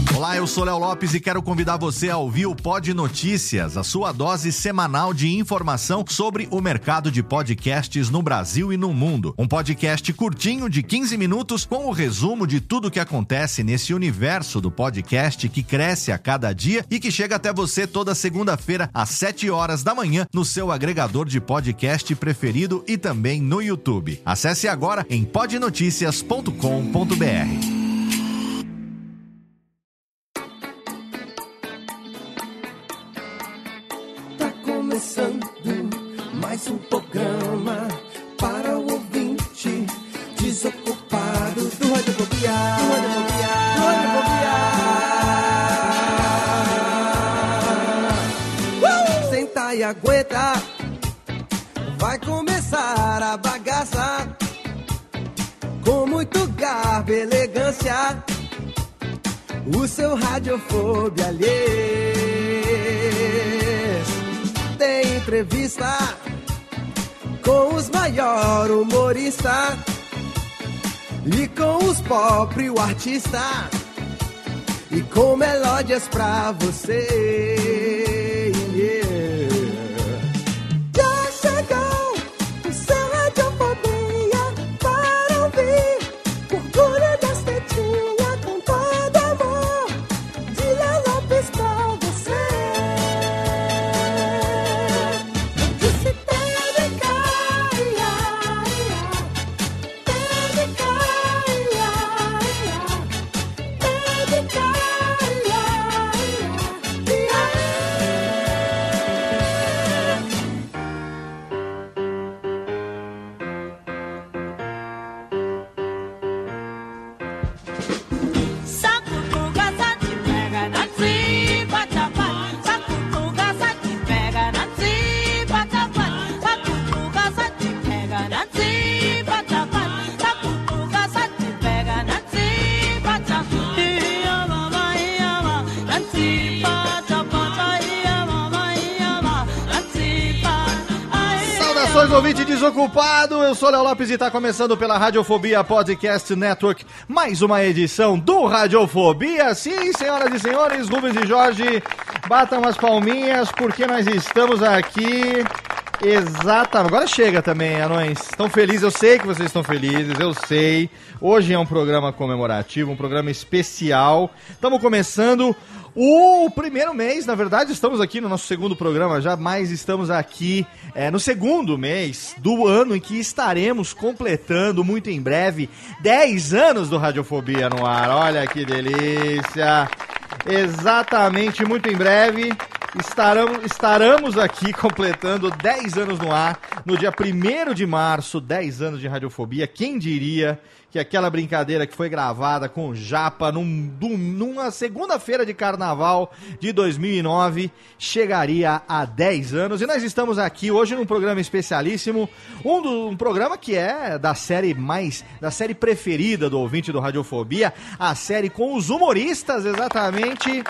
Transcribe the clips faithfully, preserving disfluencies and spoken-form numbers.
Olá, eu sou Léo Lopes e quero convidar você a ouvir o Pod Notícias, a sua dose semanal de informação sobre o mercado de podcasts no Brasil e no mundo. Um podcast curtinho de quinze minutos com o resumo de tudo que acontece nesse universo do podcast que cresce a cada dia e que chega até você toda segunda-feira às sete horas da manhã no seu agregador de podcast preferido e também no YouTube. Acesse agora em pod noticias ponto com ponto b r. Mais um programa para o ouvinte desocupado do Radiofobia, do Radiofobia, do Radiofobia. Uh! Senta e aguenta, vai começar a bagaça com muito garbo e elegância. O seu Radiofobia alheio. Tem entrevista com os maiores humoristas e com os próprios artistas e com melódias pra você. Yeah. Já chegou o seu Radiofobia para ouvir orgulho das tetinhas com todo amor de Léo Lopes pra você. Ouvinte desocupado, eu sou Léo Lopes e está começando pela Radiofobia Podcast Network, mais uma edição do Radiofobia. Sim, senhoras e senhores, Rubens e Jorge, batam as palminhas porque nós estamos aqui. Exatamente, agora chega também, anões. Estão felizes, eu sei que vocês estão felizes, eu sei. Hoje é um programa comemorativo, um programa especial. Estamos começando o primeiro mês, na verdade, estamos aqui no nosso segundo programa, já mais estamos aqui é, no segundo mês do ano em que estaremos completando muito em breve dez anos do Radiofobia no ar. Olha que delícia! Exatamente, muito em breve estaremos, estaremos aqui completando dez anos no ar, no dia primeiro de março, dez anos de Radiofobia. Quem diria que aquela brincadeira que foi gravada com o Japa num, numa segunda-feira de carnaval de dois mil e nove chegaria a dez anos. E nós estamos aqui hoje num programa especialíssimo, um, do, um programa que é da série mais, da série preferida do ouvinte do Radiofobia, a série com os humoristas, exatamente,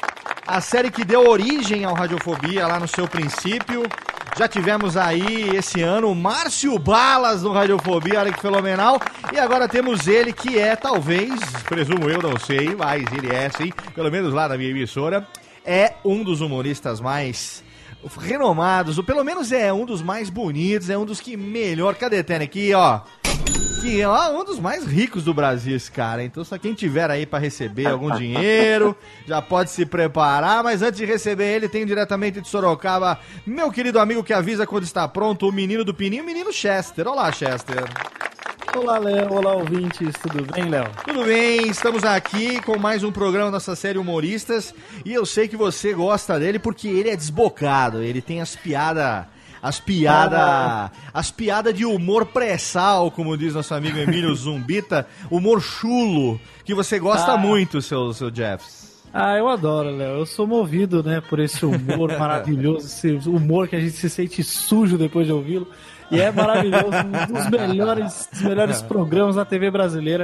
a série que deu origem ao Radiofobia lá no seu princípio. Já tivemos aí esse ano o Márcio Balas no Radiofobia, olha que fenomenal. E agora temos ele que é, talvez, presumo eu, não sei, mas ele é sim, pelo menos lá na minha emissora, é um dos humoristas mais renomados, ou pelo menos é um dos mais bonitos, é um dos que melhor. Cadê, Tênis? Aqui, ó. Que é um dos mais ricos do Brasil, esse cara. Então, só quem tiver aí pra receber algum dinheiro, já pode se preparar. Mas antes de receber ele, tem diretamente de Sorocaba, meu querido amigo que avisa quando está pronto, o menino do Pininho, o menino Chester. Olá, Chester. Olá, Léo. Olá, ouvintes. Tudo bem, Léo? Tudo bem. Estamos aqui com mais um programa da nossa série Humoristas. E eu sei que você gosta dele porque ele é desbocado. Ele tem as piadas... As piadas ah. as piadas de humor pré-sal, como diz nosso amigo Emílio Zumbita, humor chulo, que você gosta ah. muito, seu, seu Jeffs. Ah, eu adoro, Léo. Eu sou movido, né, por esse humor maravilhoso, esse humor que a gente se sente sujo depois de ouvi-lo. E é maravilhoso, um dos melhores, dos melhores programas da T V brasileira.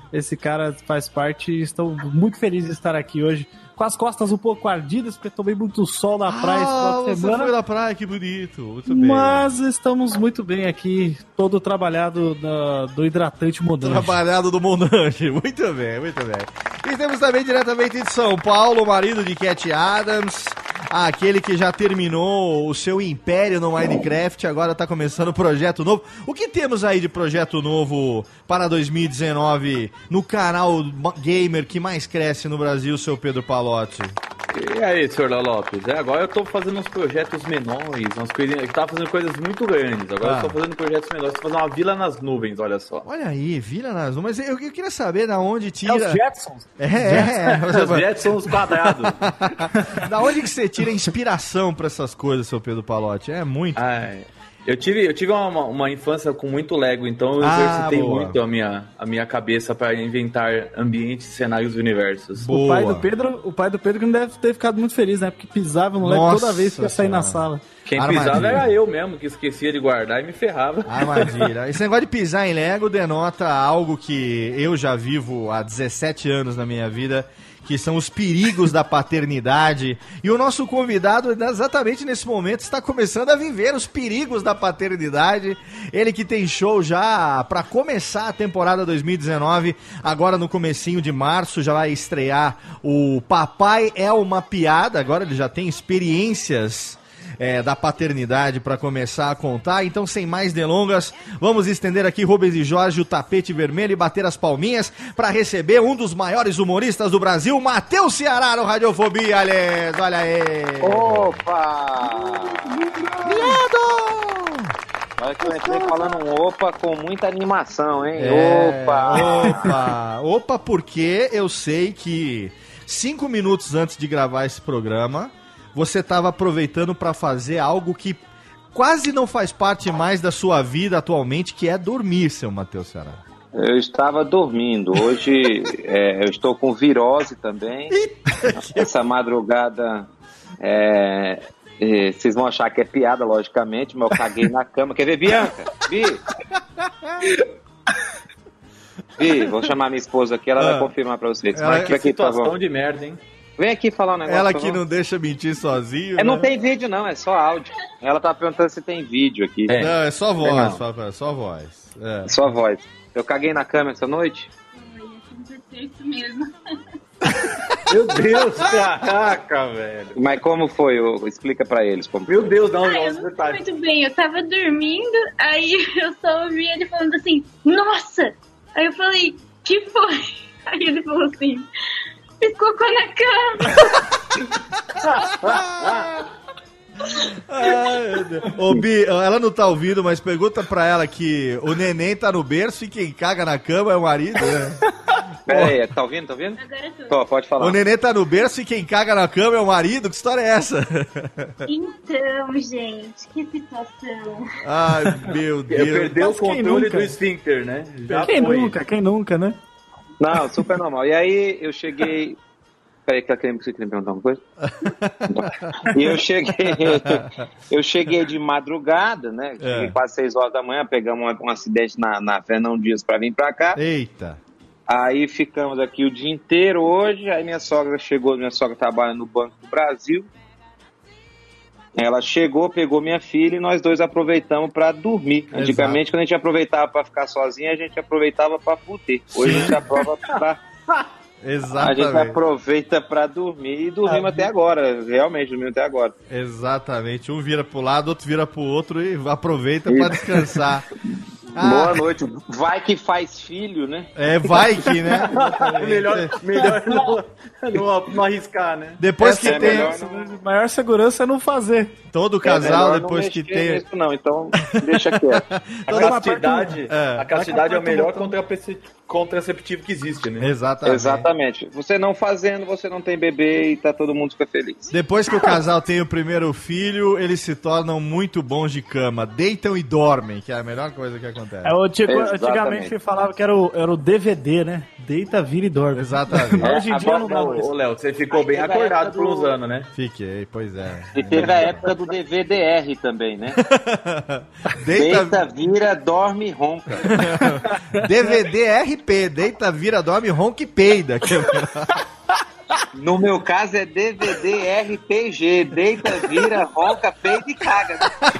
esse cara faz parte e estou muito feliz de estar aqui hoje. Com as costas um pouco ardidas, porque tomei muito sol na praia esse final de semana. Você foi na praia, que bonito. Muito bem. Mas estamos muito bem aqui, todo trabalhado na, do hidratante Monange. Trabalhado do Monange. Muito bem, muito bem. E temos também diretamente de São Paulo, o marido de Cat Adams, aquele que já terminou o seu império no Minecraft, agora tá começando o projeto novo. O que temos aí de projeto novo para dois mil e dezenove no canal gamer que mais cresce no Brasil, seu Pedro Palotti? E aí, senhor Léo Lopes? É, agora eu tô fazendo uns projetos menores, umas coisinhas. Eu tava fazendo coisas muito grandes, agora Ah. eu tô fazendo projetos menores. Tô fazendo uma vila nas nuvens, olha só. Olha aí, Vila nas Nuvens. Mas eu, eu queria saber da onde tira... É os Jetsons. É, é, é. Os jets são os quadrados. Da onde que você tira inspiração pra essas coisas, seu Pedro Palotti? É muito. Ai, eu tive, eu tive uma, uma infância com muito Lego, então eu Ah, exercitei boa. muito a minha, a minha cabeça para inventar ambientes, cenários e universos. Boa. O pai do Pedro, o pai do Pedro que não deve ter ficado muito feliz, né? Porque pisava no Lego Nossa toda vez que ia sair na Senhora. sala. Quem Armadilha. pisava era eu mesmo, que esquecia de guardar e me ferrava. Armadilha. Esse negócio de pisar em Lego denota algo que eu já vivo há dezessete anos na minha vida, que são os perigos da paternidade. E o nosso convidado, exatamente nesse momento, está começando a viver os perigos da paternidade. Ele que tem show já para começar a temporada dois mil e dezenove, agora no comecinho de março, já vai estrear o Papai é uma Piada. Agora ele já tem experiências É, da paternidade para começar a contar. Então, sem mais delongas, vamos estender aqui, Rubens e Jorge, o tapete vermelho e bater as palminhas para receber um dos maiores humoristas do Brasil, Matheus Ceará, no Radiofobia, Alex. Olha aí. Opa! Viado! Olha que eu entrei falando um opa com muita animação, hein? É, Opa! Opa! Opa, porque eu sei que cinco minutos antes de gravar esse programa, você estava aproveitando para fazer algo que quase não faz parte mais da sua vida atualmente, que é dormir, seu Matheus Ceará. Eu estava dormindo. Hoje é, eu estou com virose também. Essa madrugada é, é, vocês vão achar que é piada, logicamente, mas eu caguei na cama. Quer ver, Bianca? Bi? Bi, vou chamar minha esposa aqui, ela Ah. vai confirmar para vocês. Ela- Vai Que aqui, por situação favor. de merda, hein? Vem aqui falar um negócio. Ela por que favor. não deixa mentir sozinho. É, não né? tem vídeo não, é só áudio. Ela tá perguntando se tem vídeo aqui. É. Não, é só voz, Não. Fábio, só voz. É. Só voz. Eu caguei na cama essa noite? Isso mesmo. Meu Deus, caraca, velho. Mas como foi? Eu- explica pra eles como Meu foi. Deus, não, Ah, não, eu os não sei detalhes. muito bem, eu tava dormindo, aí eu só ouvi ele falando assim, nossa! Aí eu falei, que foi? Aí ele falou assim, fiz cocô na cama. Ai, meu Deus. Ô, Bi, ela não tá ouvindo, mas pergunta pra ela que o neném tá no berço e quem caga na cama é o marido, né? Pera aí, tá ouvindo? Tá ouvindo? Agora eu tô. Tô, pode falar. O neném tá no berço e quem caga na cama é o marido? Que história é essa? Então, gente, que situação. Ai, meu Eu Deus. perdi o Mas quem controle nunca? do esfíncter, né? Já Quem foi. nunca, quem nunca, né? Não, super normal. E aí eu cheguei... Peraí, que ela queria, você queria me perguntar alguma coisa? E eu cheguei... Eu cheguei de madrugada, né? Cheguei É. quase seis horas da manhã, pegamos um, um acidente na, na Fernão Dias pra vir pra cá. Eita. Aí ficamos aqui o dia inteiro hoje. Aí minha sogra chegou, minha sogra trabalha no Banco do Brasil. Ela chegou, pegou minha filha e nós dois aproveitamos pra dormir. Exato. Antigamente, quando a gente aproveitava pra ficar sozinho, a gente aproveitava pra fuder. Hoje a gente aprova pra, a gente Exatamente. aproveita pra dormir e dormimos até agora. Realmente, dormimos até agora. Exatamente. Um vira pro lado, outro vira pro outro e aproveita pra descansar. Ah, Boa noite. Vai que faz filho, né? É, vai que, né? melhor melhor não, não, não arriscar, né? Depois Essa que é tem melhor. Maior segurança é não fazer. todo É casal, melhor depois não que mexer tem... nisso, não, então deixa quieto. A Toda castidade, É. a castidade é o Vai que melhor aperta um contracepti- contraceptivo que existe, né? Exatamente. Exatamente. Você não fazendo, você não tem bebê e tá todo mundo fica feliz. Depois que o casal tem o primeiro filho, eles se tornam muito bons de cama. Deitam e dormem, que é a melhor coisa que É acontece. É, o tipo, Exatamente. antigamente se falava que era o, era o D V D, né? Deita, vira e dorme. Exatamente. É, Hoje em dia agora não dá mais. Ô, Léo, você ficou bem Aí teve a acordado época por uns do- anos, né? Fiquei, pois é. E teve a época do D V D R também, né? Deita, Deita, vira, dorme e ronca. D V D R P, deita, vira, dorme, ronca e peida. No meu caso é D V D R P G. Deita, vira, ronca, peida e caga.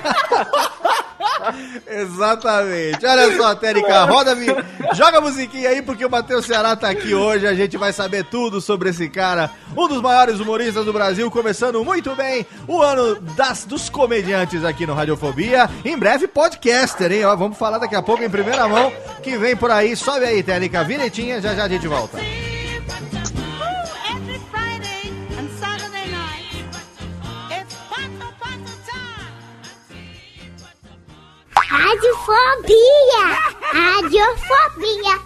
Exatamente. Olha só, Térica, roda, vi- joga a musiquinha aí, porque o Matheus Ceará tá aqui hoje. A gente vai saber tudo sobre esse cara, um dos maiores humoristas do Brasil, começando muito bem o ano das, dos comediantes aqui no Radiofobia. Em breve, podcaster, hein? Ó, vamos falar daqui a pouco em primeira mão, que vem por aí. Sobe aí, Térica, vinhetinha, já já a gente volta. Every Friday and Saturday night, it's Pato Pato time. Radiofobia! Radiofobia!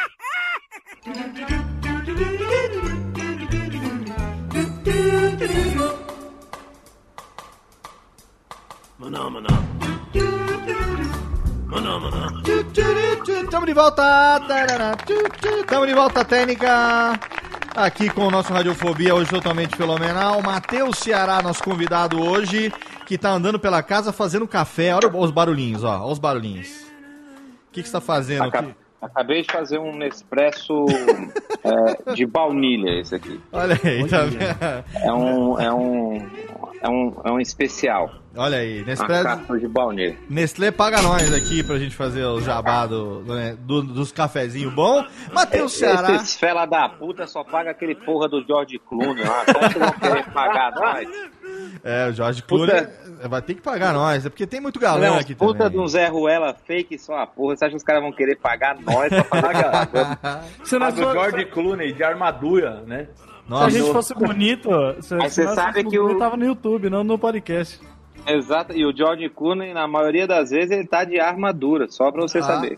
Tamo de volta! Tarará, tu, tu. Tamo de volta, Técnica! Aqui com o nosso Radiofobia, hoje totalmente fenomenal. Matheus Ceará, nosso convidado hoje, que tá andando pela casa fazendo café. Olha os barulhinhos, ó. Olha os barulhinhos. O que, que você tá fazendo Aca- aqui? Acabei de fazer um Nespresso é, de baunilha, esse aqui. Olha aí, tá vendo? É um, é um, é um, é um especial. Olha aí, Uma Nestlé, cápsula de baunilha. Nestlé paga nós aqui pra gente fazer o jabá do, do- né, do- dos cafezinhos bons. Matheus Ceará. Esses fela da puta só paga aquele porra do George Clooney lá. Até que vão querer pagar nós. É, o Jorge Clooney vai ter que pagar nós, é porque tem muito galã Não, aqui puta de também. um Zé Ruela fake só a porra. Você acha que os caras vão querer pagar nós pra pagar? Se, A nós do for- George Clooney de armadura, né? se a Nossa, gente fosse bonito, se, Mas se você nós sabe fôssemos que o- bonito, tava no YouTube, não no podcast. Exato. E o George Clooney, na maioria das vezes, ele tá de armadura. Só pra você saber.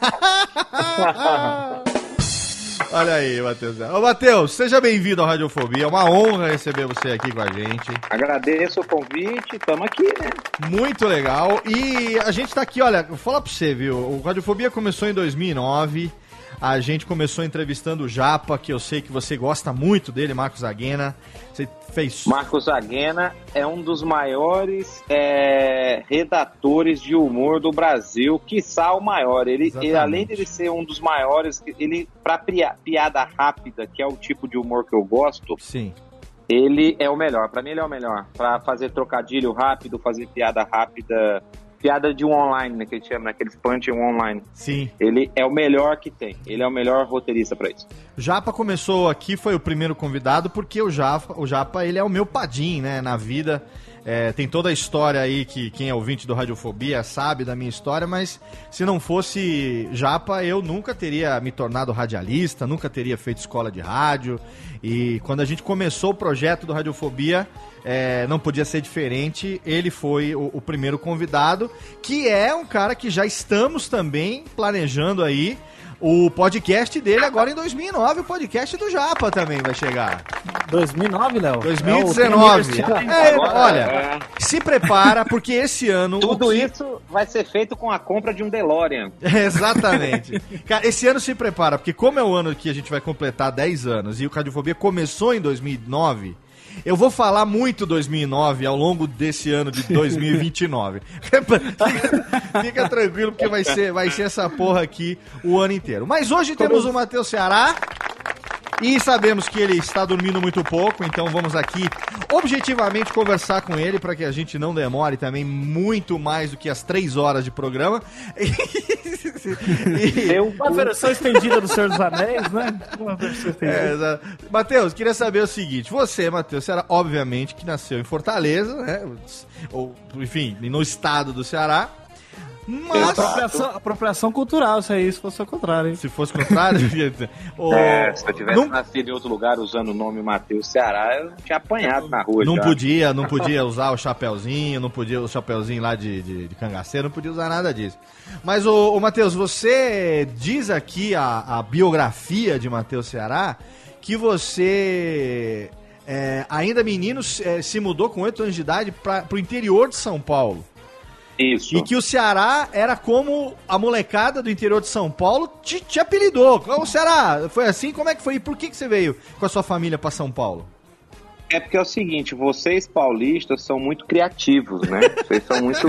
olha aí, Matheus. Ô, Matheus, seja bem-vindo ao Radiofobia. É uma honra receber você aqui com a gente. Agradeço o convite. Tamo aqui, né? Muito legal. E a gente tá aqui, olha, vou falar pra você, viu? O Radiofobia começou em dois mil e nove. A gente começou entrevistando o Japa, que eu sei que você gosta muito dele, Marcos Aguena. Você fez... Marcos Aguena é um dos maiores é, redatores de humor do Brasil, quiçá o maior. Ele, Exatamente. ele, além de ele ser um dos maiores, ele, pra pia- piada rápida, que é o tipo de humor que eu gosto, Sim. ele é o melhor. Pra mim ele é o melhor. Pra fazer trocadilho rápido, fazer piada rápida, piada de um online, né, que a gente chama, aqueles punch online. Sim. Ele é o melhor que tem. Ele é o melhor roteirista pra isso. Japa começou aqui, foi o primeiro convidado, porque o Japa, o Japa ele é o meu padim, né, na vida. É, tem toda a história aí que quem é ouvinte do Radiofobia sabe da minha história, mas se não fosse Japa, eu nunca teria me tornado radialista, nunca teria feito escola de rádio. E quando a gente começou o projeto do Radiofobia, é, não podia ser diferente. Ele foi o, o primeiro convidado, que é um cara que já estamos também planejando aí. O podcast dele agora em dois mil e nove, o podcast do Japa também vai chegar. dois mil e nove, Léo? dois mil e dezenove. É, Agora, olha, é. se prepara, porque esse ano... Tudo o que- isso vai ser feito com a compra de um DeLorean. Exatamente. Cara, esse ano se prepara, porque como é o ano que a gente vai completar dez anos e o Radiofobia começou em dois mil e nove... Eu vou falar muito dois mil e nove ao longo desse ano de dois mil e vinte e nove. fica, fica tranquilo, porque vai ser, vai ser essa porra aqui o ano inteiro. Mas hoje temos o Matheus Ceará. E sabemos que ele está dormindo muito pouco, então vamos aqui objetivamente conversar com ele para que a gente não demore também muito mais do que as três horas de programa. E- Eu, Uma versão estendida do Senhor dos Anéis, né? Uma versão estendida. É, exato. Matheus, queria saber o seguinte: você, Matheus, você era obviamente que nasceu em Fortaleza, né? Ou, enfim, no estado do Ceará. Mas. Apropriação, apropriação cultural, se é isso, fosse o contrário, hein? Se fosse contrário, o- é, se eu tivesse não, nascido em outro lugar usando o nome Matheus Ceará, eu tinha apanhado na rua não já. podia, não podia usar o chapeuzinho, não podia o chapeuzinho lá de, de, de cangaceiro, não podia usar nada disso. Mas, o, Matheus, você diz aqui a, a biografia de Matheus Ceará que você, é, ainda menino, é, se mudou com oito anos de idade para o interior de São Paulo. Isso. E que o Ceará era como a molecada do interior de São Paulo te, te apelidou. O Ceará, foi assim? Como é que foi? E por que, que você veio com a sua família pra São Paulo? É porque é o seguinte, vocês paulistas são muito criativos, né? Vocês são muito...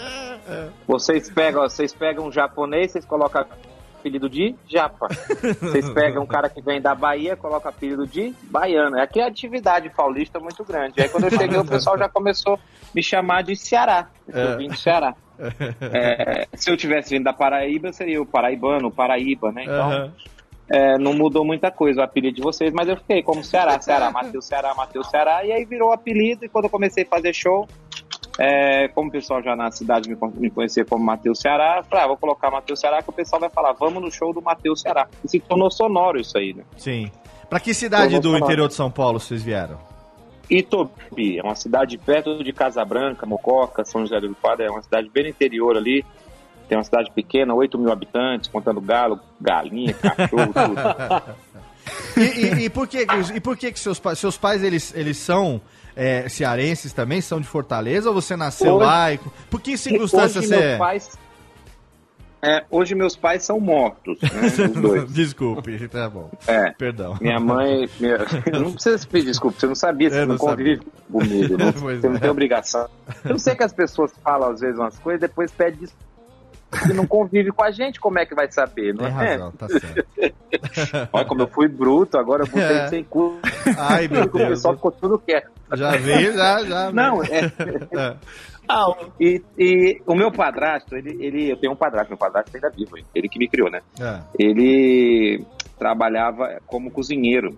Vocês pegam, vocês pegam um japonês, vocês colocam apelido de japa. Vocês pegam um cara que vem da Bahia, colocam apelido de baiano. É a criatividade paulista muito grande. Aí quando eu cheguei, o pessoal já começou a me chamar de Ceará. Eu vim do Ceará. É, se eu tivesse vindo da Paraíba, seria o paraibano, o Paraíba, né? Então, uhum. é, não mudou muita coisa o apelido de vocês, mas eu fiquei como Ceará, Ceará, Matheus Ceará, Matheus Ceará, e aí virou o apelido, e quando eu comecei a fazer show, é, como o pessoal já na cidade me, me conhecia como Matheus Ceará, eu falei, ah, vou colocar Matheus Ceará, que o pessoal vai falar, vamos no show do Matheus Ceará. E se tornou sonoro isso aí, né? Sim. Pra que cidade do sonoro. Interior de São Paulo vocês vieram? Itobi, é uma cidade perto de Casabranca, Mococa, São José do Rio Pardo, é uma cidade bem no interior ali, tem uma cidade pequena, oito mil habitantes, contando galo, galinha, cachorro, tudo. e, e, e por que, e por que, que seus pais, seus pais eles, eles são é, cearenses também, são de Fortaleza, ou você nasceu hoje, lá? E, por que circunstâncias você é? Pais... É, hoje meus pais são mortos, né, os dois. Desculpe, tá bom. É, perdão. Minha mãe... Minha... Não precisa se pedir desculpa, você não sabia, você eu não, não convive comigo, né? Você é. Não tem obrigação. Eu não sei que as pessoas falam às vezes umas coisas e depois pedem desculpa. Se não convive com a gente, como é que vai saber, não tem é? Razão, tá certo. Olha como eu fui bruto, agora eu botei é. sem cu. Ai, meu Deus. O pessoal ficou tudo quieto. Já veio, já, já. Não, é... é. Ah, e, e o meu padrasto, ele, ele, eu tenho um padrasto, meu padrasto ainda vivo, ele que me criou, né? É. Ele trabalhava como cozinheiro.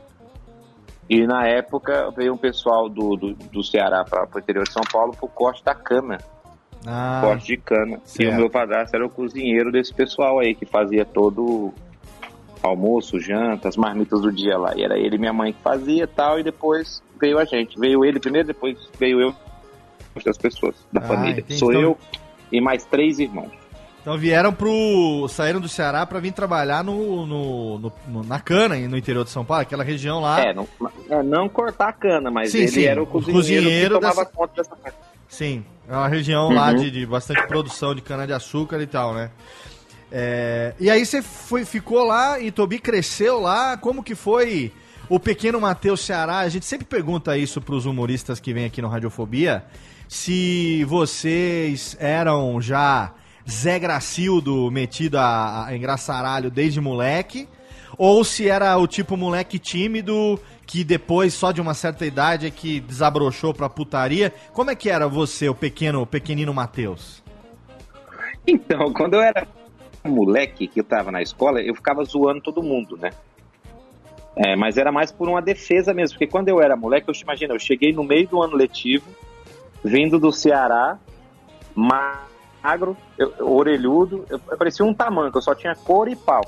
E na época veio um pessoal do, do, do Ceará para o interior de São Paulo pro corte da cana. Ah, corte de cana. Certo. E o meu padrasto era o cozinheiro desse pessoal aí, que fazia todo almoço, janta, as marmitas do dia lá. E era ele e minha mãe que fazia e tal, e depois veio a gente. Veio ele primeiro, depois veio eu. Das pessoas da ah, família. Entendi. Sou então... eu e mais três irmãos. Então vieram pro... saíram do Ceará para vir trabalhar no, no, no, no, na cana no interior de São Paulo, aquela região lá. É, não, é, não cortar a cana, mas sim, ele sim, era o cozinheiro, cozinheiro que tomava dessa... conta dessa cana. Sim, é uma região uhum. lá de, de bastante produção de cana-de-açúcar e tal, né? É... E aí você foi, ficou lá em Itobi, cresceu lá, como que foi o pequeno Matheus Ceará? A gente sempre pergunta isso pros humoristas que vêm aqui no Radiofobia, se vocês eram já Zé Gracildo metido a, a engraçaralho desde moleque, ou se era o tipo moleque tímido que depois, só de uma certa idade, é que desabrochou pra putaria. Como é que era você, o pequeno, o pequenino Matheus? Então, quando eu era moleque, que eu tava na escola, eu ficava zoando todo mundo, né? É, mas era mais por uma defesa mesmo, porque quando eu era moleque, eu imagina, eu cheguei no meio do ano letivo, vindo do Ceará, magro, eu, orelhudo, eu, eu parecia um tamanco, eu só tinha cor e pau.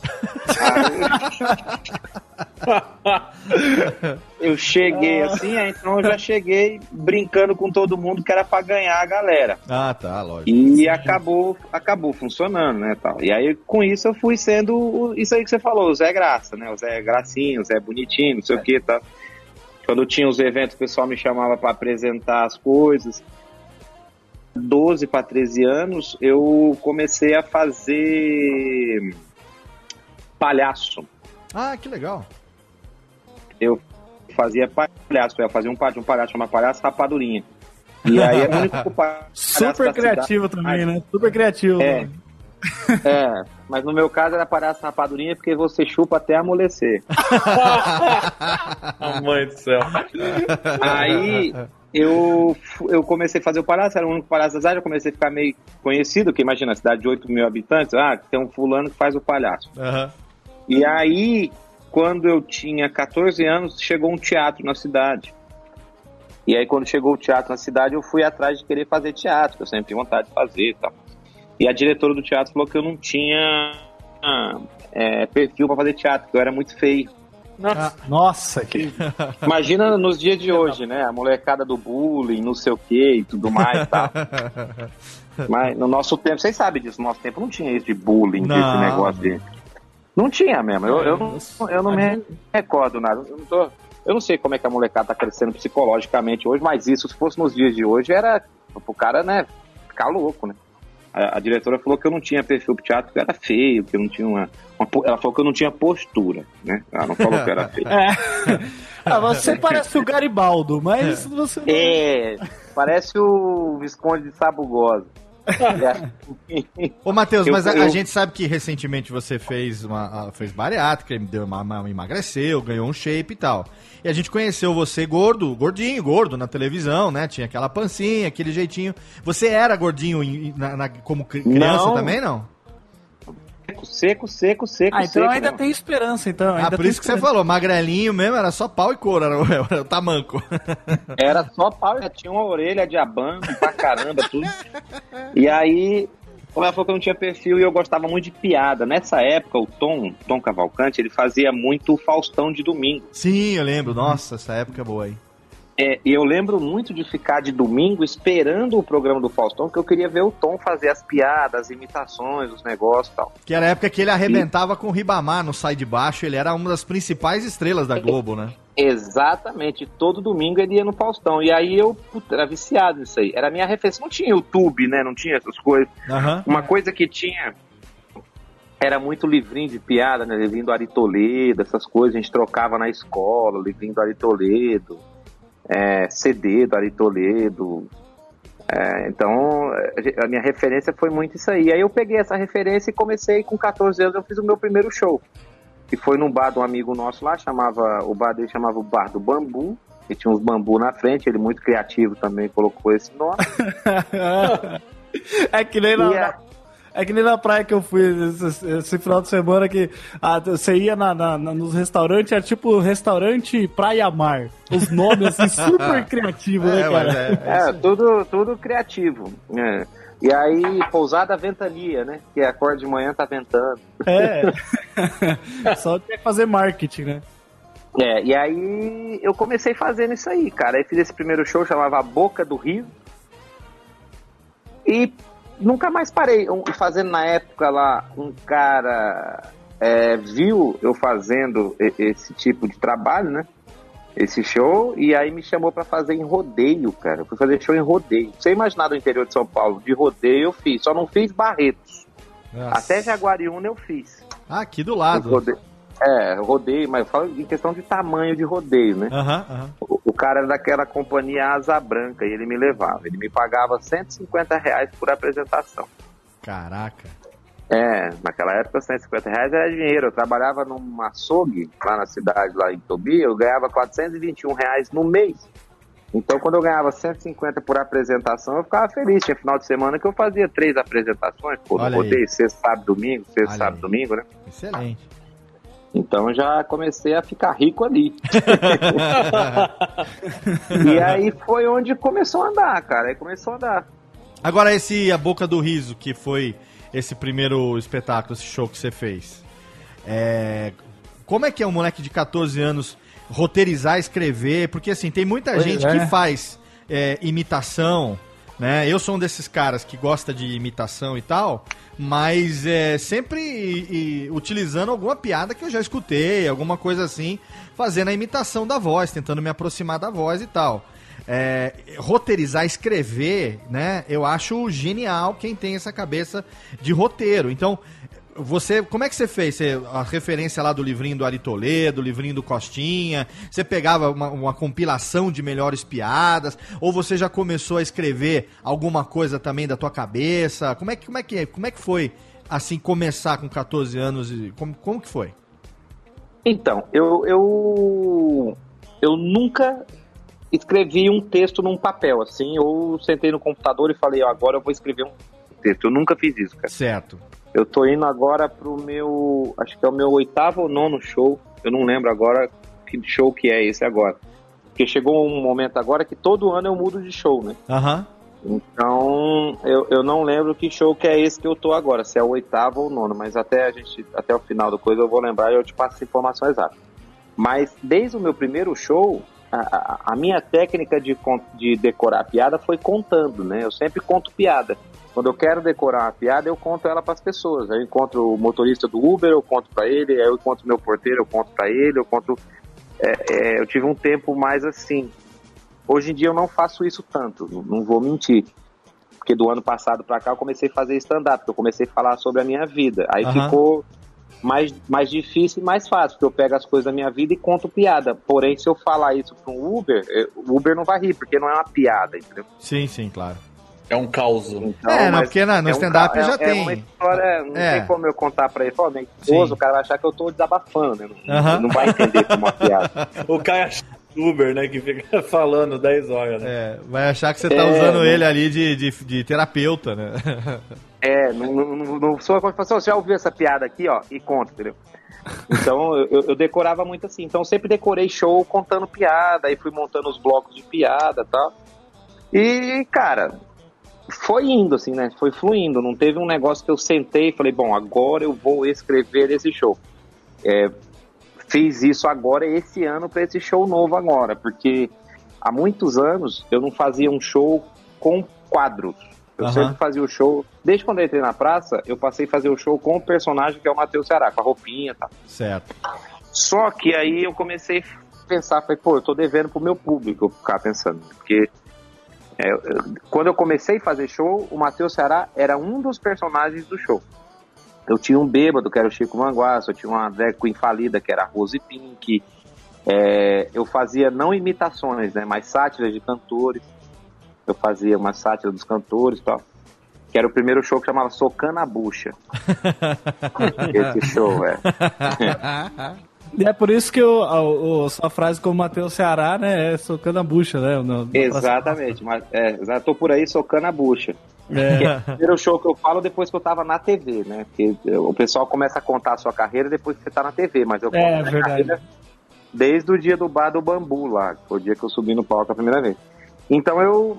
Aí, eu cheguei assim, aí, então eu já cheguei brincando com todo mundo que era pra ganhar a galera. Ah, tá, lógico. E acabou, acabou funcionando, né, tal. E aí com isso eu fui sendo isso aí que você falou, o Zé Graça, né, o Zé Gracinho, o Zé Bonitinho, não sei é. o que, tá. Quando tinha os eventos, o pessoal me chamava para apresentar as coisas. doze para treze anos, eu comecei a fazer palhaço. Ah, que legal. Eu fazia palhaço, eu fazia um palhaço, um palhaço chamado Palhaço Rapadurinha. E aí é o único palhaço super criativo cidade. Também, né? Super criativo. É. Né? É, mas no meu caso era palhaço rapadurinha porque você chupa até amolecer. Mãe do céu. Aí eu, eu comecei a fazer o palhaço, era o único palhaço da cidade, eu comecei a ficar meio conhecido, que imagina, a cidade de oito mil habitantes, ah, tem um fulano que faz o palhaço. Uhum. E aí, quando eu tinha catorze anos, chegou um teatro na cidade. E aí quando chegou o teatro na cidade, eu fui atrás de querer fazer teatro, que eu sempre tinha vontade de fazer e tal. E a diretora do teatro falou que eu não tinha é, perfil para fazer teatro, que eu era muito feio. Nossa, Nossa que... Imagina nos dias de hoje, né? A molecada do bullying, não sei o que e tudo mais e tal. Mas no nosso tempo, vocês sabem disso, no nosso tempo não tinha isso de bullying, não, desse negócio de... Não tinha mesmo, eu, eu, não, eu não me recordo nada. Eu não, tô, eu não sei como é que a molecada tá crescendo psicologicamente hoje, mas isso, se fosse nos dias de hoje, era pro cara, né? ficar louco, né? A, a diretora falou que eu não tinha perfil pro teatro, que eu era feio, que eu não tinha uma, uma... Ela falou que eu não tinha postura, né? Ela não falou que eu era feio. É. Ah, você parece o Garibaldo, mas você não... É, parece o Visconde de Sabugosa. Ô, Matheus, Eu- mas a, a eu- gente sabe que recentemente você fez uma a- fez bariátrica, deu uma, uma- emagreceu, ganhou um shape e tal. E a gente conheceu você gordo, gordinho, gordo na televisão, né? Tinha aquela pancinha, aquele jeitinho. Você era gordinho em- na- na- como cri- criança Não. também, não? Seco, seco, seco, Ah, então seco. ainda não. tem esperança, então. Ah, ainda por tem isso que você esperança. falou, magrelinho mesmo, era só pau e couro, era o, era o tamanco. Era só pau, já tinha uma orelha de abanco pra caramba, tudo. E aí, como ela falou que eu não tinha perfil e eu gostava muito de piada. Nessa época, o Tom, Tom Cavalcante, ele fazia muito Faustão de domingo. Sim, eu lembro. Nossa, essa época é boa aí. É, e eu lembro muito de ficar de domingo esperando o programa do Faustão, porque eu queria ver o Tom fazer as piadas, as imitações, os negócios e tal. Que era a época que ele arrebentava com o Ribamar no Sai de Baixo, ele era uma das principais estrelas da Globo, né? Exatamente, todo domingo ele ia no Faustão. E aí eu puta, era viciado nisso aí. Era a minha referência. Não tinha YouTube, né? Não tinha essas coisas. Aham. Uma coisa que tinha era muito livrinho de piada, né? Livrinho do Ari Toledo, essas coisas. A gente trocava na escola, livrinho do Ari Toledo, é, C D do Ari Toledo. É, então, a minha referência foi muito isso aí. Aí eu peguei essa referência e comecei com catorze anos, eu fiz o meu primeiro show. Que foi num bar de um amigo nosso lá, chamava, o bar dele chamava o Bar do Bambu, que tinha uns bambu na frente, ele muito criativo também colocou esse nome. É que nem na, E a- é que nem na praia que eu fui esse, esse final de semana que ah, você ia na, na- na- nos restaurantes, era tipo restaurante Praia Mar. Os nomes assim super criativos, né, É, mas cara? é, é É, tudo, tudo criativo. É. E aí, pousada ventania, né? Que acorda de manhã, tá ventando. É. Só tinha que fazer marketing, né? É, e aí eu comecei fazendo isso aí, cara. Aí fiz esse primeiro show, chamava A Boca do Riso. E nunca mais parei. Um- Fazendo na época lá, um cara é, viu eu fazendo e- esse tipo de trabalho, né? Esse show, e aí me chamou pra fazer em rodeio, cara. Eu fui fazer show em rodeio. Você imaginar do interior de São Paulo, de rodeio eu fiz. Só não fiz Barretos. Nossa. Até Jaguariúna eu fiz. Ah, aqui do lado. Rodeio. É, rodeio, mas eu falo em questão de tamanho de rodeio, né? Aham, aham. O, o cara era daquela companhia Asa Branca e ele me levava. Ele me pagava cento e cinquenta reais por apresentação. Caraca. É, naquela época cento e cinquenta reais era dinheiro. Eu trabalhava num açougue lá na cidade, lá em Tobi, eu ganhava quatrocentos e vinte e um reais no mês. Então, quando eu ganhava cento e cinquenta por apresentação, eu ficava feliz. Tinha final de semana que eu fazia três apresentações, pô, no Olha aí. rodeio, sexta, sábado, domingo, sexta, Olha sábado, aí. domingo, né? Excelente. Então já comecei a ficar rico ali. E aí foi onde começou a andar, cara. Aí começou a andar. Agora, esse A Boca do Riso, que foi esse primeiro espetáculo, esse show que você fez. É... Como é que é um moleque de catorze anos roteirizar, escrever? Porque, assim, tem muita Pois gente é. que faz é, imitação, né? Eu sou um desses caras que gosta de imitação e tal, mas é, sempre e- e utilizando alguma piada que eu já escutei, alguma coisa assim, fazendo a imitação da voz, tentando me aproximar da voz e tal. É, roteirizar, escrever, né? Eu acho genial quem tem essa cabeça de roteiro. Então, você, como é que você fez? Você, a referência lá do livrinho do Ari Toledo, livrinho do Costinha, você pegava uma, uma compilação de melhores piadas, ou você já começou a escrever alguma coisa também da tua cabeça? Como é que, como é que, como é que foi, assim, começar com catorze anos? E como, como que foi? Então, eu, eu, eu nunca escrevi um texto num papel, assim, ou sentei no computador e falei, ó, agora eu vou escrever um texto. Eu nunca fiz isso, cara. Certo. Eu tô indo agora pro meu, acho que é o meu oitavo ou nono show, eu não lembro agora que show que é esse agora. Porque chegou um momento agora que todo ano eu mudo de show, né? Aham. Então, eu, eu não lembro que show que é esse que eu tô agora, se é o oitavo ou o nono, mas até a gente, até o final do coisa eu vou lembrar e eu te passo essa informação exata. Mas desde o meu primeiro show, a, a, a minha técnica de, con- de decorar a piada foi contando, né? Eu sempre conto piada. Quando eu quero decorar uma piada, eu conto ela para as pessoas. Eu encontro o motorista do Uber, eu conto para ele, aí eu encontro o meu porteiro, eu conto para ele, eu conto... É, é, eu tive um tempo mais assim. Hoje em dia eu não faço isso tanto, não- não vou mentir. porque do ano passado pra cá eu comecei a fazer stand-up, porque eu comecei a falar sobre a minha vida. Aí Aham. ficou mais, mais difícil e mais fácil, porque eu pego as coisas da minha vida e conto piada. Porém, se eu falar isso pra um Uber, eh, o Uber não vai rir, porque não é uma piada, entendeu? Sim, sim, claro. É um caos. Então, É, não, mas porque na- no um stand-up ca- já é, tem. É uma história, não É. tem como eu contar pra ele. Fala, meu esposo, Sim. o cara vai achar que eu tô desabafando, né? Não, Aham. não vai entender como uma piada. O cara é Uber, né? Que fica falando dez horas, né? É, vai achar que você tá É, usando não- ele ali de, de, de terapeuta, né? É, não, não, não, não sou a continuação. Você já ouviu essa piada aqui, ó, e conta, entendeu? Então, eu, eu decorava muito assim. Então, eu sempre decorei show contando piada, aí fui montando os blocos de piada e tal. E, cara, foi indo, assim, né? Foi fluindo. Não teve um negócio que eu sentei e falei, bom, agora eu vou escrever esse show. É, fiz isso agora, esse ano, pra esse show novo agora, porque há muitos anos eu não fazia um show com quadros. Eu Aham. sempre fazia o show, desde quando eu entrei na praça, eu passei a fazer o show com o personagem que é o Matheus Ceará, com a roupinha e tal. Certo. Só que aí eu comecei a pensar, falei, pô, eu tô devendo pro meu público, eu ficar pensando, porque é, eu- quando eu comecei a fazer show, o Matheus Ceará era um dos personagens do show. Eu tinha um bêbado, que era o Chico Manguaço, eu tinha uma drag queen falida, que era a Rose Pink, é, eu fazia não imitações, né, mas sátiras de cantores, eu fazia uma sátira dos cantores e tal, que era o primeiro show que chamava Socando a Bucha. Esse show, é. E é por isso que o, a, o- sua frase com o Matheus Ceará, né, é socando a bucha, né? no- no- Exatamente, mas é, já tô por aí socando a bucha. É. Que é o primeiro show que eu falo depois que eu tava na T V, né? Porque o pessoal começa a contar a sua carreira depois que você tá na T V, mas eu É, conto a minha verdade. carreira desde o dia do Bar do Bambu lá, que foi o dia que eu subi no palco a primeira vez. Então eu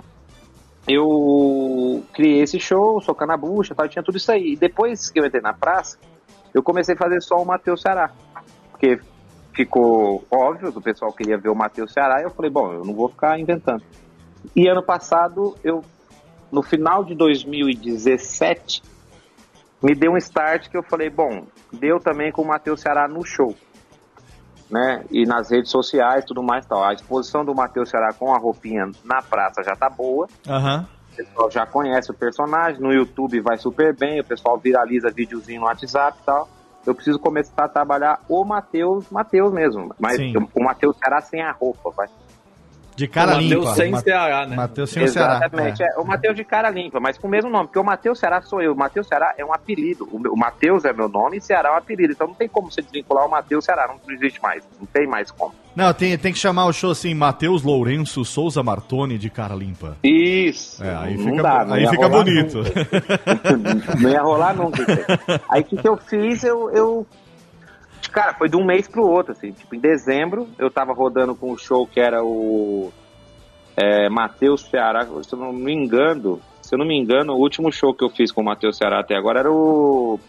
eu criei esse show, socando a bucha, tal, tinha tudo isso aí. E depois que eu entrei na praça, eu comecei a fazer só o Matheus Ceará, porque ficou óbvio que o pessoal queria ver o Matheus Ceará, e eu falei, bom, eu não vou ficar inventando. E ano passado, eu, no final de dois mil e dezessete, me deu um start que eu falei, bom, deu também com o Matheus Ceará no show, né? E nas redes sociais, tudo mais e tal. A exposição do Matheus Ceará com a roupinha na praça já tá boa. Aham. O pessoal já conhece o personagem, no YouTube vai super bem, o pessoal viraliza videozinho no WhatsApp e tal. Eu preciso começar a trabalhar o Matheus, Matheus mesmo, mas Sim. o Matheus Ceará sem a roupa, vai. De cara O Matheus limpa. sem Ma- Ceará, né? Matheus sem o Ceará. Exatamente, É. é. o Matheus de cara limpa, mas com o mesmo nome, porque o Matheus Ceará sou eu, o Matheus Ceará é um apelido, o, meu- o Matheus é meu nome e Ceará é um apelido, então não tem como você desvincular o Matheus Ceará, não existe mais, não tem mais como. Não, tem, tem que chamar o show assim, Matheus Lourenço Souza Martoni de cara limpa. Isso, É, aí não fica, dá, não aí ia fica rolar bonito. nunca. Não ia rolar nunca isso aí. Aí o que, que eu fiz, eu, eu... Cara, foi de um mês pro outro, assim. Tipo, em dezembro, eu tava rodando com um show que era o é, Matheus Ceará. Se eu não me engano, se eu não me engano, o último show que eu fiz com o Matheus Ceará até agora era o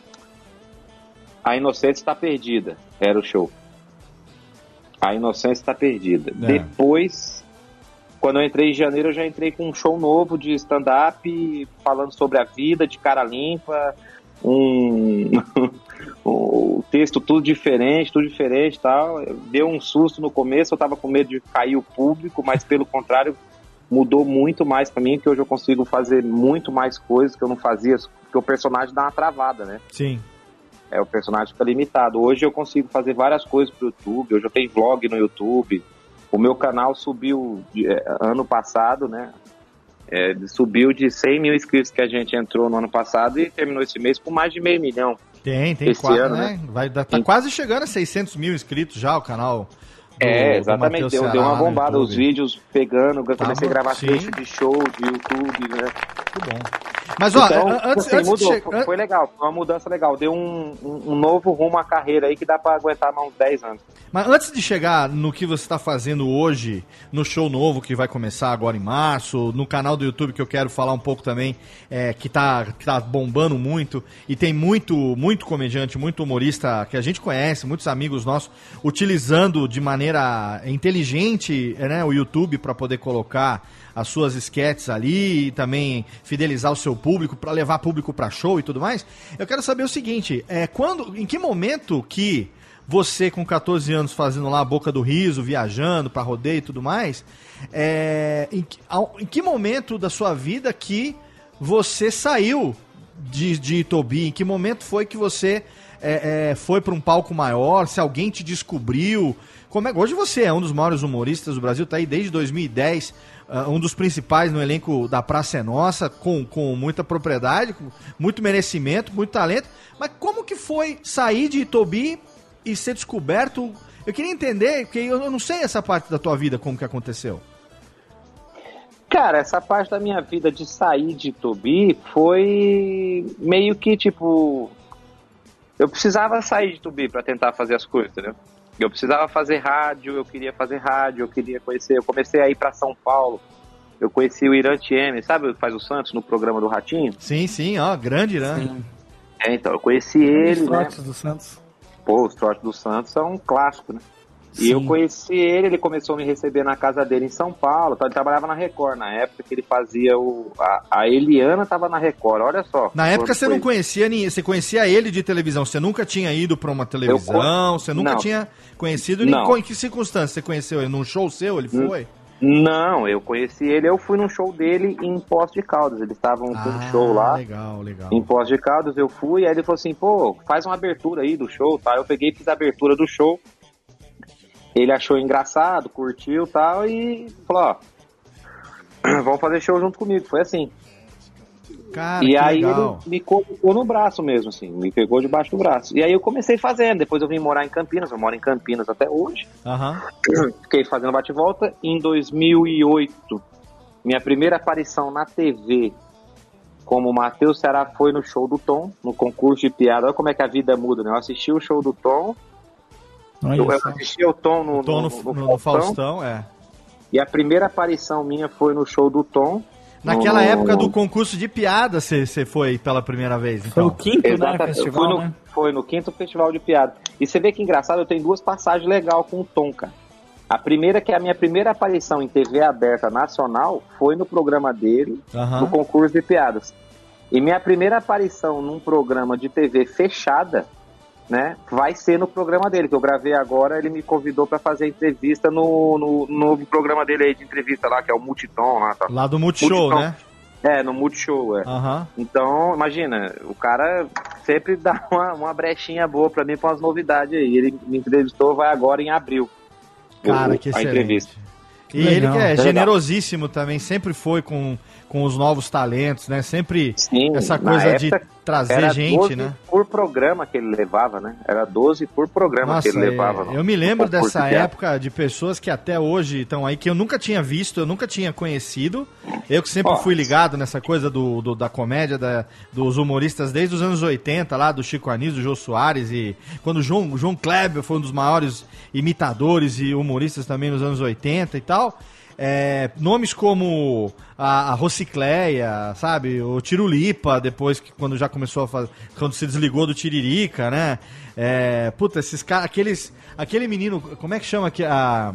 A Inocência Está Perdida. Era o show. A Inocência Está Perdida. É. Depois, quando eu entrei em janeiro, eu já entrei com um show novo de stand-up, falando sobre a vida, de cara limpa, um, o texto tudo diferente, tudo diferente e tal. Deu um susto no começo, eu tava com medo de cair o público, mas pelo contrário, mudou muito mais pra mim, porque hoje eu consigo fazer muito mais coisas que eu não fazia, porque o personagem dá uma travada, né? Sim. É, o personagem fica limitado. Hoje eu consigo fazer várias coisas pro YouTube, hoje eu tenho vlog no YouTube, o meu canal subiu é, ano passado, né? É, subiu de cem mil inscritos que a gente entrou no ano passado e terminou esse mês com mais de meio milhão. Tem, tem Esse quase, ano, né? né? Vai, dar- tá Sim. quase chegando a seiscentos mil inscritos já o canal. do- É, do exatamente, Matheus deu, Ceará deu uma lá no bombada, os YouTube. vídeos pegando, eu comecei Tava- a gravar sim. trecho de show, de YouTube, né? Muito bom. Mas, ó, Então, an- antes, assim, antes de mudou, chegar... foi, foi legal, foi uma mudança legal, deu um, um, um novo rumo à carreira aí que dá pra aguentar mais uns dez anos. Mas antes de chegar no que você está fazendo hoje, no show novo que vai começar agora em março, no canal do YouTube que eu quero falar um pouco também, é, que, tá, que tá bombando muito, e tem muito, muito comediante, muito humorista que a gente conhece, muitos amigos nossos, utilizando de maneira inteligente, né, o YouTube para poder colocar as suas sketches ali e também fidelizar o seu público, para levar público para show e tudo mais. Eu quero saber o seguinte, é, quando, em que momento que você com catorze anos fazendo lá a Boca do Riso, viajando pra rodeio e tudo mais, é, em, que- ao- em que momento da sua vida que você saiu de, de Itobi? Em que momento foi que você é, é, foi para um palco maior? Se alguém te descobriu? Como é, hoje você é um dos maiores humoristas do Brasil, tá aí desde dois mil e dez, uh, um dos principais no elenco da Praça é Nossa, com, com muita propriedade, com muito merecimento, muito talento. Mas como que foi sair de Itobi e ser descoberto? Eu queria entender, porque eu, eu não sei essa parte da tua vida, como que aconteceu. Cara, essa parte da minha vida de sair de Itobi foi meio que, tipo... Eu precisava sair de Itobi pra tentar fazer as coisas, entendeu? Eu precisava fazer rádio, eu queria fazer rádio, eu queria conhecer... Eu comecei a ir pra São Paulo, eu conheci o Irã T M, sabe o que faz o Santos no programa do Ratinho? Sim, sim, ó, grande Irã. Sim. É, então, eu conheci ele, os né? trotes do Santos. Pô, os trotes do Santos são um clássico, né? Sim. E eu conheci ele, ele começou a me receber na casa dele em São Paulo, então ele trabalhava na Record, na época que ele fazia o... A, a Eliana tava na Record, olha só. Na época você não conhecia ninguém, você conhecia ele de televisão, você nunca tinha ido pra uma televisão, eu... você nunca não. tinha conhecido ninguém. Em que circunstância você conheceu ele? Num show seu ele foi? Não, eu conheci ele, eu fui num show dele em Poços de Caldas, eles estavam com um show lá. Legal, legal. Em Poços de Caldas, eu fui, aí ele falou assim, pô, faz uma abertura aí do show, tá? Eu peguei e fiz a abertura do show. Ele achou engraçado, curtiu e tal, e falou, ó, vamos fazer show junto comigo. Foi assim. Cara, e que aí legal. Ele me colocou no braço mesmo, assim, me pegou debaixo do braço. E aí eu comecei fazendo, depois eu vim morar em Campinas, eu moro em Campinas até hoje. Uhum. Fiquei fazendo bate-volta. Em dois mil e oito, minha primeira aparição na T V como Matheus Ceará foi no show do Tom, no concurso de piada. Olha como é que a vida muda, né? Eu assisti o show do Tom, eu, eu assisti o Tom no, o Tom no, no, no, no Faustão, Faustão, é. E a primeira aparição minha foi no show do Tom. Naquela no... época do concurso de piada, você foi pela primeira vez, então. Foi o quinto, Exatamente. né, festival, foi no, né? Foi no quinto festival de piada. E você vê que engraçado, eu tenho duas passagens legais com o Tom, cara. A primeira, que é a minha primeira aparição em T V aberta nacional, foi no programa dele, uhum. no concurso de piadas. E minha primeira aparição num programa de T V fechada, né, vai ser no programa dele, que eu gravei agora. Ele me convidou para fazer entrevista no, no, no novo programa dele aí de entrevista lá, que é o Multitom. Lá, tá? lá do Multishow, Multitom. né? É, no Multishow, é. Uhum. Então, imagina, o cara sempre dá uma, uma brechinha boa pra mim com as novidades aí. Ele me entrevistou, vai agora em abril. Cara, o, que a excelente. Entrevista. E Legal. Ele que é generosíssimo também, sempre foi com, com os novos talentos, né? Sempre Sim, essa coisa de trazer era gente, doze né? por programa que ele levava, né? Era doze por programa Nossa, que ele levava. É, eu me lembro dessa de época de pessoas que até hoje estão aí, que eu nunca tinha visto, eu nunca tinha conhecido. Eu que sempre oh. fui ligado nessa coisa do, do, da comédia, da, dos humoristas desde os anos oitenta, lá do Chico Anísio, do Jô Soares, e quando o João, João Kleber foi um dos maiores imitadores e humoristas também nos anos oitenta e tal. É, nomes como a, a Rocicléia, sabe? O Tirulipa, depois que quando já começou a fazer, quando se desligou do Tiririca, né? É, puta, esses caras, aqueles, aquele menino, como é que chama aqui? A,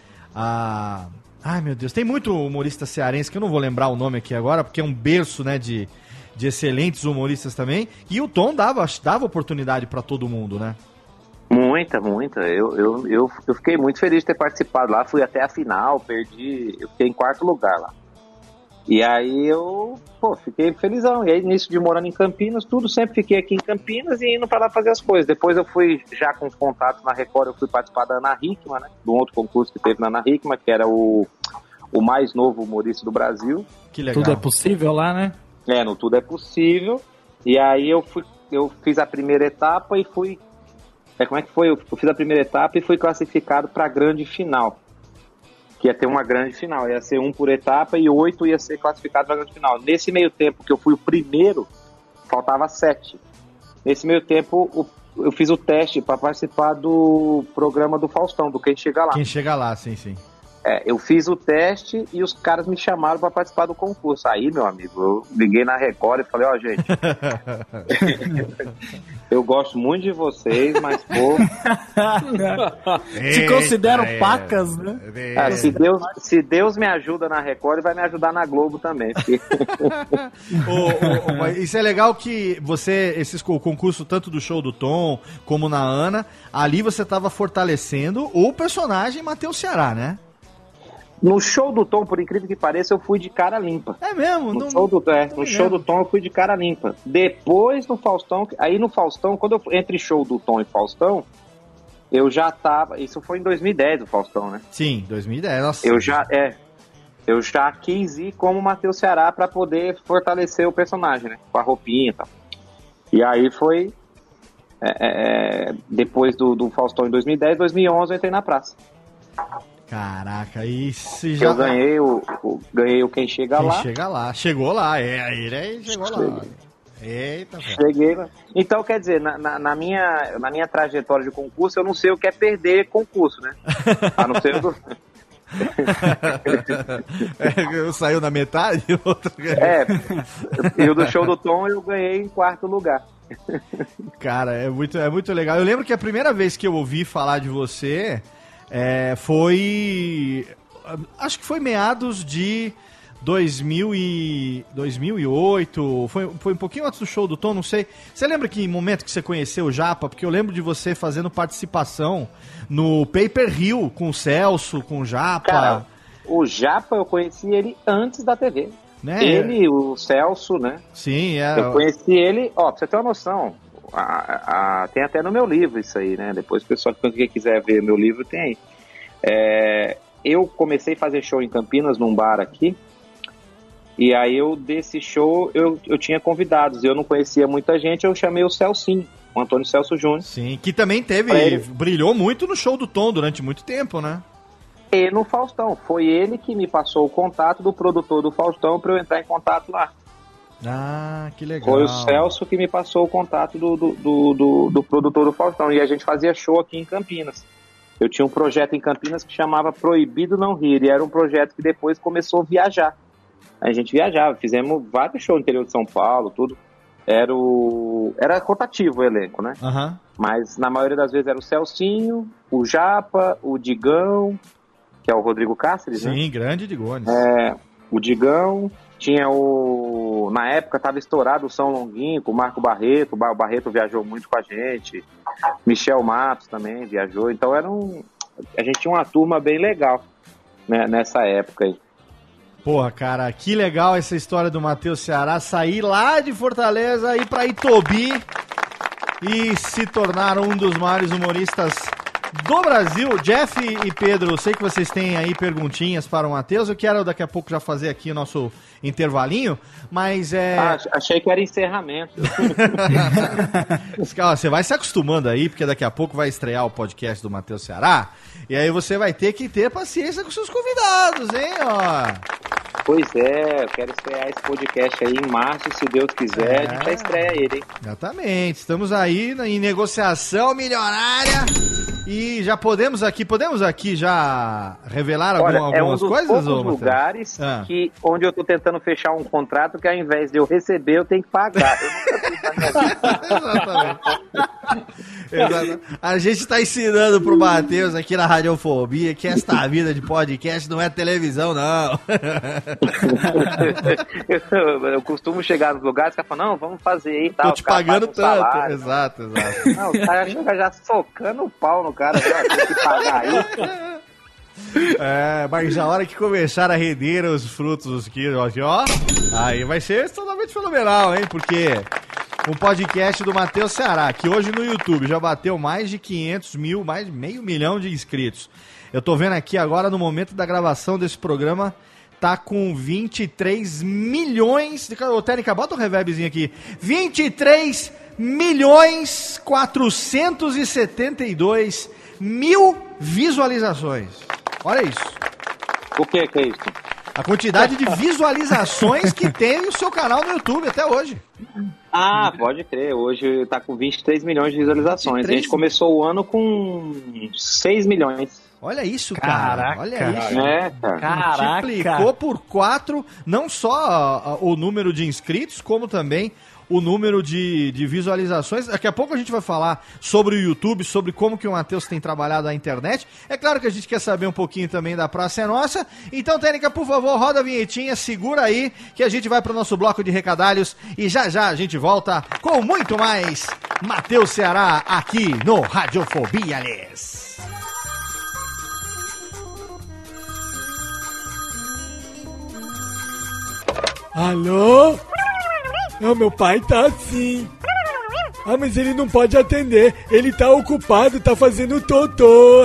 a, ai meu Deus, tem muito humorista cearense que eu não vou lembrar o nome aqui agora, porque é um berço, né, de, de excelentes humoristas também. E o Tom dava, dava oportunidade pra todo mundo, né? Muita, muita. Eu, eu, eu, eu fiquei muito feliz de ter participado lá. Fui até a final, perdi. Eu fiquei em quarto lugar lá. E aí eu, pô, fiquei felizão. E aí, início de morando em Campinas, tudo, sempre fiquei aqui em Campinas e indo pra lá fazer as coisas. Depois eu fui, já com os contatos na Record, eu fui participar da Ana Hickman, né? Do outro concurso que teve na Ana Hickman, que era o, o mais novo humorista do Brasil. Que legal. Tudo é possível lá, né? É, no Tudo é Possível. E aí eu fui, eu fiz a primeira etapa e fui. É, como é que foi? Eu fiz a primeira etapa e fui classificado para a grande final. Que ia ter uma grande final. Ia ser um por etapa e oito ia ser classificado para a grande final. Nesse meio tempo que eu fui o primeiro, faltava sete. Nesse meio tempo, o, eu fiz o teste para participar do programa do Faustão, do Quem Chega Lá. Quem Chega Lá, sim, sim. É, eu fiz o teste e os caras me chamaram para participar do concurso. Aí, meu amigo, eu liguei na Record e falei, ó, oh, gente, eu gosto muito de vocês, mas, pô... Se consideram pacas, né? É, se, Deus, se Deus me ajuda na Record, ele vai me ajudar na Globo também. Porque... o, o, o, isso é legal que você, esses, o concurso tanto do show do Tom como na Ana, ali você estava fortalecendo o personagem Matheus Ceará, né? No show do Tom, por incrível que pareça, eu fui de cara limpa. É mesmo? No Não- show, do, é, não no me show lembro. do Tom eu fui de cara limpa. Depois no Faustão, aí no Faustão, quando eu fui- entre show do Tom e Faustão, eu já tava. Isso foi em dois mil e dez, o Faustão, né? Sim, dois mil e dez. Nossa. Eu já, é. Eu já quis ir como Matheus Ceará pra poder fortalecer o personagem, né? Com a roupinha e tal. E aí foi. é, é, depois do, do Faustão em dois mil e dez, dois mil e onze eu entrei na praça. Caraca, e se já... Eu ganhei o, o- ganhei o Quem Chega Quem Lá. chega lá. Chegou lá, é, ele aí chegou lá. Eita, velho. Cheguei lá. Então, quer dizer, na, na- na minha, na minha trajetória de concurso, eu não sei o que é perder concurso, né? A não ser do. É, saiu na metade? Outro... É, e o do show do Tom eu ganhei em quarto lugar. Cara, é muito, é muito legal. Eu lembro que a primeira vez que eu ouvi falar de você é, foi... Acho que foi meados de dois mil e, dois mil e oito, foi, foi um pouquinho antes do show do Tom, não sei. Você lembra que momento que você conheceu o Japa? Porque eu lembro de você fazendo participação no Paper Hill com o Celso, com o Japa. Cara, o Japa eu conheci ele antes da T V. Né? Ele, o Celso, né? Sim, é. Eu conheci ele, ó, pra você ter uma noção, a- a- tem até no meu livro isso aí, né? Depois o pessoal, quem quiser ver meu livro, tem aí. É, eu comecei a fazer show em Campinas, num bar aqui, e aí eu, desse show, eu, eu tinha convidados, eu não conhecia muita gente, eu chamei o Celcinho, o Antônio Celso Júnior. Sim, que também teve, Pra ele. brilhou muito no show do Tom durante muito tempo, né? E no Faustão, foi ele que me passou o contato do produtor do Faustão para eu entrar em contato lá. Ah, que legal. Foi o Celso que me passou o contato do, do, do, do, do produtor do Faustão. E a gente fazia show aqui em Campinas. Eu tinha um projeto em Campinas que chamava Proibido Não Rir. E era um projeto que depois começou a viajar. A gente viajava, fizemos vários shows no interior de São Paulo, tudo. Era, o... era rotativo o elenco, né? Aham. Mas na maioria das vezes era o Celcinho, o Japa, o Digão, que é o Rodrigo Cáceres, né? Sim, grande de Gones. É, o Digão, tinha o... Na época tava estourado o São Longuinho com o Marco Barreto, o Bar- o Barreto viajou muito com a gente, Michel Matos também viajou, então era um... a gente tinha uma turma bem legal, né, nessa época aí. Porra, cara, que legal essa história do Matheus Ceará sair lá de Fortaleza, ir pra Itobi e se tornar um dos maiores humoristas do Brasil. Jeff e Pedro, eu sei que vocês têm aí perguntinhas para o Matheus, eu quero daqui a pouco já fazer aqui o nosso intervalinho, mas é... Ah, achei que era encerramento. Ó, você vai se acostumando aí, porque daqui a pouco vai estrear o podcast do Matheus Ceará, e aí você vai ter que ter paciência com seus convidados, hein, ó. Pois é, eu quero estrear esse podcast aí em março, se Deus quiser, a gente já estreia ele, hein? Exatamente, estamos aí na- em negociação milionária e já podemos aqui, podemos aqui já revelar algum, Olha, é um algumas dos coisas, poucos ô, Matheus? lugares Ah. que, onde eu tô tentando fechar um contrato que ao invés de eu receber, eu tenho que pagar. Eu nunca fiz na minha vida. Exatamente. Exato. A gente tá ensinando pro Matheus aqui na Radiofobia que esta vida de podcast não é televisão, não. eu, eu costumo chegar nos lugares e falar, não, vamos fazer aí e tal. Tô te os caras pagando pagam um tanto. salário. Exato, exato. Não, o cara chega já socando o pau no cara, já, tem que pagar aí. É, mas a hora que começar a render os frutos aqui, ó, aqui, ó, aí vai ser totalmente fenomenal, hein? Porque um podcast do Matheus Ceará, que hoje no YouTube já bateu mais de quinhentos mil, mais de meio milhão de inscritos. Eu tô vendo aqui agora, no momento da gravação desse programa, tá com vinte e três milhões... de- Ô, Técnica, bota um reverbzinho aqui. vinte e três milhões quatrocentos e setenta e dois mil visualizações. Olha isso. O que que é isso? A quantidade de visualizações que tem o seu canal no YouTube até hoje. Ah, pode crer. Hoje tá com vinte e três milhões de visualizações. vinte e três A gente começou o ano com seis milhões. Olha isso, cara. Caraca. Olha isso. É, cara. Caraca. Multiplicou por quatro, não só ah, o número de inscritos, como também o número de, de visualizações. Daqui a pouco a gente vai falar sobre o YouTube, sobre como que o Matheus tem trabalhado a internet. É claro que a gente quer saber um pouquinho também da Praça é Nossa. Então, Técnica, por favor, roda a vinhetinha, segura aí, que a gente vai pro nosso bloco de recadalhos e já já a gente volta com muito mais Matheus Ceará aqui no Radiofobia, Les. Alô? Não, meu pai tá assim. Ah, mas ele não pode atender. Ele tá ocupado, tá fazendo totô.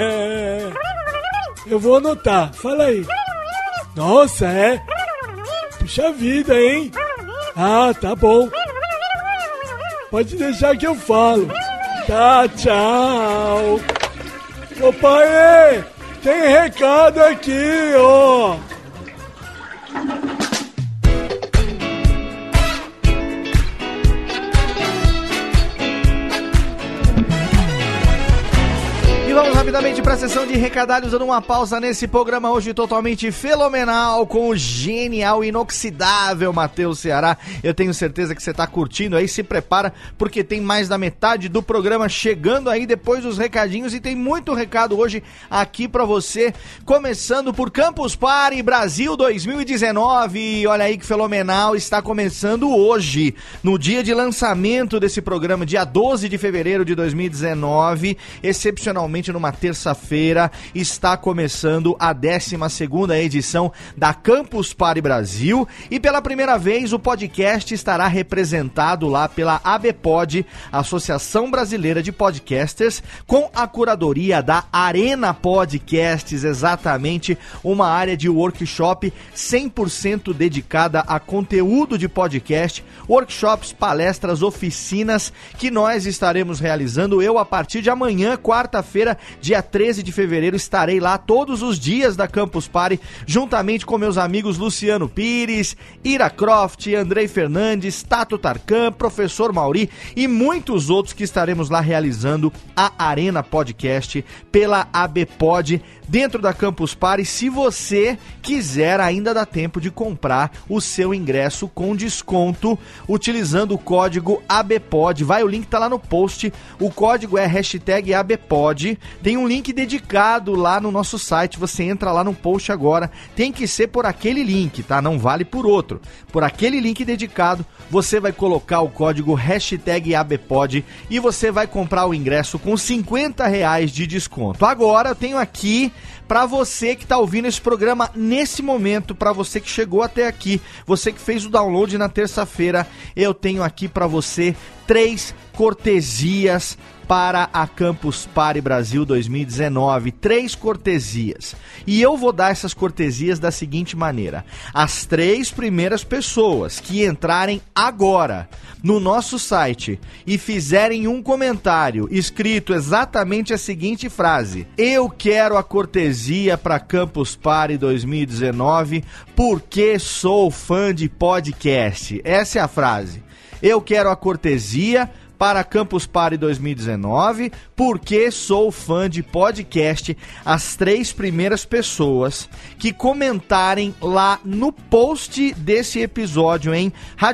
Eu vou anotar. Fala aí. Nossa, é? Puxa vida, hein? Ah, tá bom. Pode deixar que eu falo. Tá, tchau. Ô pai, tem recado aqui, ó. Vamos rapidamente para a sessão de recadalhos, dando uma pausa nesse programa hoje totalmente fenomenal, com o genial, inoxidável Matheus Ceará. Eu tenho certeza que você está curtindo aí, se prepara, porque tem mais da metade do programa chegando aí depois dos recadinhos, e tem muito recado hoje aqui para você, começando por Campus Party Brasil dois mil e dezenove. Olha aí que fenomenal, está começando hoje, no dia de lançamento desse programa, dia doze de fevereiro de dois mil e dezenove, excepcionalmente numa terça-feira, está começando a décima segunda edição da Campus Party Brasil, e pela primeira vez o podcast estará representado lá pela ABPod, Associação Brasileira de Podcasters, com a curadoria da Arena Podcasts, exatamente uma área de workshop cem por cento dedicada a conteúdo de podcast, workshops, palestras, oficinas que nós estaremos realizando. Eu, a partir de amanhã, quarta-feira, dia treze de fevereiro, estarei lá todos os dias da Campus Party, juntamente com meus amigos Luciano Pires, Ira Croft, Andrei Fernandes, Tato Tarkan, Professor Mauri e muitos outros que estaremos lá realizando a Arena Podcast pela ABPod dentro da Campus Party. Se você quiser, ainda dá tempo de comprar o seu ingresso com desconto utilizando o código ABPod. Vai, o link tá lá no post, o código é hashtag ABPod. Tem um link dedicado lá no nosso site, você entra lá no post agora, tem que ser por aquele link, tá? Não vale por outro. Por aquele link dedicado, você vai colocar o código hashtag ABPod e você vai comprar o ingresso com cinquenta reais de desconto. Agora eu tenho aqui para você que tá ouvindo esse programa nesse momento, para você que chegou até aqui, você que fez o download na terça-feira, eu tenho aqui para você três cortesias para a Campus Party Brasil dois mil e dezenove, três cortesias. E eu vou dar essas cortesias da seguinte maneira: as três primeiras pessoas que entrarem agora no nosso site e fizerem um comentário escrito exatamente a seguinte frase: eu quero a cortesia para Campus Party dois mil e dezenove porque sou fã de podcast. Essa é a frase. Eu quero a cortesia para Campus Party dois mil e dezenove, porque sou fã de podcast. As três primeiras pessoas que comentarem lá no post desse episódio em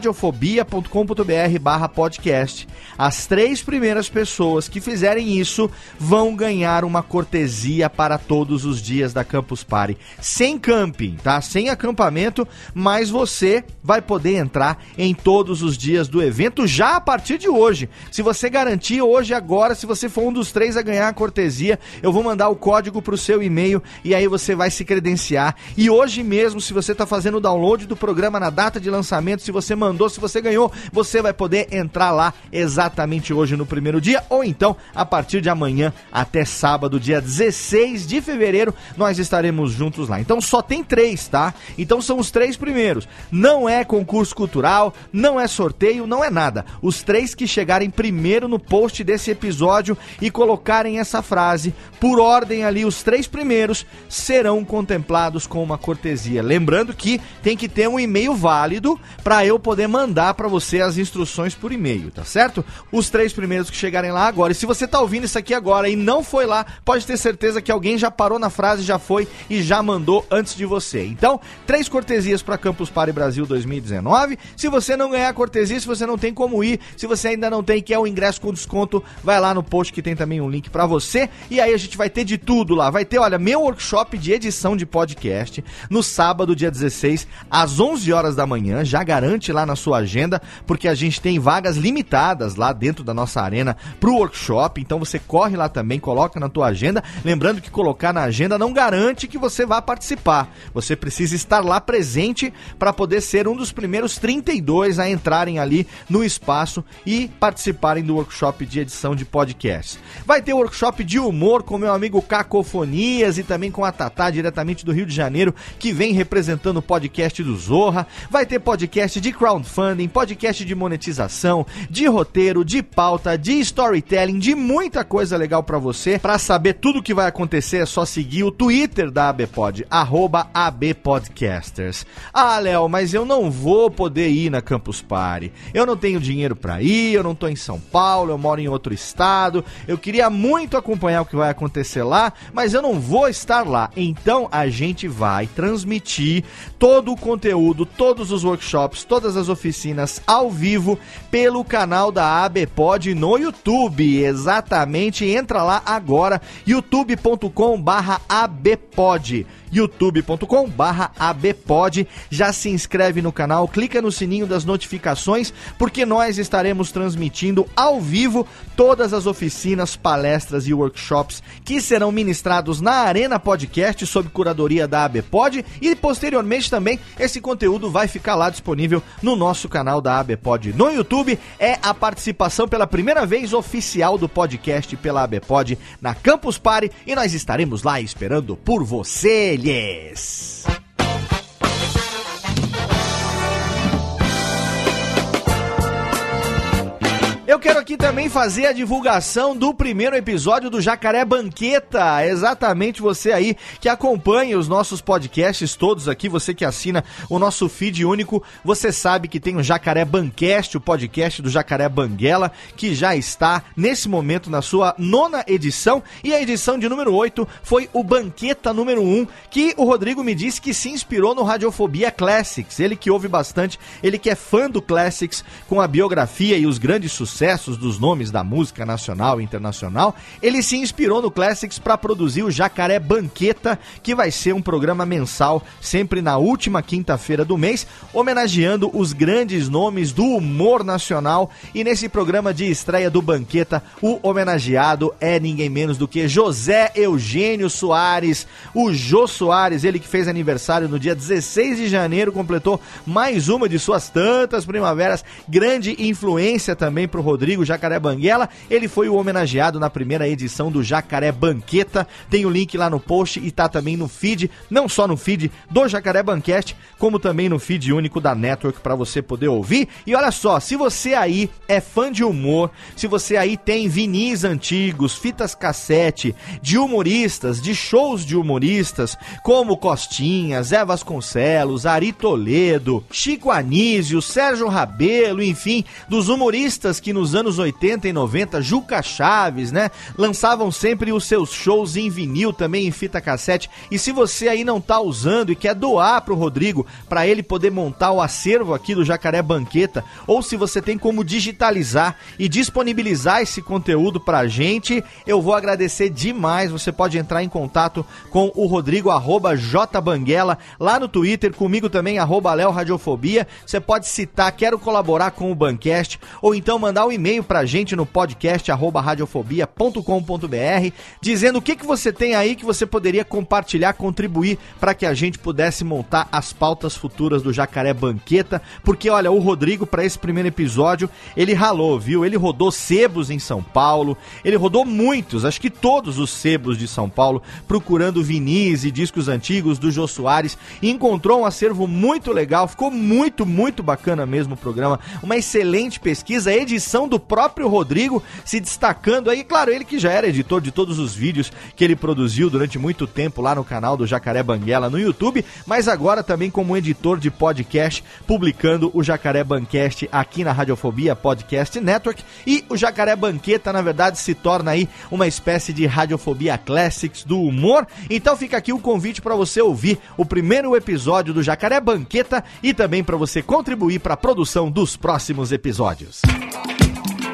radiofobia.com.br barra podcast, as três primeiras pessoas que fizerem isso vão ganhar uma cortesia para todos os dias da Campus Party. Sem camping, tá? Sem acampamento, mas você vai poder entrar em todos os dias do evento já a partir de hoje. Se você garantir hoje, agora, se você for um dos três a ganhar a cortesia, eu vou mandar o código pro seu e-mail e aí você vai se credenciar. E hoje mesmo, se você tá fazendo o download do programa na data de lançamento, se você mandou, se você ganhou, você vai poder entrar lá exatamente hoje no primeiro dia, ou então a partir de amanhã até sábado, dia dezesseis de fevereiro, nós estaremos juntos lá. Então só tem três, tá? Então são os três primeiros. Não é concurso cultural, não é sorteio, não é nada. Os três que chegarem primeiro no post desse episódio e colocarem essa frase, por ordem ali, os três primeiros serão contemplados com uma cortesia. Lembrando que tem que ter um e-mail válido para eu poder mandar para você as instruções por e-mail, tá certo? Os três primeiros que chegarem lá agora. E se você tá ouvindo isso aqui agora e não foi lá, pode ter certeza que alguém já parou na frase, já foi e já mandou antes de você. Então, três cortesias para Campus Party Brasil dois mil e dezenove. Se você não ganhar a cortesia, se você não tem como ir, se você ainda não tem aí quer o ingresso com desconto, vai lá no post que tem também um link pra você. E aí a gente vai ter de tudo lá. Vai ter, olha, meu workshop de edição de podcast no sábado, dia dezesseis, às onze horas da manhã. Já garante lá na sua agenda, porque a gente tem vagas limitadas lá dentro da nossa arena pro workshop. Então você corre lá também, coloca na tua agenda. Lembrando que colocar na agenda não garante que você vá participar. Você precisa estar lá presente para poder ser um dos primeiros trinta e dois a entrarem ali no espaço e participarem do workshop de edição de podcast. Vai ter workshop de humor com meu amigo Cacofonias e também com a Tatá, diretamente do Rio de Janeiro, que vem representando o podcast do Zorra. Vai ter podcast de crowdfunding, podcast de monetização, de roteiro, de pauta, de storytelling, de muita coisa legal para você. Para saber tudo o que vai acontecer é só seguir o Twitter da ABPod, arroba ABPodcasters. Ah, Léo, mas eu não vou poder ir na Campus Party. Eu não tenho dinheiro pra ir, eu não tô em São Paulo, eu moro em outro estado. Eu queria muito acompanhar o que vai acontecer lá, mas eu não vou estar lá. Então a gente vai transmitir todo o conteúdo, todos os workshops, todas as oficinas ao vivo pelo canal da ABPod no YouTube. Exatamente, entra lá agora, youtube ponto com barra abpod. youtube ponto com barra abpod, já se inscreve no canal, clica no sininho das notificações, porque nós estaremos transmitindo ao vivo todas as oficinas, palestras e workshops que serão ministrados na Arena Podcast sob curadoria da ABPod, e posteriormente também esse conteúdo vai ficar lá disponível no nosso canal da ABPod no YouTube. É a participação pela primeira vez oficial do podcast pela ABPod na Campus Party, e nós estaremos lá esperando por você. Yes. Eu quero aqui também fazer a divulgação do primeiro episódio do Jacaré Banqueta. Exatamente, você aí que acompanha os nossos podcasts todos aqui, você que assina o nosso feed único, você sabe que tem o Jacaré Bancast, o podcast do Jacaré Banguela, que já está nesse momento na sua nona edição, e a edição de número oito foi o Banqueta número um, que o Rodrigo me disse que se inspirou no Radiofobia Classics. Ele que ouve bastante, ele que é fã do Classics, com a biografia e os grandes sucessos dos nomes da música nacional e internacional, ele se inspirou no Classics para produzir o Jacaré Banqueta, que vai ser um programa mensal, sempre na última quinta-feira do mês, homenageando os grandes nomes do humor nacional. E nesse programa de estreia do Banqueta, o homenageado é ninguém menos do que José Eugênio Soares, o Jô Soares, ele que fez aniversário no dia dezesseis de janeiro, completou mais uma de suas tantas primaveras, grande influência também pro Rodrigo Jacaré Banguela. Ele foi o homenageado na primeira edição do Jacaré Banqueta. Tem o link lá no post e tá também no feed, não só no feed do Jacaré Bancast, como também no feed único da Network para você poder ouvir. E olha só, se você aí é fã de humor, se você aí tem vinis antigos, fitas cassete de humoristas, de shows de humoristas, como Costinha, Zé Vasconcelos, Ari Toledo, Chico Anísio, Sérgio Rabelo, enfim, dos humoristas que nos anos oitenta e noventa, Juca Chaves, né, lançavam sempre os seus shows em vinil, também em fita cassete. E se você aí não tá usando e quer doar pro Rodrigo, para ele poder montar o acervo aqui do Jacaré Banqueta, ou se você tem como digitalizar e disponibilizar esse conteúdo pra gente, eu vou agradecer demais. Você pode entrar em contato com o Rodrigo, arroba jbanguela, lá no Twitter, comigo também, arroba Léo Radiofobia. Você pode citar, quero colaborar com o Bancast, ou então mandar um e-mail pra gente no podcast arroba radiofobia ponto com ponto br, dizendo o que, que você tem aí que você poderia compartilhar, contribuir para que a gente pudesse montar as pautas futuras do Jacaré Banqueta. Porque olha, o Rodrigo, para esse primeiro episódio, ele ralou, viu? Ele rodou sebos em São Paulo, ele rodou muitos, acho que todos os sebos de São Paulo, procurando vinis e discos antigos do Jô Soares, e encontrou um acervo muito legal. Ficou muito, muito bacana mesmo o programa, uma excelente pesquisa, edição do próprio Rodrigo se destacando aí, claro, ele que já era editor de todos os vídeos que ele produziu durante muito tempo lá no canal do Jacaré Banguela no YouTube, mas agora também como editor de podcast, publicando o Jacaré Bancast aqui na Radiofobia Podcast Network. E o Jacaré Banqueta, na verdade, se torna aí uma espécie de Radiofobia Classics do humor. Então fica aqui o convite para você ouvir o primeiro episódio do Jacaré Banqueta e também para você contribuir para a produção dos próximos episódios.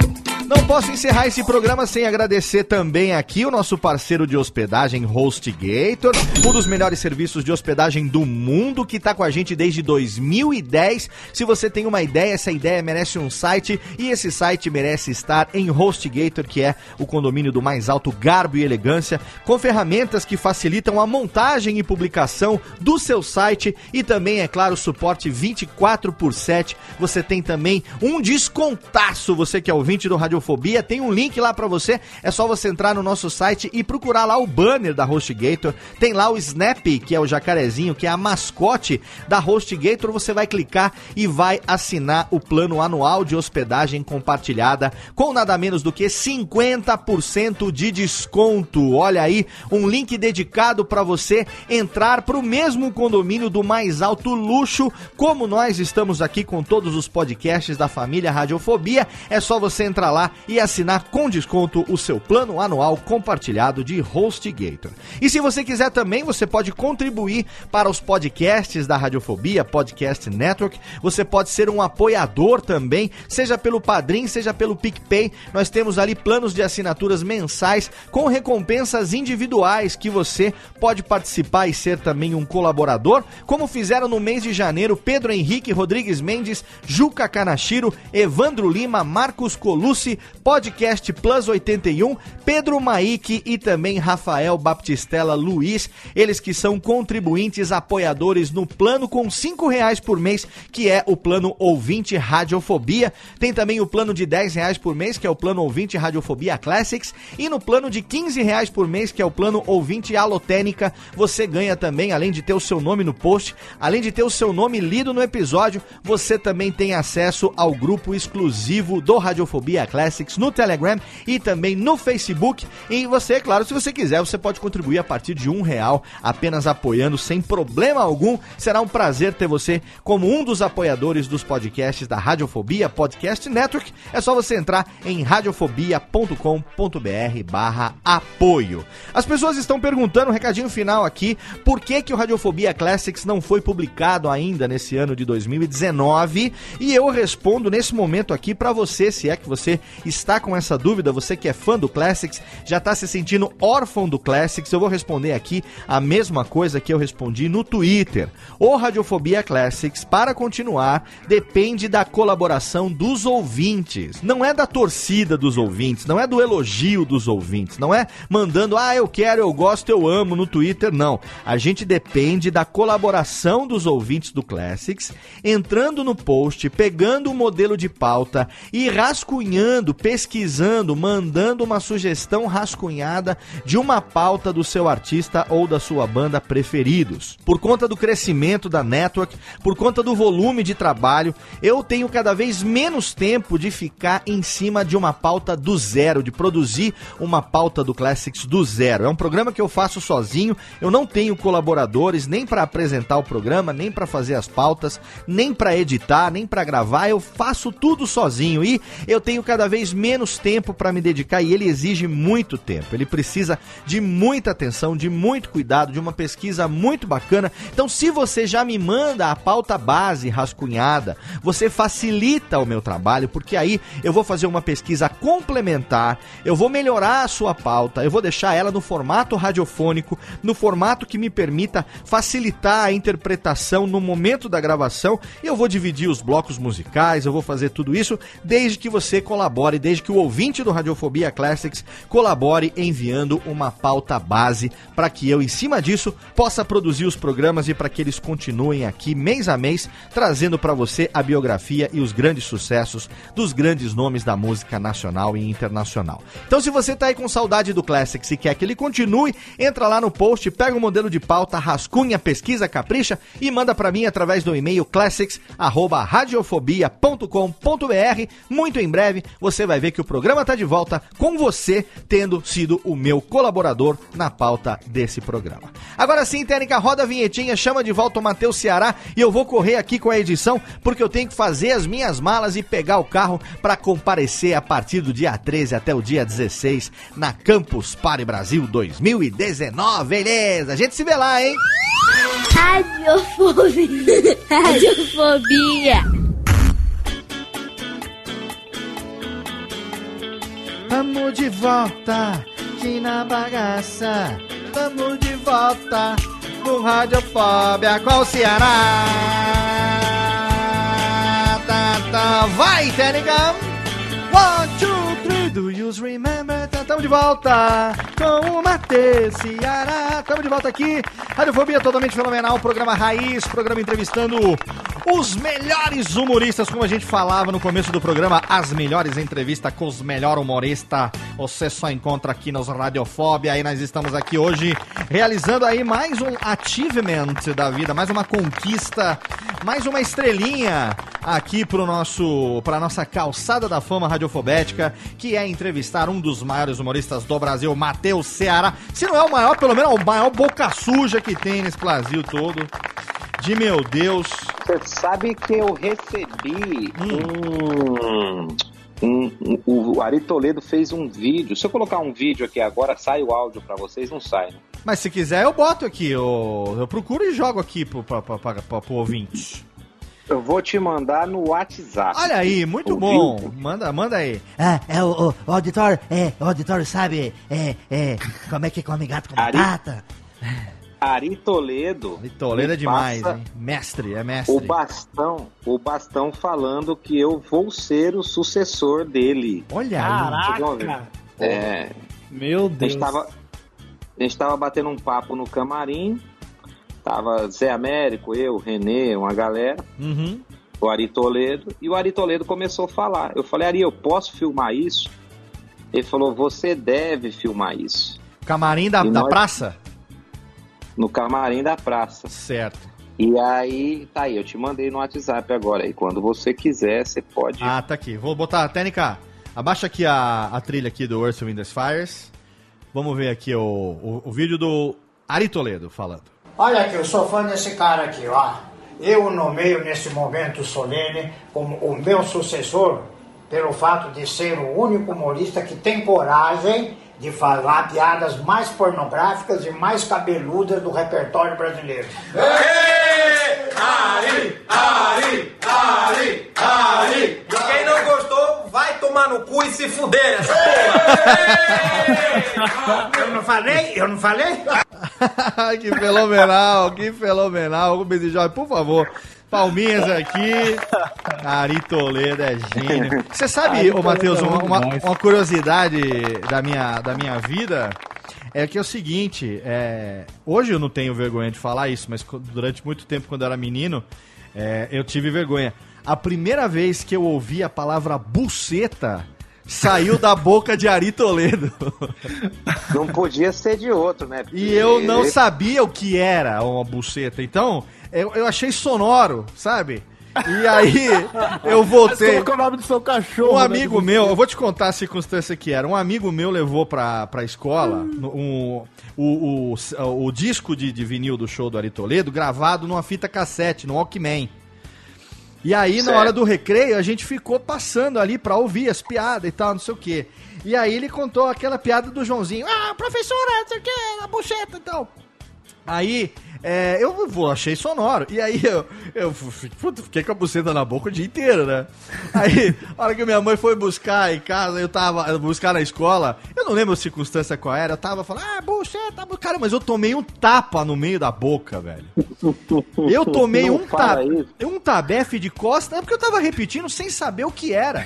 Não posso encerrar esse programa sem agradecer também aqui o nosso parceiro de hospedagem, HostGator, um dos melhores serviços de hospedagem do mundo, que está com a gente desde dois mil e dez. Se você tem uma ideia, essa ideia merece um site, e esse site merece estar em HostGator, que é o condomínio do mais alto garbo e elegância, com ferramentas que facilitam a montagem e publicação do seu site, e também, é claro, suporte vinte e quatro por sete. Você tem também um descontaço, você que é ouvinte do Radiofobia, tem um link lá pra você, é só você entrar no nosso site e procurar lá o banner da HostGator, tem lá o Snap, que é o jacarezinho, que é a mascote da HostGator, você vai clicar e vai assinar o plano anual de hospedagem compartilhada, com nada menos do que cinquenta por cento de desconto. Olha aí, um link dedicado pra você entrar pro mesmo condomínio do mais alto luxo, como nós estamos aqui com todos os podcasts da família Radiofobia. É só você entrar lá e assinar com desconto o seu plano anual compartilhado de HostGator. E se você quiser também, você pode contribuir para os podcasts da Radiofobia, Podcast Network. Você pode ser um apoiador também, seja pelo Padrim, seja pelo PicPay. Nós temos ali planos de assinaturas mensais com recompensas individuais que você pode participar e ser também um colaborador, como fizeram no mês de janeiro Pedro Henrique Rodrigues Mendes, Juca Kanashiro, Evandro Lima, Marcos Colucci, Podcast Plus oitenta e um, Pedro Maik e também Rafael Baptistella Luiz, eles que são contribuintes apoiadores no plano com cinco reais por mês, que é o plano Ouvinte Radiofobia. Tem também o plano de dez reais por mês, que é o plano Ouvinte Radiofobia Classics, e no plano de quinze reais por mês, que é o plano Ouvinte Alotênica, você ganha também, além de ter o seu nome no post, além de ter o seu nome lido no episódio, você também tem acesso ao grupo exclusivo do Radiofobia Classics no Telegram e também no Facebook. E você, claro, se você quiser, você pode contribuir a partir de um real, apenas apoiando sem problema algum. Será um prazer ter você como um dos apoiadores dos podcasts da Radiofobia Podcast Network. É só você entrar em radiofobia ponto com ponto br barra apoio. As pessoas estão perguntando, um recadinho final aqui, por que que o Radiofobia Classics não foi publicado ainda nesse ano de dois mil e dezenove, e eu respondo nesse momento aqui pra você, se é que você está com essa dúvida, você que é fã do Classics, já está se sentindo órfão do Classics. Eu vou responder aqui a mesma coisa que eu respondi no Twitter. O Radiofobia Classics, para continuar, depende da colaboração dos ouvintes. Não é da torcida dos ouvintes, não é do elogio dos ouvintes, não é mandando, ah, eu quero, eu gosto, eu amo no Twitter, não. A gente depende da colaboração dos ouvintes do Classics, entrando no post, pegando o modelo de pauta e rascunhando, pesquisando, mandando uma sugestão rascunhada de uma pauta do seu artista ou da sua banda preferidos. Por conta do crescimento da network, por conta do volume de trabalho, eu tenho cada vez menos tempo de ficar em cima de uma pauta do zero, de produzir uma pauta do Classics do zero. É um programa que eu faço sozinho, eu não tenho colaboradores nem para apresentar o programa, nem para fazer as pautas, nem para editar, nem para gravar, eu faço tudo sozinho e eu tenho cada vez menos tempo para me dedicar, e ele exige muito tempo, ele precisa de muita atenção, de muito cuidado, de uma pesquisa muito bacana. Então, se você já me manda a pauta base rascunhada, você facilita o meu trabalho, porque aí eu vou fazer uma pesquisa complementar, eu vou melhorar a sua pauta, eu vou deixar ela no formato radiofônico, no formato que me permita facilitar a interpretação no momento da gravação, e eu vou dividir os blocos musicais, eu vou fazer tudo isso desde que você colabore, desde que o ouvinte do Radiofobia Classics colabore enviando uma pauta base, para que eu, em cima disso, possa produzir os programas e para que eles continuem aqui mês a mês, trazendo para você a biografia e os grandes sucessos dos grandes nomes da música nacional e internacional. Então, se você tá aí com saudade do Classics e quer que ele continue, entra lá no post, pega o modelo de pauta, rascunha, pesquisa, capricha e manda para mim através do e-mail classics arroba radiofobia ponto com ponto br. Muito em breve você vai ver que o programa tá de volta com você tendo sido o meu colaborador na pauta desse programa. Agora sim, Técnica, roda a vinhetinha, chama de volta o Matheus Ceará e eu vou correr aqui com a edição porque eu tenho que fazer as minhas malas e pegar o carro para comparecer a partir do dia treze até o dia dezesseis na Campus Party Brasil dois mil e dezenove, beleza? A gente se vê lá, hein? Radiofobia. Radiofobia. Tamo de volta aqui na bagaça. Tamo de volta no Radiofobia com o Ceará. Tá, tá. Vai, Técnica! One, two, three, do you remember? Tamo de volta com o Matheus Ceará. Tamo de volta aqui. Radiofobia totalmente fenomenal. Programa Raiz, programa entrevistando os melhores humoristas, como a gente falava no começo do programa, as melhores entrevistas com os melhores humoristas. Você só encontra aqui nos Radiofobia. Aí nós estamos aqui hoje realizando aí mais um achievement da vida, mais uma conquista, mais uma estrelinha aqui pro nosso, pra nossa calçada da fama radiofobética, que é entrevistar um dos maiores humoristas do Brasil, Matheus Ceará. Se não é o maior, pelo menos é o maior boca suja que tem nesse Brasil todo. De meu Deus. Você sabe que eu recebi hum. um, um, um... O Ari Toledo fez um vídeo. Se eu colocar um vídeo aqui agora, sai o áudio pra vocês? Não sai, né? Mas se quiser eu boto aqui. Eu, eu procuro e jogo aqui pro, pra, pra, pra, pra, pro ouvinte. Eu vou te mandar no WhatsApp. Olha aí, muito bom. Vídeo. Manda, manda aí. Ah, é o, o, o auditor, é, o auditor sabe, é, é, como é que come gato com Ari, batata? Ari Toledo. Ari Toledo é demais, hein? Mestre, é mestre. O bastão, o bastão falando que eu vou ser o sucessor dele. Olha aí. Caraca. É. Meu Deus. A gente tava, a gente tava batendo um papo no camarim. Tava Zé Américo, eu, Renê, uma galera, uhum. o Ari Toledo, e o Ari Toledo começou a falar. Eu falei, Ari, eu posso filmar isso? Ele falou, você deve filmar isso. Camarim da, da nós, praça? No camarim da praça. Certo. E aí, tá aí, eu te mandei no WhatsApp agora, e quando você quiser, você pode... Ah, tá aqui. Vou botar, Técnica, abaixa aqui a, a trilha aqui do Earth, Wind and Fires. Vamos ver aqui o, o, o vídeo do Ari Toledo falando. Olha aqui, eu sou fã desse cara aqui, ó. Eu o nomeio nesse momento solene como o meu sucessor, pelo fato de ser o único humorista que tem coragem de falar piadas mais pornográficas e mais cabeludas do repertório brasileiro. Ei, Ari, Ari, Ari, Ari. E quem não gostou, vai tomar no cu e se fuder essa porra. Eu não falei? Eu não falei? Que fenomenal, que fenomenal. Rubens e Jorge, por favor, palminhas aqui. Ari Toledo é gênio. Você sabe, ô Matheus, uma, uma, uma curiosidade da minha, da minha vida é que é o seguinte, é, hoje eu não tenho vergonha de falar isso, mas durante muito tempo, quando eu era menino, é, eu tive vergonha. A primeira vez que eu ouvi a palavra buceta saiu da boca de Ari Toledo. Não podia ser de outro, né? Porque e eu não sabia o que era uma buceta. Então, eu, eu achei sonoro, sabe? E aí, eu voltei. Qual é o nome do seu cachorro? Um amigo né, meu, eu vou te contar a circunstância que era. Um amigo meu levou pra, pra escola um, o, o, o, o disco de, de vinil do show do Ari Toledo gravado numa fita cassete, no Walkman. E aí, certo. Na hora do recreio, a gente ficou passando ali pra ouvir as piadas e tal, não sei o quê. E aí ele contou aquela piada do Joãozinho. Ah, professora, não sei o quê, a bucheta e tal. Aí, é, eu vou, achei sonoro. E aí, eu, eu fiquei com a buceta na boca o dia inteiro, né? Aí, a hora que minha mãe foi buscar em casa, eu tava buscar na escola, eu não lembro a circunstância qual era, eu tava falando, ah, buceta, cara, mas eu tomei um tapa no meio da boca, velho. Eu tomei um, ta um tabefe de costa, é porque eu tava repetindo sem saber o que era.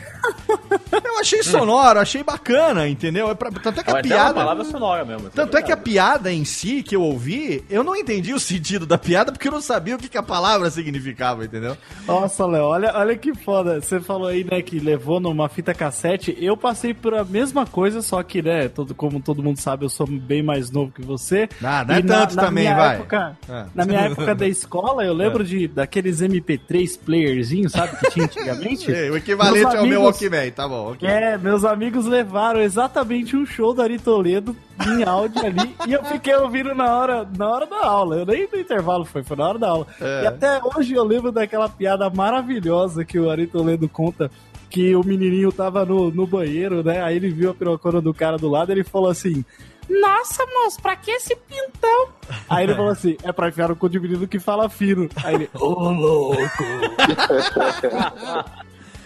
Eu achei sonoro, achei bacana, entendeu? É pra, tanto é que a piada... É uma palavra sonora mesmo. Tanto é que a piada em si, que eu ouvi, eu não entendi o sentido da piada, porque eu não sabia o que, que a palavra significava, entendeu? Nossa, Léo, olha, olha que foda. Você falou aí, né, que levou numa fita cassete. Eu passei por a mesma coisa, só que, né, todo, como todo mundo sabe, eu sou bem mais novo que você. Ah, não é tanto na, na também, vai. Época, ah. Na minha época da escola, eu lembro ah. de daqueles M P três playerzinhos, sabe, que tinha antigamente. É, o equivalente amigos, ao meu Walkman, tá bom. Okay. É, meus amigos levaram exatamente um show do Ari Toledo em áudio ali, e eu fiquei ouvindo na hora, na hora da aula. Eu nem no intervalo foi, foi na hora da aula. É. E até hoje eu lembro daquela piada maravilhosa que o Ari Toledo conta, que o menininho tava no, no banheiro, né? Aí ele viu a pirocona do cara do lado e ele falou assim: nossa, moço, pra que esse pintão? Aí ele falou assim: é pra enfiar o cu de menino que fala fino. Aí ele, ô, oh, louco.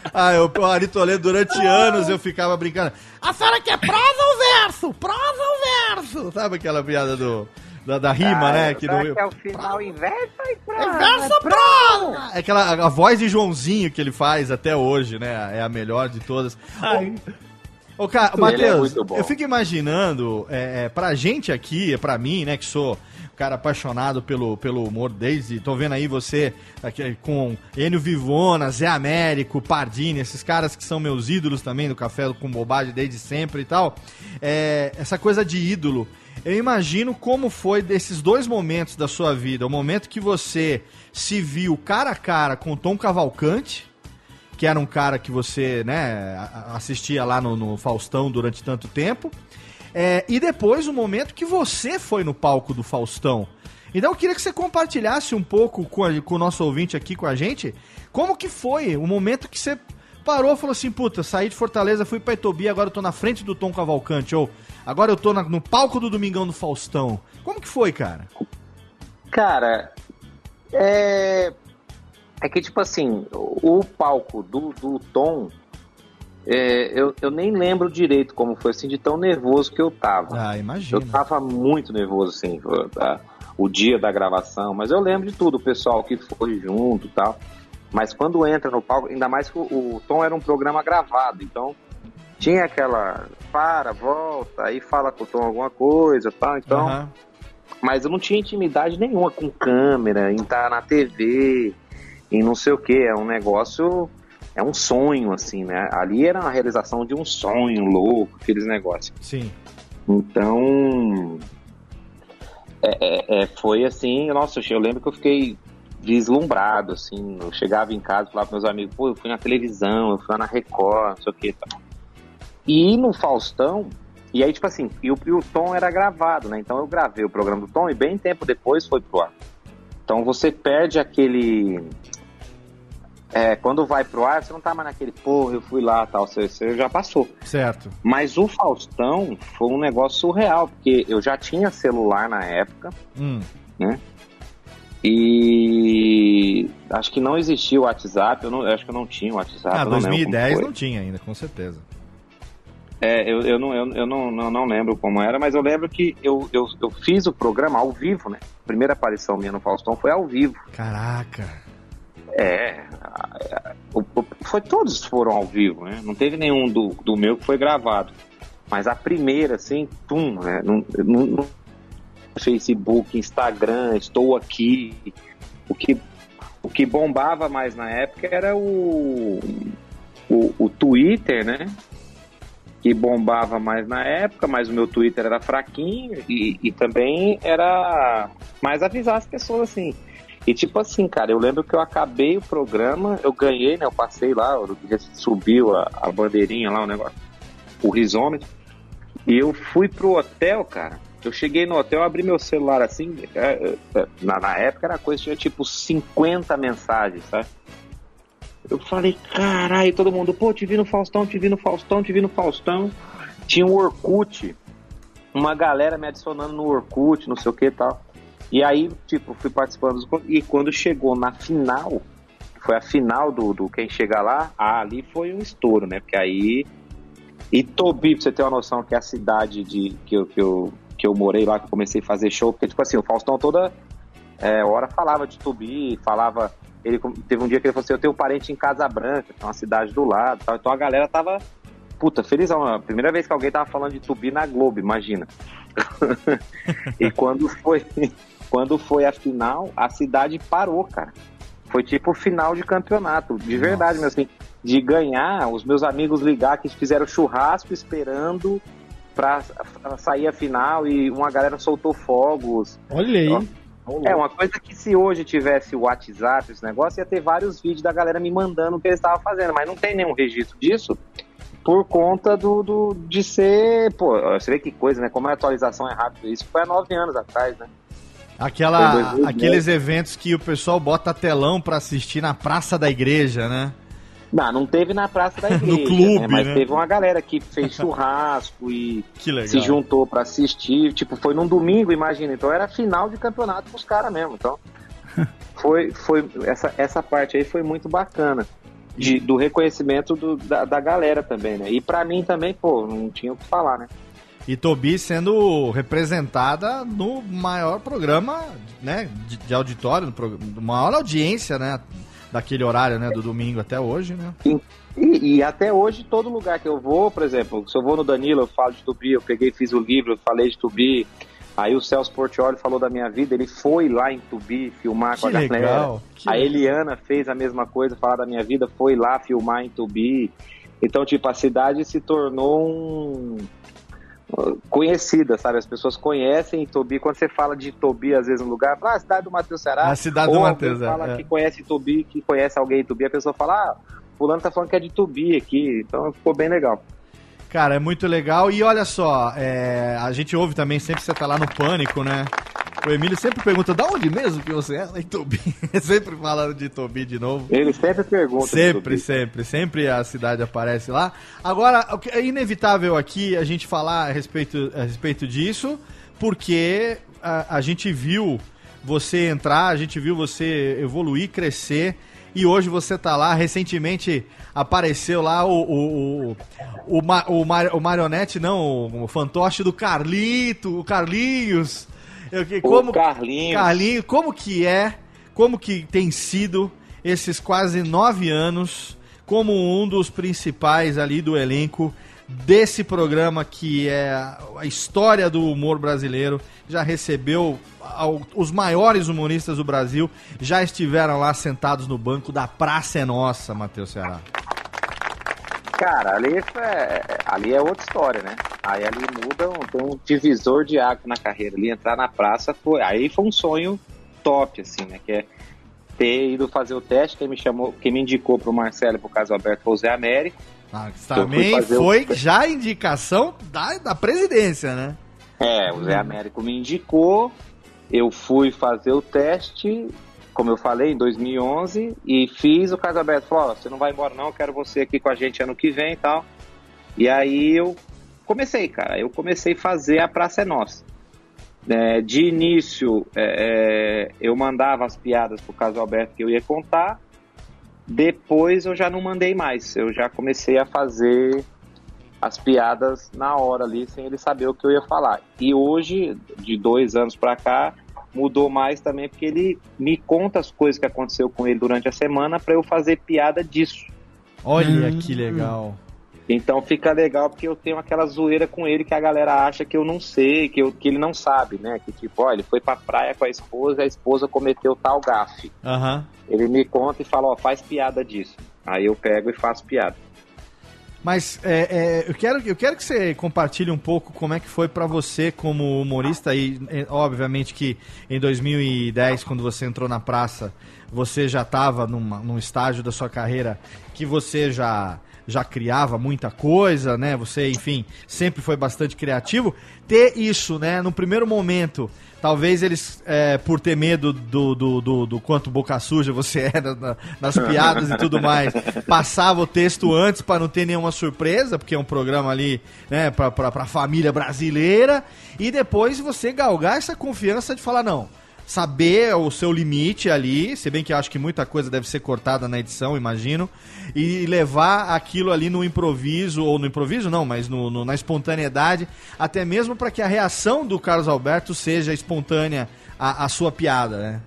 Ah, eu, o Ari Toledo, durante anos eu ficava brincando. A senhora quer prosa ou verso? Prosa ou verso? Sabe aquela piada do, da, da rima, Ah, né? Que será do, que é o final inverso e prosa? É verso ou prosa? É aquela a, a voz de Joãozinho que ele faz até hoje, né? É a melhor de todas. Ai. Ô, cara, Ele é Matheus, muito bom. eu fico imaginando, é, é, pra gente aqui, pra mim, né, que sou um cara apaixonado pelo, pelo humor desde, tô vendo aí você aqui, com Enio Vivona, Zé Américo, Pardini, esses caras que são meus ídolos também do Café com Bobagem desde sempre e tal, é, essa coisa de ídolo, eu imagino como foi desses dois momentos da sua vida, o momento que você se viu cara a cara com o Tom Cavalcante, que era um cara que você, né, assistia lá no, no Faustão durante tanto tempo, é, e depois o momento que você foi no palco do Faustão. Então eu queria que você compartilhasse um pouco com, a, com o nosso ouvinte aqui com a gente, como que foi o momento que você parou e falou assim, puta, saí de Fortaleza, fui pra Itobi, agora eu tô na frente do Tom Cavalcante, ou agora eu tô na, no palco do Domingão do Faustão. Como que foi, cara? Cara, é... É que, tipo assim, o palco do, do Tom, é, eu, eu nem lembro direito como foi, assim, de tão nervoso que eu tava. Ah, imagina. Eu tava muito nervoso, assim, a, o dia da gravação, mas eu lembro de tudo, o pessoal que foi junto e tal. Mas quando entra no palco, ainda mais que o, o Tom era um programa gravado, então tinha aquela, para, volta, aí fala com o Tom alguma coisa e tal, então... Uhum. Mas eu não tinha intimidade nenhuma com câmera, em estar na T V... E não sei o que, é um negócio, é um sonho, assim, né? Ali era uma realização de um sonho louco, aqueles negócios. Sim. Então, é, é, foi assim, nossa, eu lembro que eu fiquei vislumbrado, assim, eu chegava em casa e falava para meus amigos, pô, eu fui na televisão, eu fui lá na Record, não sei o que, tal. E no Faustão, e aí, tipo assim, e o, e o Tom era gravado, né? Então eu gravei o programa do Tom e bem tempo depois foi pro ar. Então você perde aquele... É, quando vai pro ar, você não tá mais naquele, porra, eu fui lá, tal, você, você já passou. Certo. Mas o Faustão foi um negócio surreal, porque eu já tinha celular na época, hum. né? E acho que não existia o WhatsApp, eu, não, eu acho que eu não tinha o WhatsApp. Ah, eu não dois mil e dez não tinha ainda, com certeza. É, eu, eu, não, eu, eu não, não, não lembro como era, mas eu lembro que eu, eu, eu fiz o programa ao vivo, né? A primeira aparição minha no Faustão foi ao vivo. Caraca! É, o, o, foi, todos foram ao vivo, né? Não teve nenhum do, do meu que foi gravado. Mas a primeira, assim, pum, né? No, no, no Facebook, Instagram, estou aqui. O que, o que bombava mais na época era o, o, o Twitter, né? Que bombava mais na época, mas o meu Twitter era fraquinho e, e também era mais avisar as pessoas, assim. E tipo assim, cara, eu lembro que eu acabei o programa, eu ganhei, né, eu passei lá, subiu a, a bandeirinha lá, o negócio, o risômetro, e eu fui pro hotel, cara, eu cheguei no hotel, abri meu celular assim, na, na época era coisa, tinha tipo cinquenta mensagens, sabe? Eu falei, caralho, todo mundo, pô, te vi no Faustão, te vi no Faustão, te vi no Faustão. Tinha um Orkut, uma galera me adicionando no Orkut, não sei o que e tal. E aí, tipo, fui participando dos... E quando chegou na final, foi a final do, do Quem Chega Lá, ah, ali foi um estouro, né? Porque aí... Itobi, pra você ter uma noção, que é a cidade de, que, eu, que, eu, que eu morei lá, que eu comecei a fazer show, porque, tipo assim, o Faustão toda é, hora falava de Itobi, falava... Ele, teve um dia que ele falou assim, eu tenho um parente em Casa Branca, que é uma cidade do lado, tal. Então a galera tava, puta, felizão. A primeira vez que alguém tava falando de Itobi na Globo, imagina. E quando foi... Quando foi a final, a cidade parou, cara. Foi tipo final de campeonato, de verdade, meu, assim, de ganhar, os meus amigos ligar que fizeram churrasco esperando pra, pra sair a final e uma galera soltou fogos. Olha aí. É, uma coisa que se hoje tivesse o WhatsApp, esse negócio, ia ter vários vídeos da galera me mandando o que eles estavam fazendo, mas não tem nenhum registro disso por conta do, do, de ser, pô, você vê que coisa, né, como a atualização é rápida, isso foi há nove anos atrás, né. Aquela, aqueles eventos que o pessoal bota telão pra assistir na Praça da Igreja, né? Não, não teve na Praça da Igreja, no clube, né? Mas né? Teve uma galera que fez churrasco e que legal. Se juntou pra assistir. Tipo, foi num domingo, imagina. Então era final de campeonato pros caras mesmo. Então, foi, foi essa, essa parte aí foi muito bacana. de, do reconhecimento do, da, da galera também, né? E pra mim também, pô, não tinha o que falar, né? E Tobi sendo representada no maior programa, né, de, de auditório, no prog- maior audiência, né, daquele horário, né, do domingo até hoje, né? E, e, e até hoje, todo lugar que eu vou, por exemplo, se eu vou no Danilo, eu falo de Tubi, eu peguei, fiz o livro, eu falei de Tubi, aí o Celso Portiolli falou da minha vida, ele foi lá em Tubi filmar Que com a galera. legal, que A legal. Eliana fez a mesma coisa, falar da minha vida, foi lá filmar em Tubi. Então, tipo, a cidade se tornou um... conhecida, sabe? As pessoas conhecem Itobi. Quando você fala de Itobi, às vezes, no lugar, fala, ah, a cidade do Matheus Ceará. A cidade ou do alguém Matheus, fala é. que conhece Itobi, que conhece alguém em Itobi, a pessoa fala, ah, fulano tá falando que é de Itobi aqui. Então, ficou bem legal. Cara, é muito legal. E olha só, é, a gente ouve também, sempre que você tá lá no Pânico, né? O Emílio sempre pergunta, da onde mesmo que você é? Lá em Itobi. sempre falando de Itobi de novo. Ele sempre pergunta. Sempre, sempre. Sempre a cidade aparece lá. Agora, o que é inevitável aqui a gente falar a respeito, a respeito disso, porque a, a gente viu você entrar, a gente viu você evoluir, crescer, e hoje você tá lá. Recentemente apareceu lá o, o, o, o, ma, o, mar, o marionete, não, o fantoche do Carlito, o Carlinhos. Eu, como, o Carlinhos. Carlinhos, como que é, como que tem sido esses quase nove anos como um dos principais ali do elenco desse programa que é a história do humor brasileiro, já recebeu ao, os maiores humoristas do Brasil, já estiveram lá sentados no banco da Praça é Nossa, Matheus Ceará. Cara, ali é, ali é outra história, né? Aí ali muda, um, tem um divisor de água na carreira. Ali entrar na praça foi. Aí foi um sonho top, assim, né? Que é ter ido fazer o teste. Quem me chamou, quem me indicou pro Marcelo e pro Caso Alberto foi o Zé Américo. Ah, também foi o... já a indicação da, da presidência, né? É, o Zé Américo me indicou. Eu fui fazer o teste, como eu falei, em dois mil e onze, e fiz. O Caso Alberto falou, ó, você não vai embora não, eu quero você aqui com a gente ano que vem e tal. E aí eu comecei, cara, eu comecei a fazer a Praça é Nossa. É, de início, é, eu mandava as piadas pro Caso Alberto que eu ia contar, depois eu já não mandei mais, eu já comecei a fazer as piadas na hora ali, sem ele saber o que eu ia falar. E hoje, de dois anos pra cá, mudou mais também, porque ele me conta as coisas que aconteceu com ele durante a semana pra eu fazer piada disso. Olha hum. que legal. Então fica legal porque eu tenho aquela zoeira com ele que a galera acha que eu não sei, que, eu, que ele não sabe, né? Que tipo, ó, ele foi pra praia com a esposa e a esposa cometeu tal gafe. Uhum. Ele me conta e fala, ó, faz piada disso. Aí eu pego e faço piada. Mas é, é, eu, quero, eu quero que você compartilhe um pouco como é que foi pra você como humorista. E é, obviamente que em dois mil e dez, quando você entrou na praça, você já estava num estágio da sua carreira que você já... já criava muita coisa, né? Você, enfim, sempre foi bastante criativo. Ter isso, né? No primeiro momento, talvez eles, é, por ter medo do, do, do, do quanto boca suja você era na, nas piadas e tudo mais, passava o texto antes para não ter nenhuma surpresa, porque é um programa ali, né, pra, pra, pra família brasileira. E depois você galgar essa confiança de falar, não, saber o seu limite ali, se bem que eu acho que muita coisa deve ser cortada na edição, imagino, e levar aquilo ali no improviso, ou no improviso não, mas no, no, na espontaneidade, até mesmo para que a reação do Carlos Alberto seja espontânea à, à sua piada, né?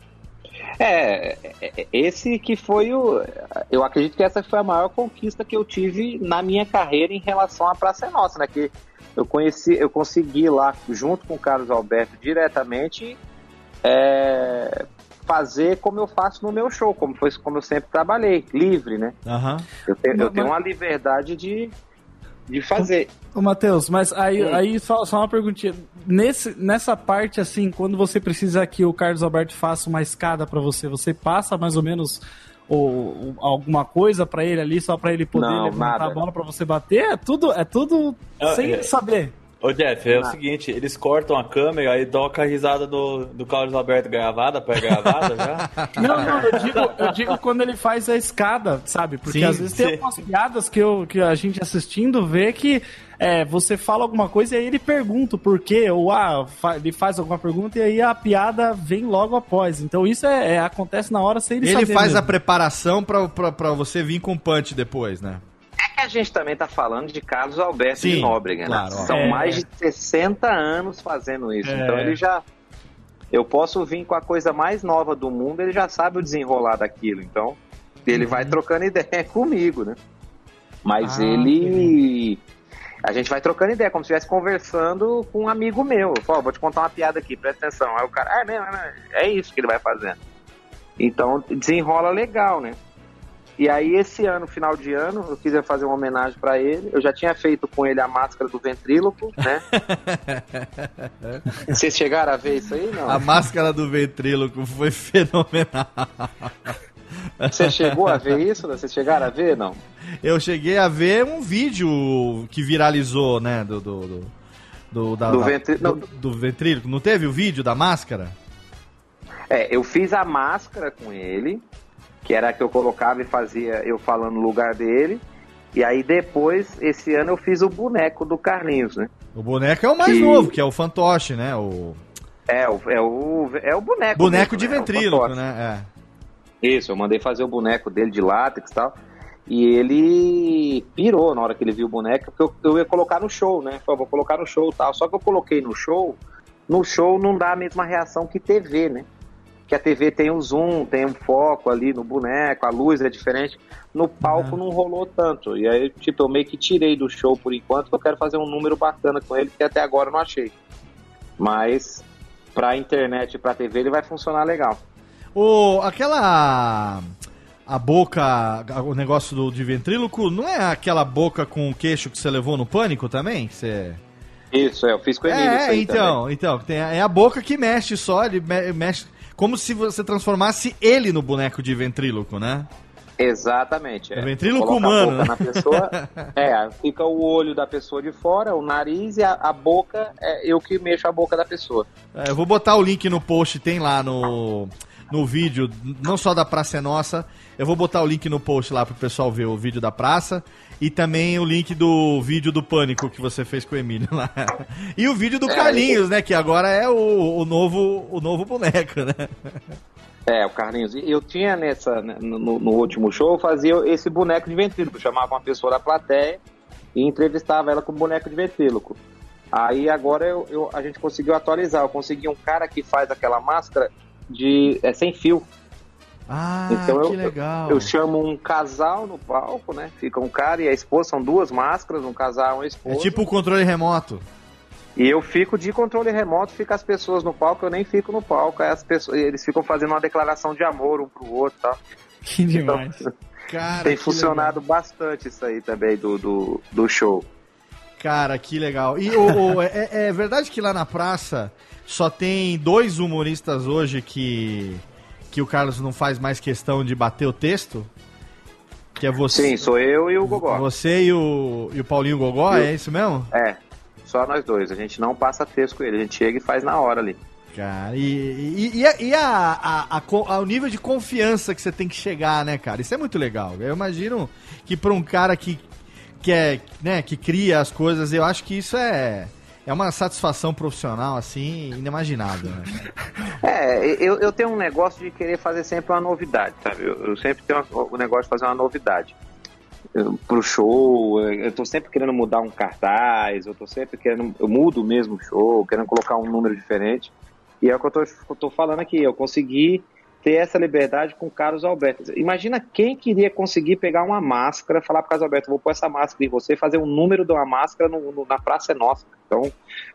É, esse que foi o... Eu acredito que essa foi a maior conquista que eu tive na minha carreira em relação à Praça é Nossa, né? Que eu, conheci, eu consegui lá, junto com o Carlos Alberto, diretamente... É, fazer como eu faço no meu show, como foi como eu sempre trabalhei, livre, né? Uhum. Eu, tenho, eu tenho uma liberdade de, de fazer. Ô, Matheus, mas aí, aí só, só uma perguntinha. Nesse, nessa parte, assim, quando você precisa que o Carlos Alberto faça uma escada pra você, você passa mais ou menos ou, ou alguma coisa pra ele ali, só pra ele poder Não, levantar nada. a bola pra você bater? É tudo, é tudo Eu, sem eu, saber. Ô, Jeff, é Ah. o seguinte, eles cortam a câmera e toca a risada do, do Carlos Alberto gravada, pré-gravada já. Não, não, eu digo, eu digo quando ele faz a escada, sabe? Porque Sim, às vezes sim. tem algumas piadas que, eu, que a gente assistindo vê que é, você fala alguma coisa e aí ele pergunta o porquê, ou ah, fa- ele faz alguma pergunta e aí a piada vem logo após. Então isso é, é- acontece na hora sem ele, Ele saber faz mesmo. a preparação pra, pra, pra você vir com punch depois, né? É que a gente também tá falando de Carlos Alberto Sim, de Nóbrega, claro, né? ó. São É. mais de sessenta anos fazendo isso. É. Então ele já... Eu posso vir com a coisa mais nova do mundo, ele já sabe o desenrolar daquilo. Então, ele vai trocando ideia comigo, né? Mas Ah, ele... A gente vai trocando ideia, como se estivesse conversando com um amigo meu. Eu falo, vou te contar uma piada aqui, presta atenção. Aí o cara, ah, é mesmo, é mesmo. É isso que ele vai fazendo. Então, desenrola legal, né? E aí, esse ano, final de ano, eu quis fazer uma homenagem pra ele. Eu já tinha feito com ele a máscara do ventríloco, né? Vocês chegaram a ver isso aí, não? A máscara do ventríloco foi fenomenal. Você chegou a ver isso? Vocês chegaram a ver, não? Eu cheguei a ver um vídeo que viralizou, né, do... do, do, do, da- Do da- ventrí- não. do- do ventríloco. Não teve o vídeo da máscara? É, eu fiz a máscara com ele, que era a que eu colocava e fazia eu falando no lugar dele. E aí depois, esse ano, eu fiz o boneco do Carlinhos, né? O boneco é o mais Que- novo, que é o fantoche, né? O É, o, é, o, é o boneco. boneco mesmo, de né? O ventríloco, fantoche. né? Isso, eu mandei fazer o boneco dele de látex e tal. E ele pirou na hora que ele viu o boneco, porque eu, eu ia colocar no show, né? Falei, vou colocar no show e tal. Só que eu coloquei no show, no show não dá a mesma reação que T V, né? Que a T V tem o zoom, tem um foco ali no boneco, a luz é diferente. No palco não rolou tanto. E aí, tipo, eu meio que tirei do show por enquanto, porque eu quero fazer um número bacana com ele, que até agora eu não achei. Mas pra internet e pra T V ele vai funcionar legal. O, aquela... A boca, o negócio do, de ventríloco, não é aquela boca com o queixo que você levou no Pânico também? Que você... Isso, é, eu fiz com o Emílio isso É, aí então, também. então tem a- é a boca que mexe só, ele me- mexe como se você transformasse ele no boneco de ventríloco, né? Exatamente. É. É ventríloco Coloca a humano, boca né? na pessoa, é, fica o olho da pessoa de fora, o nariz e a, a boca, é eu que mexo a boca da pessoa. É, eu vou botar o link no post, tem lá no, no vídeo, não só da Praça é Nossa, eu vou botar o link no post lá pro pessoal ver o vídeo da praça e também o link do vídeo do Pânico que você fez com o Emílio lá. E o vídeo do É, Carlinhos, né, que agora é o, o, novo, o novo boneco, né? É, o Carlinhos. E eu tinha nessa, né, no, no último show, eu fazia esse boneco de ventríloco. Eu chamava uma pessoa da plateia e entrevistava ela com o boneco de ventríloco. Aí agora eu, eu- a gente conseguiu atualizar. Eu consegui um cara que faz aquela máscara de, é, sem fio. Ah, Então que eu, legal. eu chamo um casal no palco, né? Fica um cara e a esposa, são duas máscaras, um casal e uma É esposa. tipo o controle remoto. E eu fico de controle remoto, fica as pessoas no palco, eu nem fico no palco, aí as pessoas, eles ficam fazendo uma declaração de amor um pro outro e tal. Que demais. Cara, Tem que funcionado bastante isso aí também do, do, do show. Cara, que legal. E o, o- é, é verdade que lá na praça só tem dois humoristas hoje que, que o Carlos não faz mais questão de bater o texto? Que é você. Sim, sou eu e o Gogó. Você e o, e o Paulinho Gogó, Eu- é isso mesmo? É, só nós dois. A gente não passa texto com ele, a gente chega e faz na hora ali. Cara, e, e, e, a- e a, a, a, co- a- o nível de confiança que você tem que chegar, né, cara? Isso é muito legal. Eu imagino que pra um cara que, que, é, né, que cria as coisas, eu acho que isso é, é uma satisfação profissional, assim, inimaginável, né? É, eu, eu tenho um negócio de querer fazer sempre uma novidade, sabe? Eu, eu sempre tenho o negócio de fazer uma novidade. Eu, pro show, eu, eu tô sempre querendo mudar um cartaz, eu tô sempre querendo, eu mudo mesmo o show, querendo colocar um número diferente. E é o que eu tô, eu tô falando aqui, eu consegui ter essa liberdade com o Carlos Alberto. Imagina quem queria conseguir pegar uma máscara, falar pro Carlos Alberto, vou pôr essa máscara em você, fazer um número de uma máscara no, no, na Praça é Nossa. Então,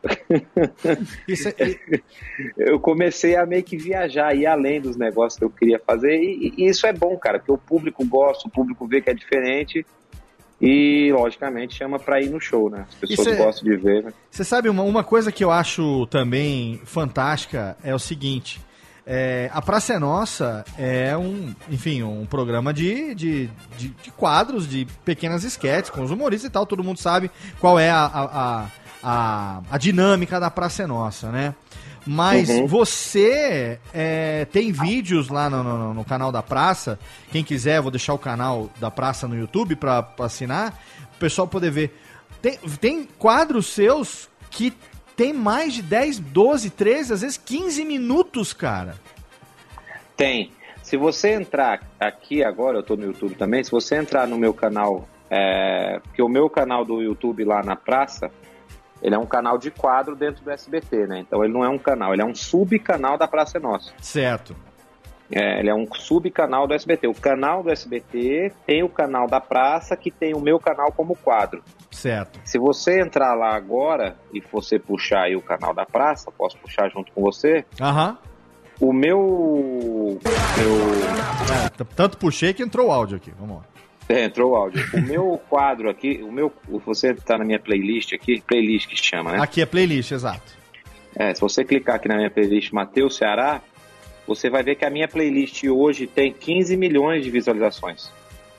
Isso é- eu comecei a meio que viajar, ir além dos negócios que eu queria fazer, e, e isso é bom, cara, porque o público gosta, o público vê que é diferente, e, logicamente, chama pra ir no show, né? As pessoas Isso é- gostam de ver, né? Você sabe, uma, uma coisa que eu acho também fantástica é o seguinte: é, a Praça é Nossa é um, enfim, um programa de, de, de, de quadros, de pequenas esquetes com os humoristas e tal. Todo mundo sabe qual é a, a, a, a, a dinâmica da Praça é Nossa, né? Mas uhum. você é, tem vídeos lá no, no, no canal da Praça. Quem quiser, vou deixar o canal da Praça no YouTube para assinar, o pessoal poder ver. Tem, tem quadros seus que tem mais de dez, doze, treze, às vezes quinze minutos, cara. Tem. Se você entrar aqui agora, eu tô no YouTube também, se você entrar no meu canal, é, porque o meu canal do YouTube lá na Praça, ele é um canal de quadro dentro do S B T, né? Então ele não é um canal, ele é um subcanal da Praça é Nossa. Certo. É, ele é um subcanal do S B T. O canal do S B T tem o canal da Praça, que tem o meu canal como quadro. Certo. Se você entrar lá agora e você puxar aí o canal da Praça, posso puxar junto com você? Aham. O meu... meu... É, tanto puxei que entrou o áudio aqui, vamos lá. É, entrou o áudio. O meu quadro aqui, o meu, você tá na minha playlist aqui, playlist que se chama, né? Aqui é playlist, exato. É, se você clicar aqui na minha playlist Matheus Ceará, você vai ver que a minha playlist hoje tem quinze milhões de visualizações.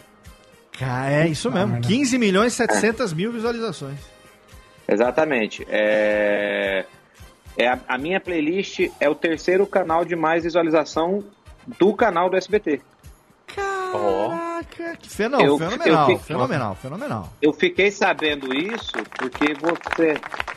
É isso mesmo, quinze milhões e setecentas mil visualizações. Exatamente. É... É a, a minha playlist é o terceiro canal de mais visualização do canal do S B T. Caraca, que fenômeno, eu, fenomenal, eu fiquei, fenomenal, fenomenal. Eu fiquei sabendo isso porque você...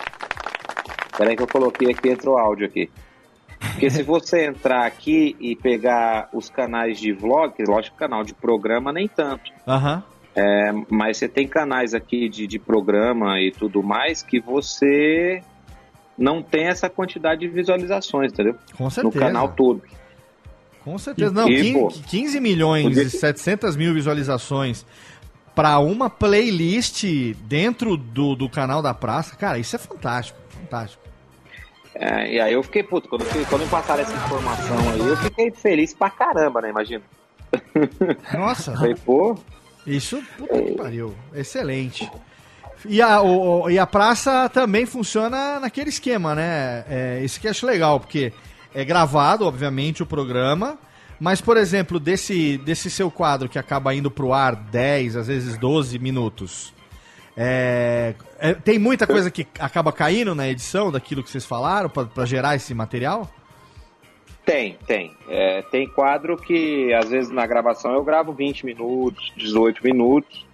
Peraí que eu coloquei aqui, entrou o áudio aqui. Porque se você entrar aqui e pegar os canais de vlog, lógico, canal de programa nem tanto. Aham. Uhum. É, mas você tem canais aqui de, de programa e tudo mais que você não tem essa quantidade de visualizações, entendeu? Com certeza. No canal todo. Com certeza. Não, e, quinze milhões e setecentas mil visualizações para uma playlist dentro do, do canal da Praça, cara, isso é fantástico, fantástico. É, e aí eu fiquei, puto, quando, quando me passaram essa informação aí, eu fiquei feliz pra caramba, né, imagina. Nossa. Falei, pô... Isso, puta que pariu. Excelente. E a, o, e a praça também funciona naquele esquema, né? É, isso que eu acho legal, porque é gravado, obviamente, o programa, mas, por exemplo, desse, desse seu quadro que acaba indo pro ar dez, às vezes doze minutos, é, é, tem muita coisa que acaba caindo na edição daquilo que vocês falaram para gerar esse material? Tem, tem. É, tem quadro que, às vezes, na gravação eu gravo vinte minutos, dezoito minutos,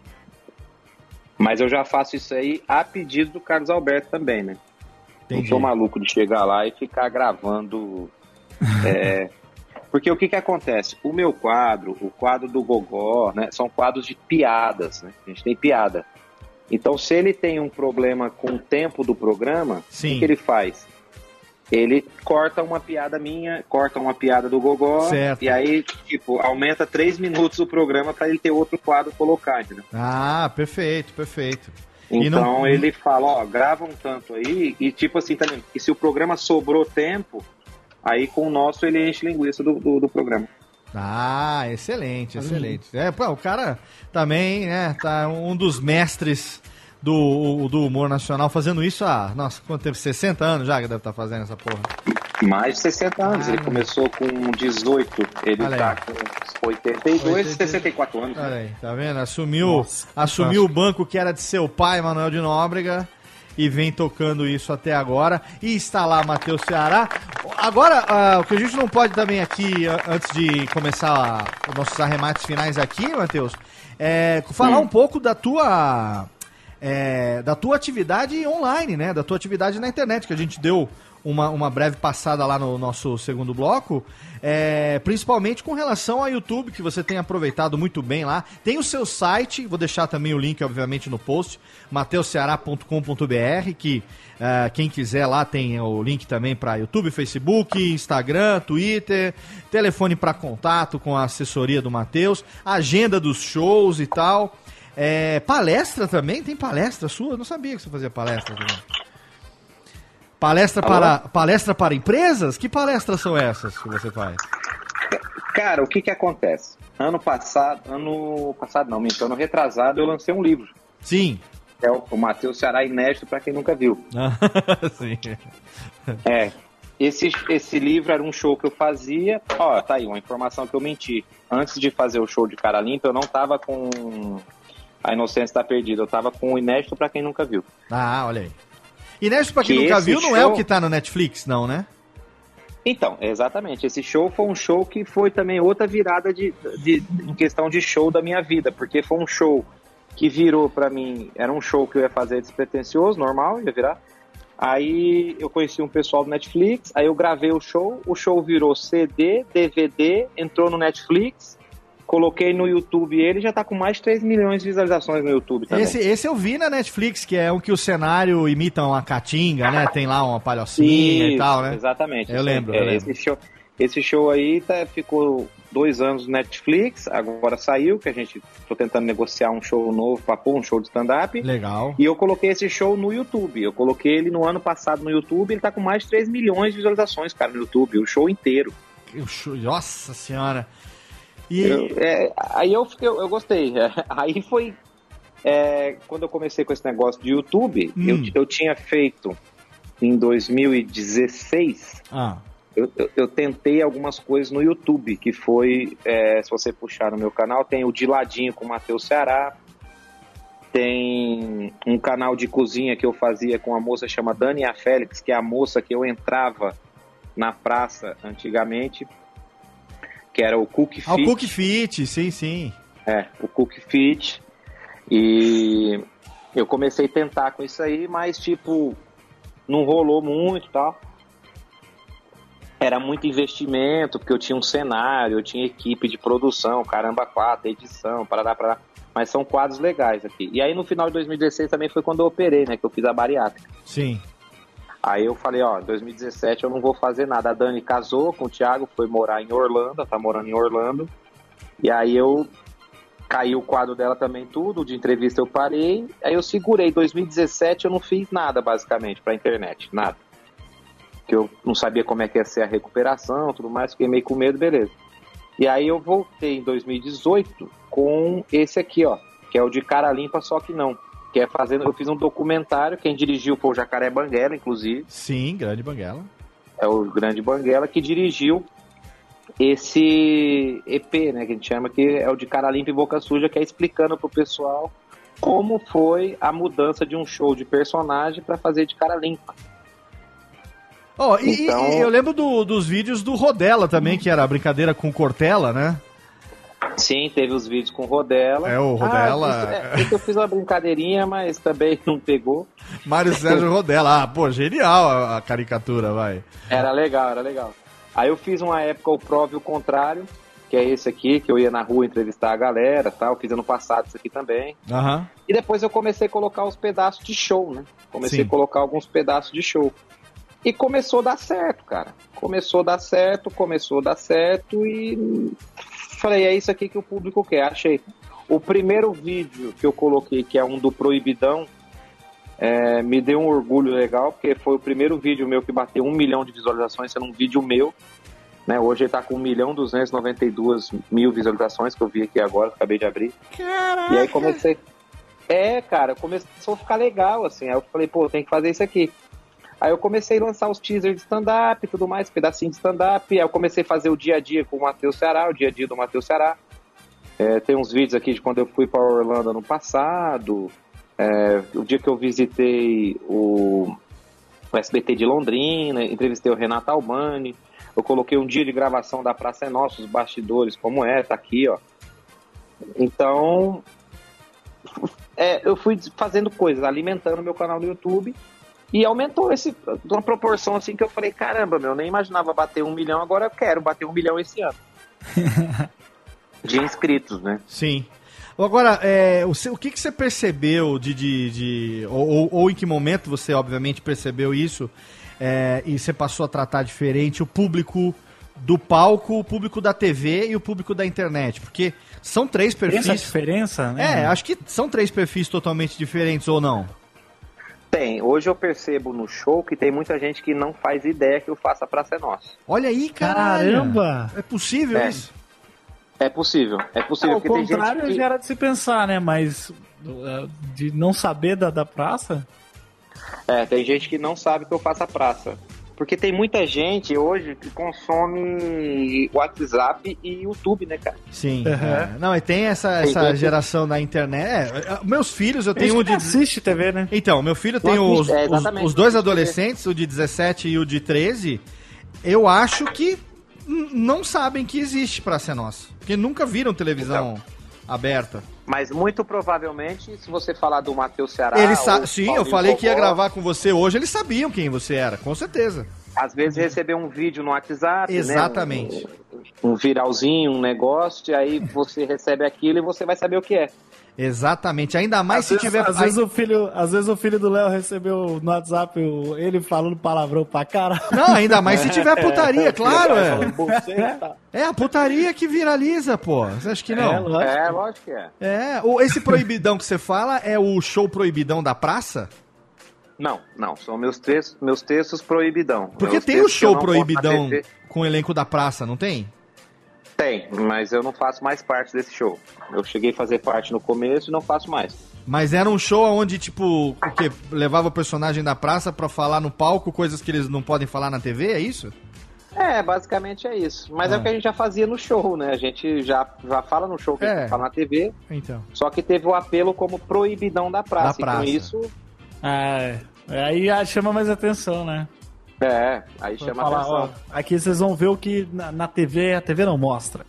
mas eu já faço isso aí a pedido do Carlos Alberto também, né? Entendi. Não sou maluco de chegar lá e ficar gravando... é, porque o que que acontece? O meu quadro, o quadro do Gogó, né, são quadros de piadas, né? A gente tem piada. Então, se ele tem um problema com o tempo do programa, Sim. o que, que ele faz? Ele corta uma piada minha, corta uma piada do Gogó, certo. E aí, tipo, aumenta três minutos o programa para ele ter outro quadro colocar, entendeu? Ah, perfeito, perfeito. Então não... ele fala, ó, grava um tanto aí, e tipo assim também, e se o programa sobrou tempo, aí com o nosso ele enche linguiça do, do, do programa. Ah, excelente, excelente. É, pô, o cara também, né, tá um dos mestres do, do humor nacional fazendo isso há, nossa, quanto tempo? sessenta anos já que deve estar fazendo essa porra. Mais de sessenta anos, ah, ele começou com dezoito, ele tá com oitenta e dois, sessenta e quatro anos. Olha aí, tá vendo? Assumiu, nossa, assumiu o banco que era de seu pai, Manuel de Nóbrega, e vem tocando isso até agora. E está lá Matheus Ceará. Agora, uh, o que a gente não pode também aqui, antes de começar uh, os nossos arremates finais aqui, Matheus, é falar hum. um pouco da tua... É, da tua atividade online, né? Da tua atividade na internet, que a gente deu uma, uma breve passada lá no nosso segundo bloco, é, principalmente com relação ao YouTube, que você tem aproveitado muito bem lá. Tem o seu site, vou deixar também o link, obviamente, no post, mateus ceará ponto com ponto b r, que uh, quem quiser lá tem o link também para YouTube, Facebook, Instagram, Twitter, telefone para contato com a assessoria do Matheus, agenda dos shows e tal. É, palestra também? Tem palestra sua? Eu não sabia que você fazia palestra também. Palestra para, palestra para empresas? Que palestras são essas que você faz? Cara, o que que acontece? Ano passado, ano passado não, ano retrasado, eu lancei um livro. Sim. É o, o Matheus Ceará Inédito, para quem nunca viu. Sim. É. Esse, esse livro era um show que eu fazia. Ó, tá aí, uma informação que eu menti. Antes de fazer o show de Cara Limpa, eu não tava com... A Inocência Está Perdida. Eu tava com o Inédito pra quem nunca viu. Ah, olha aí. Inércio, pra quem Que nunca esse viu, não é show- o que tá no Netflix, não, né? Então, exatamente. Esse show foi um show que foi também outra virada de, de, em questão de show da minha vida, porque foi um show que virou pra mim, era um show que eu ia fazer despretensioso, normal, ia virar. Aí eu conheci um pessoal do Netflix, aí eu gravei o show, o show virou C D, D V D, entrou no Netflix, coloquei no YouTube ele, já tá com mais de três milhões de visualizações no YouTube também. Esse, esse eu vi na Netflix, que é um que o cenário imita uma caatinga, né? Tem lá uma palhocinha Isso, e tal, né? Exatamente. Eu Isso lembro, aí. eu É, lembro. Esse show, esse show aí tá, ficou dois anos no Netflix, agora saiu, que a gente tô tentando negociar um show novo pra pôr um show de stand-up. Legal. E eu coloquei esse show no YouTube. Eu coloquei ele no ano passado no YouTube, ele tá com mais de três milhões de visualizações, cara, no YouTube, o show inteiro. O show- Nossa senhora. E Eu- é, aí eu, fiquei- eu, eu gostei. Aí foi. é, quando eu comecei com esse negócio de YouTube, Hum. eu, eu tinha feito em dois mil e dezesseis. Ah, Eu, eu, eu tentei algumas coisas no YouTube, que foi, é, se você puxar no meu canal, tem o De Ladinho com o Matheus Ceará, tem um canal de cozinha que eu fazia com uma moça chamada Dania Félix, que é a moça que eu entrava na praça antigamente, que era o Cook Fit. ah, o Cook Fit, sim, sim. É, o Cook Fit. E eu comecei a tentar com isso aí, mas tipo, não rolou muito e tal. Era muito investimento, porque eu tinha um cenário, eu tinha equipe de produção, caramba, quatro, edição, parará, parará. Mas são quadros legais aqui. E aí no final de dois mil e dezesseis também foi quando eu operei, né? Que eu fiz a bariátrica. Sim. Aí eu falei, ó, em dois mil e dezessete eu não vou fazer nada. A Dani casou com o Thiago, foi morar em Orlando, ela tá morando em Orlando. E aí eu caiu o quadro dela também, tudo, de entrevista eu parei. Aí eu segurei. Em dois mil e dezessete eu não fiz nada, basicamente, pra internet, nada. Que eu não sabia como é que ia ser a recuperação, tudo mais, fiquei meio com medo, beleza. E aí eu voltei em dois mil e dezoito com esse aqui, ó, que é o de Cara Limpa, só que não. Que é fazendo, eu fiz um documentário, quem dirigiu foi o Jacaré Banguela, inclusive. Sim, grande Banguela. É o grande Banguela que dirigiu esse E P, né, que a gente chama, que é o de Cara Limpa e Boca Suja, que é explicando pro pessoal como foi a mudança de um show de personagem para fazer de cara limpa. Oh, e, Então- e eu lembro do- dos vídeos do Rodela também, que era a brincadeira com Cortella, né? Sim, teve os vídeos com Rodela. É, o Rodella- Ah, isso, é, isso eu fiz uma brincadeirinha, mas também não pegou. Mário Sérgio Rodella. Ah, pô, genial a, a caricatura, vai. Era legal, era legal. Aí eu fiz uma época o Prove o Contrário, que é esse aqui, que eu ia na rua entrevistar a galera, tal. Fiz ano passado isso aqui também. Aham. E depois eu comecei a colocar os pedaços de show, né? Comecei Sim. a colocar alguns pedaços de show. E começou a dar certo, cara. Começou a dar certo, começou a dar certo e falei, é isso aqui que o público quer. Achei. O primeiro vídeo que eu coloquei, que é um do Proibidão, é, me deu um orgulho legal, porque foi o primeiro vídeo meu que bateu um milhão de visualizações, sendo um vídeo meu. Né? Hoje ele tá com um milhão duzentos e noventa e dois mil visualizações, que eu vi aqui agora, acabei de abrir. Caraca. E aí comecei... É, cara, começou a ficar legal, assim. Aí eu falei, pô, tem que fazer isso aqui. Aí eu comecei a lançar os teasers de stand-up e tudo mais, pedacinho de stand-up. Aí eu comecei a fazer o dia a dia com o Matheus Ceará, o dia a dia do Matheus Ceará. É, tem uns vídeos aqui de quando eu fui para Orlando ano passado. É, o dia que eu visitei o, o S B T de Londrina, entrevistei o Renato Albani. Eu coloquei um dia de gravação da Praça é Nossa, os bastidores, como é, tá aqui, ó. Então, é, eu fui fazendo coisas, alimentando meu canal no YouTube. E aumentou esse, de uma proporção assim que eu falei, caramba, meu, nem imaginava bater um milhão, agora eu quero bater um milhão esse ano. De inscritos, né? Sim. Agora, é, o, seu- o que, que você percebeu de. de, de- ou, ou- ou em que momento você, obviamente, percebeu isso é, e você passou a tratar diferente o público do palco, o público da T V e o público da internet? Porque são três Tem essa perfis. diferença, né? É, acho que são três perfis totalmente diferentes ou não? Tem. Hoje eu percebo no show que tem muita gente que não faz ideia que eu faço a Praça é Nossa. Olha aí, cara. Caramba! É possível É. isso? É possível, é possível. Ao porque tem contrário, gente que... já era de se pensar, né? Mas uh, de não saber da, da praça. É, tem gente que não sabe que eu faço a praça. Porque tem muita gente hoje que consome WhatsApp e YouTube, né, cara? Sim. Uhum. É. Não, e tem essa, Tem essa gente- geração da internet. É, meus filhos, eu tenho Tem um de. assiste T V, né? Então, meu filho tem Não os, assiste, é, os, exatamente, os dois não assiste adolescentes, o de dezessete e o de treze. Eu acho que n- não sabem que existe Praça é Nossa. Porque nunca viram televisão Então. aberta. Mas muito provavelmente, se você falar do Matheus Ceará... Eles sa- ou Sim, Paulinho eu falei que ia Gogó, gravar com você hoje, eles sabiam quem você era, com certeza. Às vezes receber um vídeo no WhatsApp, Exatamente. né? Um, um viralzinho, um negócio, e aí você recebe aquilo e você vai saber o que é. Exatamente. Ainda mais Às se vezes, tiver. às, vezes o filho, às vezes o filho do Léo recebeu no WhatsApp o- ele falando palavrão pra cara. Não, ainda mais se tiver putaria, claro, é. Falando buceta. É a putaria que viraliza, pô. Você acha que não? É, lógico. É, lógico que é. É, o- esse proibidão que você fala é o show proibidão da praça? Não, não, são meus textos, meus textos proibidão. Porque Meus tem o textos que eu show não posto na proibidão T V. com o elenco da praça, não tem? Tem, mas eu não faço mais parte desse show. Eu cheguei a fazer parte no começo e não faço mais. Mas era um show onde, tipo, o quê? Levava o personagem da praça pra falar no palco coisas que eles não podem falar na T V, é isso? É, basicamente é isso. Mas Ah. é o que a gente já fazia no show, né? A gente já, já fala no show que a É. gente fala na T V, Então. só que teve o apelo como proibidão da praça. Da praça. E com isso, Ah, é. Aí ah, chama mais atenção, né? é, aí Vou chama falar, atenção. ó, aqui vocês vão ver o que na, na T V, a T V não mostra.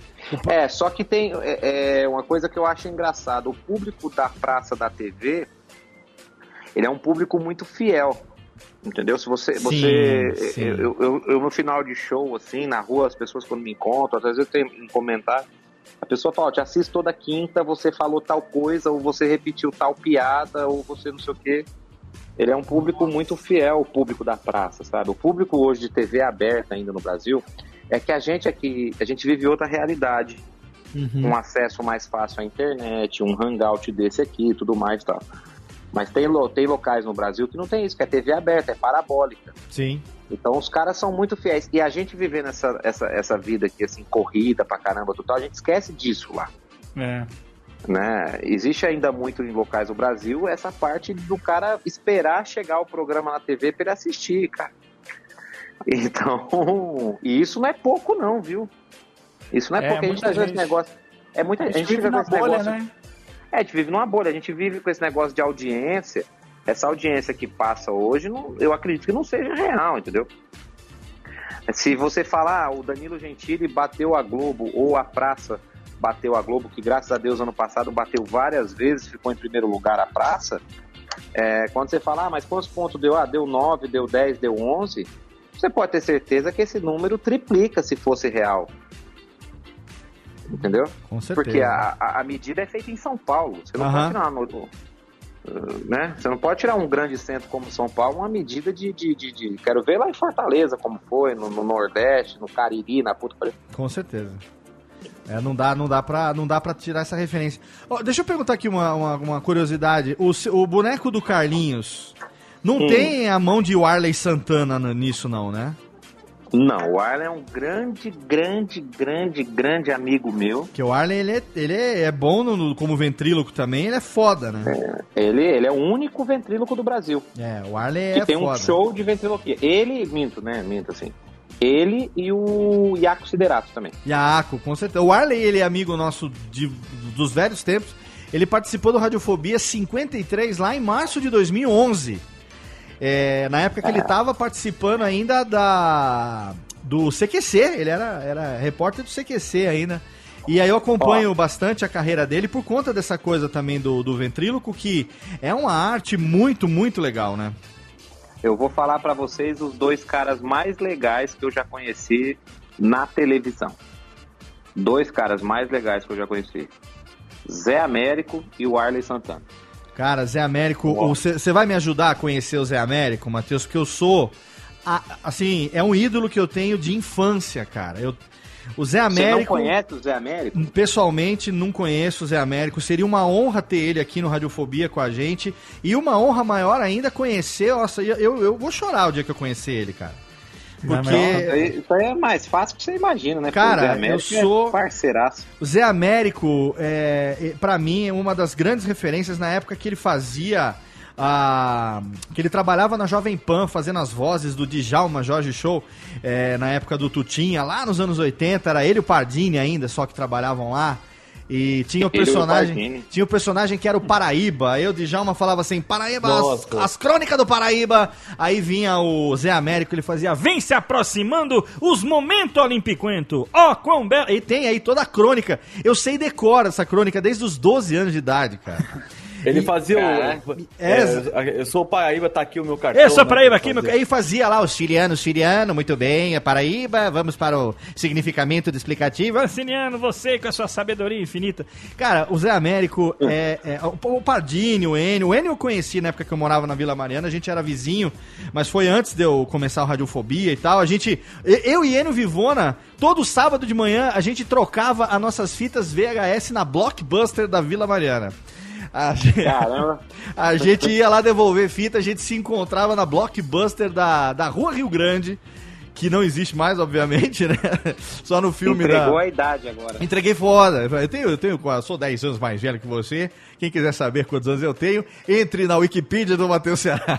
É, só que tem é, é uma coisa que eu acho engraçado. O público da praça da T V, ele é um público muito fiel. Entendeu? Se você. Sim, você sim. Eu, eu, eu, no final de show, assim, na rua, as pessoas quando me encontram, às vezes eu tenho um comentário. A pessoa fala, ó, te assisto toda quinta, você falou tal coisa, ou você repetiu tal piada, ou você não sei o quê. Ele é um público muito fiel, o público da praça, sabe? O público hoje de T V aberta ainda no Brasil, é que a gente aqui, a gente vive outra realidade. Uhum. Um acesso mais fácil à internet, um hangout desse aqui e tudo mais e tal. Mas tem, lo- tem locais no Brasil que não tem isso, que é T V aberta, é parabólica. Sim. Então os caras são muito fiéis. E a gente vivendo essa, essa, essa vida aqui, assim, corrida pra caramba, total, a gente esquece disso lá. É. Né? Existe ainda muito em locais do Brasil essa parte do cara esperar chegar o programa na T V pra ele assistir, cara. Então, e isso não é pouco não, viu? Isso não é, É, pouco, a gente muita fica com esse gente. negócio. É muita A gente fica vive com na esse bolha, negócio. né? É, a gente vive numa bolha, a gente vive com esse negócio de audiência. Essa audiência que passa hoje, não, eu acredito que não seja real, entendeu? Se você falar, ah, o Danilo Gentili bateu a Globo, ou a Praça bateu a Globo, que graças a Deus ano passado bateu várias vezes, ficou em primeiro lugar a Praça, é, quando você fala, ah, mas quantos pontos deu? Ah, deu nove, deu dez, deu onze, você pode ter certeza que esse número triplica se fosse real. Entendeu? Com certeza. Porque a, a, a medida é feita em São Paulo. Você não Aham. pode tirar no, no- uh, né? Você não pode tirar um grande centro como São Paulo uma medida de, de, de, de- quero ver lá em Fortaleza como foi, no, no Nordeste, no Cariri, na puta que pariu. Com certeza. É, não dá, não dá pra, não dá pra tirar essa referência. Ó, deixa eu perguntar aqui uma, uma, uma curiosidade. O, se- o boneco do Carlinhos não Hum. tem a mão de Warley Santana n- nisso, não, né? Não, o Arlen é um grande, grande, grande, grande amigo meu. Porque o Arlen, ele é, ele é, é bom no, no- como ventríloco também, ele é foda, né? Ele, ele é o único ventríloco do Brasil. É, o Arlen Que é tem foda. um show de ventriloquia. Ele, minto, né? Minto assim. Ele e o Iaco Siderato também. Iaco, com certeza. O Arley, ele é amigo nosso de, dos velhos tempos. Ele participou do Radiofobia cinquenta e três lá em março de dois mil e onze. É, na época que ele tava participando ainda da do C Q C. Ele era, era repórter do C Q C ainda. E aí eu acompanho bastante a carreira dele por conta dessa coisa também do, do ventríloco, que é uma arte muito, muito legal, né? Eu vou falar pra vocês os dois caras mais legais que eu já conheci na televisão. Dois caras mais legais que eu já conheci. Zé Américo e o Arley Santana. Cara, Zé Américo, você vai me ajudar a conhecer o Zé Américo, Matheus? Porque eu sou, a- assim, é um ídolo que eu tenho de infância, cara. Eu, o Zé Você não Américo, conhece o Zé Américo? pessoalmente, não conheço o Zé Américo. Seria uma honra ter ele aqui no Radiofobia com a gente. E uma honra maior ainda conhecer. Nossa, eu, eu, eu vou chorar o dia que eu conhecer ele, cara. Porque, Isso aí, isso aí é mais fácil que você imagina, né? Cara, Porque o Zé Américo eu sou- é parceiraço. o Zé Américo, é, é, pra mim, é uma das grandes referências na época que ele fazia a, que ele trabalhava na Jovem Pan fazendo as vozes do Djalma Jorge Show, é, na época do Tutinha, lá nos anos oitenta, era ele e o Pardini ainda, só que trabalhavam lá. E tinha o personagem, tinha o personagem que era o Paraíba. Aí o Djalma falava assim, Paraíba, as, as crônicas do Paraíba. Aí vinha o Zé Américo, ele fazia, vem se aproximando os momentos olimpicuento. Ó, oh, quão belo. E tem aí toda a crônica. Eu sei decora essa crônica desde os doze anos de idade, cara. Ele fazia é, o... É, é, eu sou o Paraíba, tá aqui o meu cartão. Eu sou o Paraíba, né, aqui, meu... Aí fazia lá os chilianos, chiliano, muito bem, é Paraíba, vamos para o significamento do explicativo. Ah, Ciliano, você com a sua sabedoria infinita. Cara, o Zé Américo, é, é, o Pardini, o Enio, o Enio eu conheci na época que eu morava na Vila Mariana, a gente era vizinho, mas foi antes de eu começar o Radiofobia e tal, a gente, eu e Enio Vivona, todo sábado de manhã, a gente trocava as nossas fitas V H S na Blockbuster da Vila Mariana. A gente, a gente ia lá devolver fita, a gente se encontrava na Blockbuster da, da Rua Rio Grande, que não existe mais, obviamente, né? Só no filme Entregou da... Entregou a idade agora. Entreguei foda. Eu tenho, eu tenho, eu sou dez anos mais velho que você. Quem quiser saber quantos anos eu tenho, entre na Wikipedia do Matheus Ceará.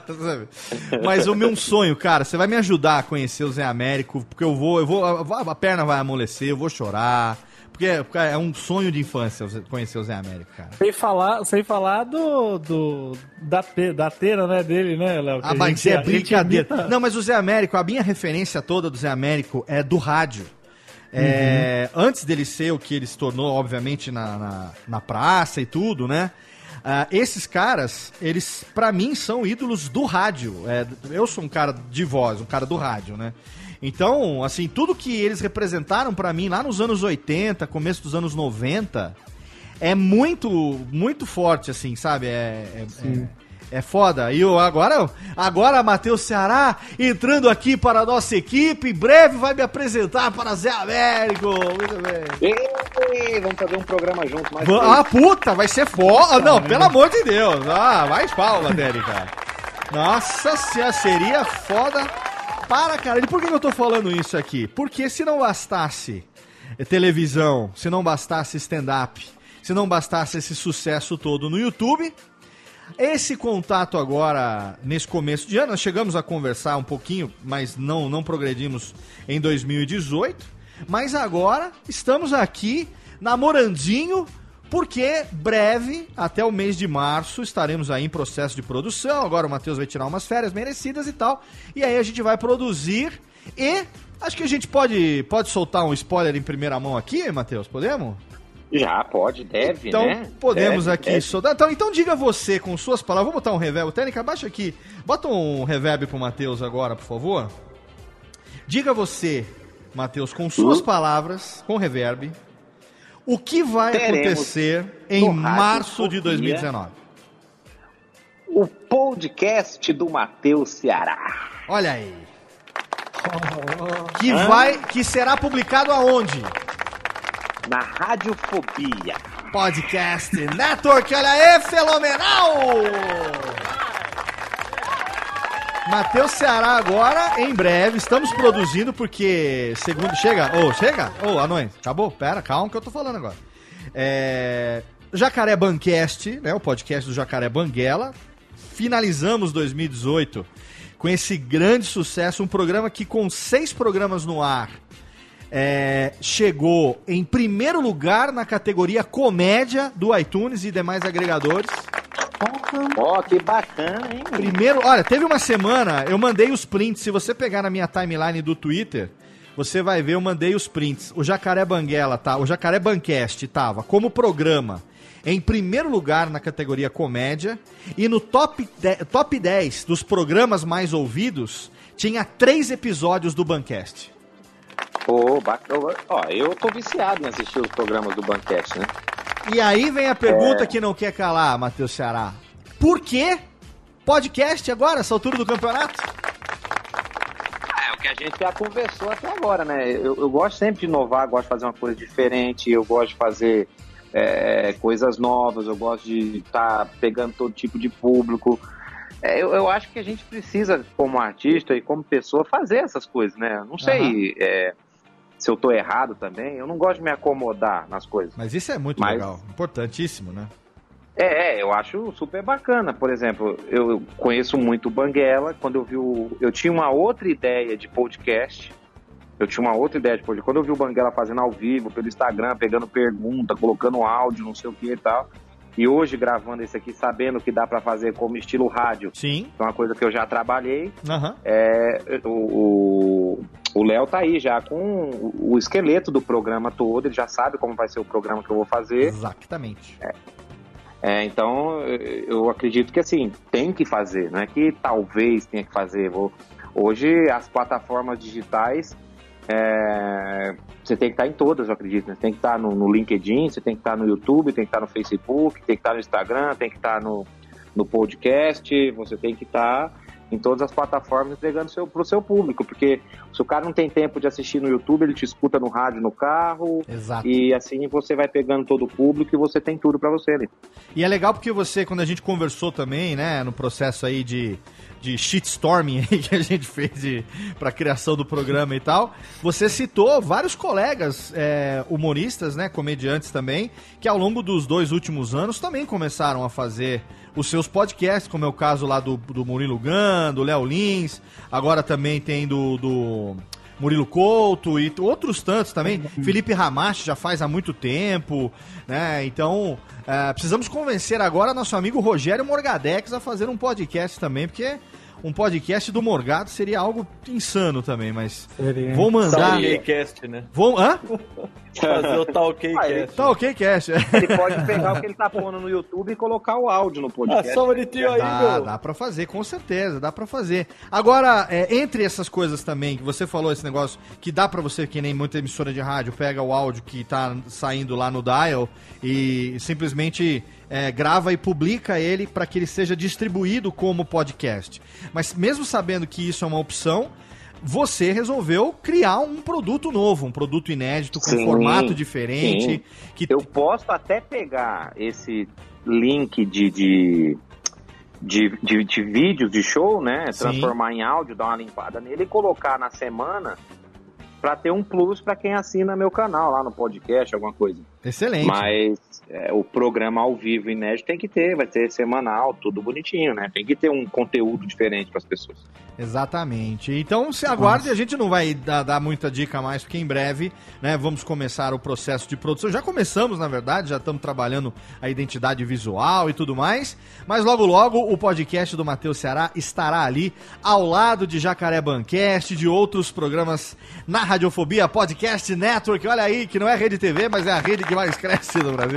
Mas o meu sonho, cara, você vai me ajudar a conhecer o Zé Américo, porque eu vou, eu vou, a perna vai amolecer, eu vou chorar. Porque é um sonho de infância conhecer o Zé Américo, cara. Sem falar, sem falar do, do da, te, da teira, né, dele, né, Léo? Ah, mas é brincadeira. Imita... Não, mas o Zé Américo, a minha referência toda do Zé Américo é do rádio. É, uhum. Antes dele ser o que ele se tornou, obviamente, na, na, na praça e tudo, né? Uh, esses caras, eles, pra mim, são ídolos do rádio. É, eu sou um cara de voz, um cara do rádio, né? Então, assim, tudo que eles representaram pra mim lá nos anos oitenta, começo dos anos noventa, é muito, muito forte, assim, sabe? É, é, é, é foda. E eu, agora, agora Matheus Ceará entrando aqui para a nossa equipe, em breve vai me apresentar para Zé Américo. Muito bem. Ei, vamos fazer um programa junto. Mais ah, puta, vai ser foda. Não, pelo amor de Deus. Ah, mais palma dele, cara. Nossa senhora, seria foda. Para, cara, e por que eu tô falando isso aqui? Porque se não bastasse televisão, se não bastasse stand-up, se não bastasse esse sucesso todo no YouTube, esse contato agora, nesse começo de ano, nós chegamos a conversar um pouquinho, mas não, não progredimos em dois mil e dezoito, mas agora estamos aqui namorandinho, porque breve, até o mês de março, estaremos aí em processo de produção. Agora o Matheus vai tirar umas férias merecidas e tal. E aí a gente vai produzir. E acho que a gente pode, pode soltar um spoiler em primeira mão aqui, Matheus? Podemos? Já, pode, deve, então, né? Então podemos deve, aqui deve. soltar. Então, então diga você com suas palavras. Vou botar um reverb. Técnica, baixa aqui. Bota um reverb pro Matheus agora, por favor. Diga você, Matheus, com suas uh. palavras, com reverb, o que vai Teremos acontecer em março de dois mil e dezenove? O podcast do Matheus Ceará. Olha aí. Que, vai, que será publicado aonde? Na Radiofobia Podcast Network. Olha aí, fenomenal! Matheus Ceará agora, em breve, estamos produzindo porque, segundo... Chega, ô, oh, chega, ô, oh, anões, acabou? Pera, calma que eu tô falando agora. É... Jacaré Bancast, né, o podcast do Jacaré Banguela. Finalizamos dois mil e dezoito com esse grande sucesso, um programa que com seis programas no ar, é, chegou em primeiro lugar na categoria comédia do iTunes e demais agregadores. Ó, oh, que bacana, hein? Primeiro, olha, teve uma semana, eu mandei os prints, se você pegar na minha timeline do Twitter, você vai ver, eu mandei os prints. O Jacaré Banguela, tá? O Jacaré Bancast tava como programa em primeiro lugar na categoria comédia e no top, de, top dez dos programas mais ouvidos tinha três episódios do Bancast. Pô, bacana. Ó, eu tô viciado em assistir os programas do Bancast, né? E aí vem a pergunta é... que não quer calar, Matheus Ceará. Por que podcast agora, essa altura do campeonato? É o que a gente já conversou até agora, né? Eu, eu gosto sempre de inovar, gosto de fazer uma coisa diferente, eu gosto de fazer é, coisas novas, eu gosto de estar tá pegando todo tipo de público. É, eu, eu acho que a gente precisa, como artista e como pessoa, fazer essas coisas, né? Não sei... Uhum. É... se eu tô errado também, eu não gosto de me acomodar nas coisas. Mas isso é muito Mas... legal, importantíssimo, né? É, eu acho super bacana. Por exemplo, eu conheço muito o Banguela. Quando eu vi o... Eu tinha uma outra ideia de podcast. Eu tinha uma outra ideia de podcast. Quando eu vi o Banguela fazendo ao vivo, pelo Instagram, pegando pergunta, colocando áudio, não sei o que e tal. E hoje, gravando esse aqui, sabendo que dá pra fazer como estilo rádio. Sim. É uma coisa que eu já trabalhei. Uhum. É, o o Léo tá aí já com o esqueleto do programa todo. Ele já sabe como vai ser o programa que eu vou fazer. Exatamente. É. É, então, eu acredito que, assim, tem que fazer, não é que talvez tenha que fazer. Vou... Hoje, as plataformas digitais, é... você tem que estar em todas, eu acredito, né? Você tem que estar no, no LinkedIn, você tem que estar no YouTube, tem que estar no Facebook, tem que estar no Instagram, tem que estar no, no podcast, você tem que estar em todas as plataformas entregando seu, pro seu público, porque se o cara não tem tempo de assistir no YouTube, ele te escuta no rádio, no carro. Exato. E assim você vai pegando todo o público e você tem tudo pra você ali. E é legal porque você, quando a gente conversou também, né, no processo aí de, de shitstorming aí que a gente fez de, pra criação do programa e tal, você citou vários colegas é, humoristas, né, comediantes também, que ao longo dos dois últimos anos também começaram a fazer os seus podcasts, como é o caso lá do, do Murilo Gun, do Léo Lins, agora também tem do, do Murilo Couto e outros tantos também. Felipe Ramache já faz há muito tempo, né? Então, é, precisamos convencer agora nosso amigo Rogério Morgadex a fazer um podcast também, porque um podcast do Morgado seria algo insano também, mas seria. Vou mandar... Talkcast, né? Vou... Hã? Fazer o Talkcast. Talkcast. Ele pode pegar o que ele tá pondo no YouTube e colocar o áudio no podcast. Ah, só bonitinho aí, dá, meu. Dá pra fazer, com certeza, dá pra fazer. Agora, é, entre essas coisas também, que você falou esse negócio, que dá pra você, que nem muita emissora de rádio, pega o áudio que tá saindo lá no dial e simplesmente... É, grava e publica ele para que ele seja distribuído como podcast. Mas mesmo sabendo que isso é uma opção, você resolveu criar um produto novo, um produto inédito, com sim, um formato diferente. Que... Eu posso até pegar esse link de, de, de, de, de vídeos de show, né? Transformar sim. em áudio, dar uma limpada nele e colocar na semana para ter um plus para quem assina meu canal lá no podcast, alguma coisa. Excelente. Mas é, o programa ao vivo inédito tem que ter, vai ter semanal, tudo bonitinho, né? Tem que ter um conteúdo diferente para as pessoas. Exatamente. Então se aguarde, a gente não vai dar, dar muita dica mais, porque em breve, né, vamos começar o processo de produção. Já começamos, na verdade, já estamos trabalhando a identidade visual e tudo mais, mas logo logo o podcast do Matheus Ceará estará ali ao lado de Jacaré Bancast, de outros programas na Radiofobia Podcast Network. Olha aí, que não é Rede T V, mas é a rede que mais cresce no Brasil.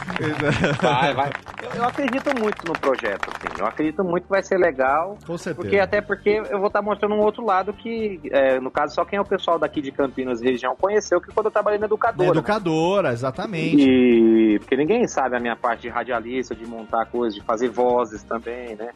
Vai, vai. Eu acredito muito no projeto, assim. Eu acredito muito que vai ser legal. Com certeza. Porque, até porque eu vou estar mostrando um outro lado que, é, no caso, só quem é o pessoal daqui de Campinas região conheceu, que quando eu trabalhei na educadora. Na educadora, né? Exatamente. E porque ninguém sabe a minha parte de radialista, de montar coisas, de fazer vozes também, né?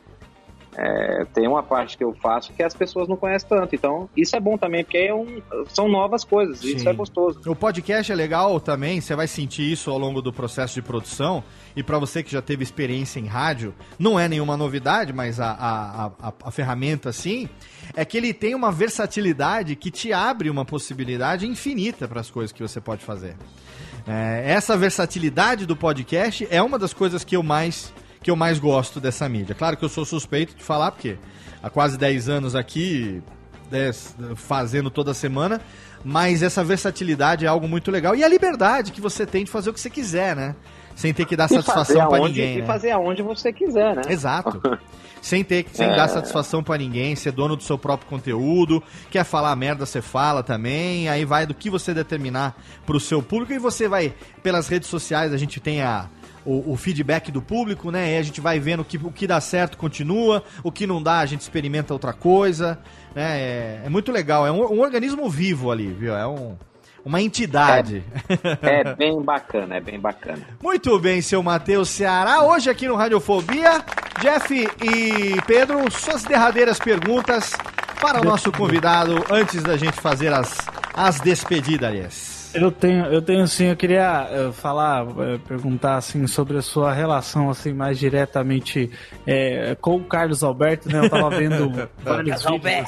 É, tem uma parte que eu faço que as pessoas não conhecem tanto, então isso é bom também, porque é um, são novas coisas, sim. Isso é gostoso. O podcast é legal também, você vai sentir isso ao longo do processo de produção, e para você que já teve experiência em rádio, não é nenhuma novidade, mas a, a, a, a ferramenta sim, é que ele tem uma versatilidade que te abre uma possibilidade infinita para as coisas que você pode fazer. É, essa versatilidade do podcast é uma das coisas que eu mais... que eu mais gosto dessa mídia. Claro que eu sou suspeito de falar, porque há quase dez anos aqui, dez, fazendo toda semana, mas essa versatilidade é algo muito legal. E a liberdade que você tem de fazer o que você quiser, né? Sem ter que dar e satisfação pra ninguém, E né? fazer aonde você quiser, né? Exato. Sem ter sem é... dar satisfação pra ninguém, ser dono do seu próprio conteúdo, quer falar merda, você fala também, aí vai do que você determinar pro seu público, e você vai, pelas redes sociais, a gente tem a... O, o feedback do público, né? E a gente vai vendo o que, o que dá certo, continua, o que não dá, a gente experimenta outra coisa, né? É, é muito legal, é um, um organismo vivo ali, viu? É um, uma entidade. É, é bem bacana, é bem bacana. Muito bem, seu Matheus Ceará. Hoje aqui no Radiofobia, Jeff e Pedro, suas derradeiras perguntas para o nosso convidado antes da gente fazer as, as despedidas. Eu tenho, eu tenho sim, eu queria uh, falar, uh, perguntar assim sobre a sua relação assim mais diretamente uh, com o Carlos Alberto, né? Eu tava vendo vários vídeos.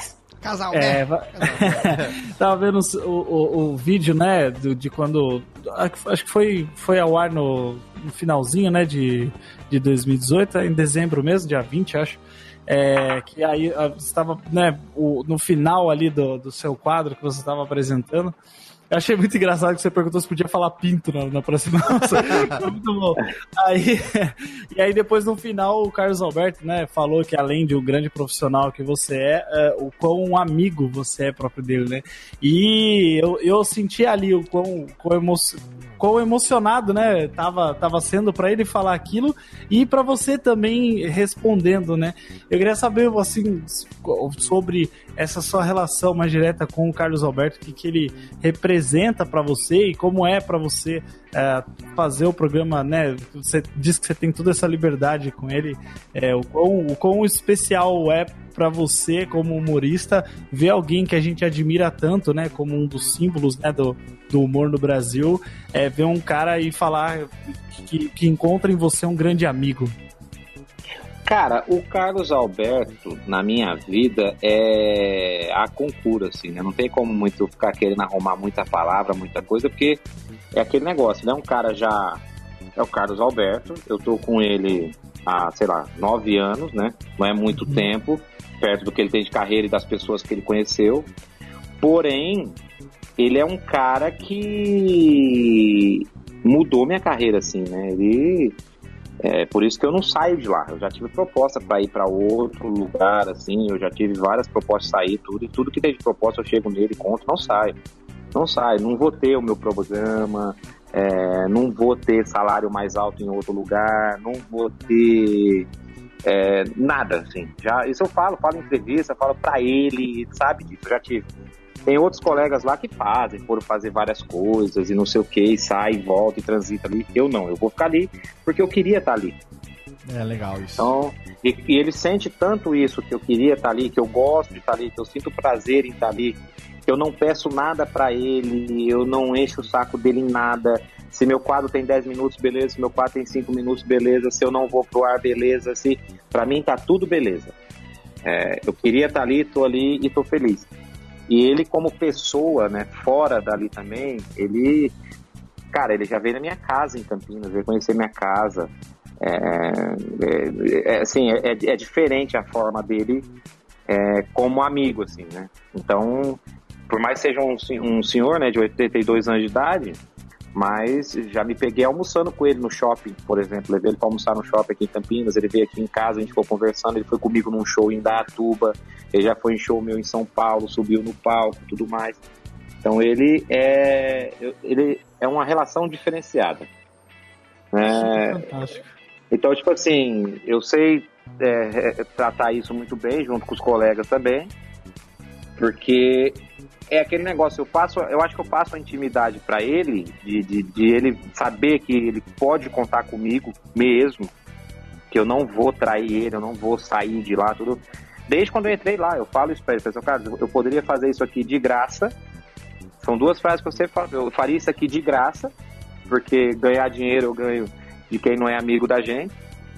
Casal, É, né? va- Tava vendo os- o, o, o vídeo, né, do- de quando... Acho que foi, foi ao ar no, no finalzinho, né, de, de dois mil e dezoito, em dezembro mesmo, dia vinte, acho. É, que aí ah, você estava, né, o- no final ali do, do seu quadro que você estava apresentando. Eu achei muito engraçado que você perguntou se podia falar pinto na, na próxima. Nossa, foi muito bom. Aí, e aí depois no final o Carlos Alberto, né, falou que além de um grande profissional que você é, é o quão um amigo você é próprio dele, né? E eu, eu senti ali o quão, quão, emo, quão emocionado, né, tava, tava sendo pra ele falar aquilo e pra você também respondendo, né? Eu queria saber, assim, sobre essa sua relação mais direta com o Carlos Alberto, o que, que ele representa pra você e como é pra você é, fazer o programa, né? Você diz que você tem toda essa liberdade com ele, é, o, quão, o quão especial é pra você como humorista ver alguém que a gente admira tanto, né, como um dos símbolos, né, do, do humor no Brasil, é, ver um cara e falar que, que encontra em você um grande amigo. Cara, o Carlos Alberto, na minha vida, é a concura, assim, né? Não tem como muito ficar querendo arrumar muita palavra, muita coisa, porque é aquele negócio, né? Um cara já... É o Carlos Alberto, eu tô com ele há, sei lá, nove anos, né? Não é muito uhum. tempo, perto do que ele tem de carreira e das pessoas que ele conheceu. Porém, ele é um cara que mudou minha carreira, assim, né? Ele... É por isso que eu não saio de lá. Eu já tive proposta para ir para outro lugar, assim. Eu já tive várias propostas de sair, tudo. E tudo que tem de proposta eu chego nele e conto, não saio. Não saio. Não vou ter o meu programa, é, não vou ter salário mais alto em outro lugar, não vou ter é, nada, assim. Já, isso eu falo, falo em entrevista, falo para ele, sabe disso, eu já tive. Tem outros colegas lá que fazem, foram fazer várias coisas e não sei o que, e sai, volta e transita ali. Eu não, eu vou ficar ali porque eu queria estar ali. É legal isso. Então, e, e ele sente tanto isso, que eu queria estar ali, que eu gosto de estar ali, que eu sinto prazer em estar ali, que eu não peço nada pra ele, eu não encho o saco dele em nada. Se meu quadro tem dez minutos, beleza. Se meu quadro tem cinco minutos, beleza. Se eu não vou pro ar, beleza. Se, pra mim tá tudo beleza. É, eu queria estar ali, tô ali e tô feliz. E ele, como pessoa, né, fora dali também, ele, cara, ele já veio na minha casa em Campinas, veio conhecer minha casa. É, é, é, assim, é, é diferente a forma dele é, como amigo, assim, né? Então, por mais que seja um, um senhor, né, de oitenta e dois anos de idade, mas já me peguei almoçando com ele no shopping, por exemplo. Levei ele para almoçar no shopping aqui em Campinas, ele veio aqui em casa, a gente ficou conversando, ele foi comigo num show em Indaiatuba, ele já foi em show meu em São Paulo, subiu no palco, tudo mais. Então ele é, ele é uma relação diferenciada. É, fantástico. Então, tipo assim, eu sei é, é, tratar isso muito bem, junto com os colegas também, porque... É aquele negócio, eu passo, eu acho que eu passo a intimidade pra ele, de, de, de ele saber que ele pode contar comigo mesmo, que eu não vou trair ele, eu não vou sair de lá, tudo. Desde quando eu entrei lá, eu falo isso pra ele, eu, cara, eu poderia fazer isso aqui de graça. São duas frases que eu sempre falo, eu faria isso aqui de graça, porque ganhar dinheiro eu ganho de quem não é amigo da gente.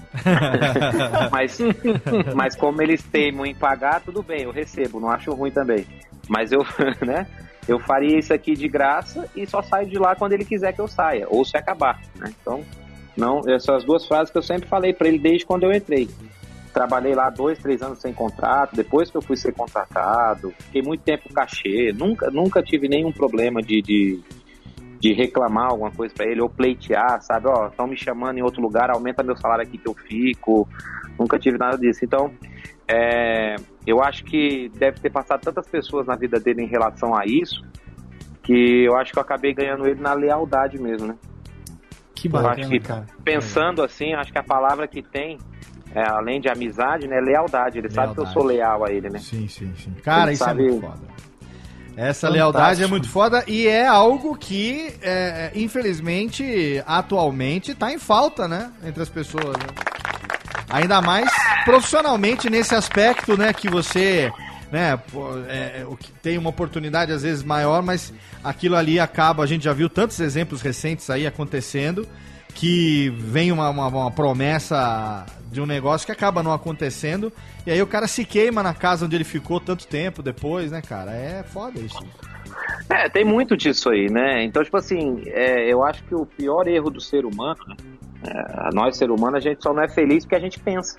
mas, mas como eles teimam em pagar, tudo bem, eu recebo, não acho ruim também. Mas eu, né, eu faria isso aqui de graça e só saio de lá quando ele quiser que eu saia, ou se acabar, né? Então, não, essas duas frases que eu sempre falei pra ele desde quando eu entrei. Trabalhei lá dois, três anos sem contrato, depois que eu fui ser contratado, fiquei muito tempo cachê, nunca, nunca tive nenhum problema de, de, de reclamar alguma coisa pra ele, ou pleitear, sabe? Ó, estão me chamando em outro lugar, aumenta meu salário aqui que eu fico, nunca tive nada disso. Então, é, eu acho que deve ter passado tantas pessoas na vida dele em relação a isso, que eu acho que eu acabei ganhando ele na lealdade mesmo, né? Que bacana, eu acho que, cara. Pensando assim, acho que a palavra que tem, é, além de amizade, né, é lealdade. Ele lealdade. Sabe que eu sou leal a ele, né? Sim, sim, sim. Cara, ele isso sabe... é muito foda. Essa Fantástico. Lealdade é muito foda e é algo que, é, infelizmente, atualmente tá em falta, né? Entre as pessoas, né? Ainda mais profissionalmente nesse aspecto, né, que você, né, é, tem uma oportunidade às vezes maior, mas aquilo ali acaba, a gente já viu tantos exemplos recentes aí acontecendo, que vem uma, uma, uma promessa de um negócio que acaba não acontecendo, e aí o cara se queima na casa onde ele ficou tanto tempo depois, né, cara? É foda isso. É, tem muito disso aí, né? Então, tipo assim, é, eu acho que o pior erro do ser humano, né? É, nós, ser humano, a gente só não é feliz porque a gente pensa.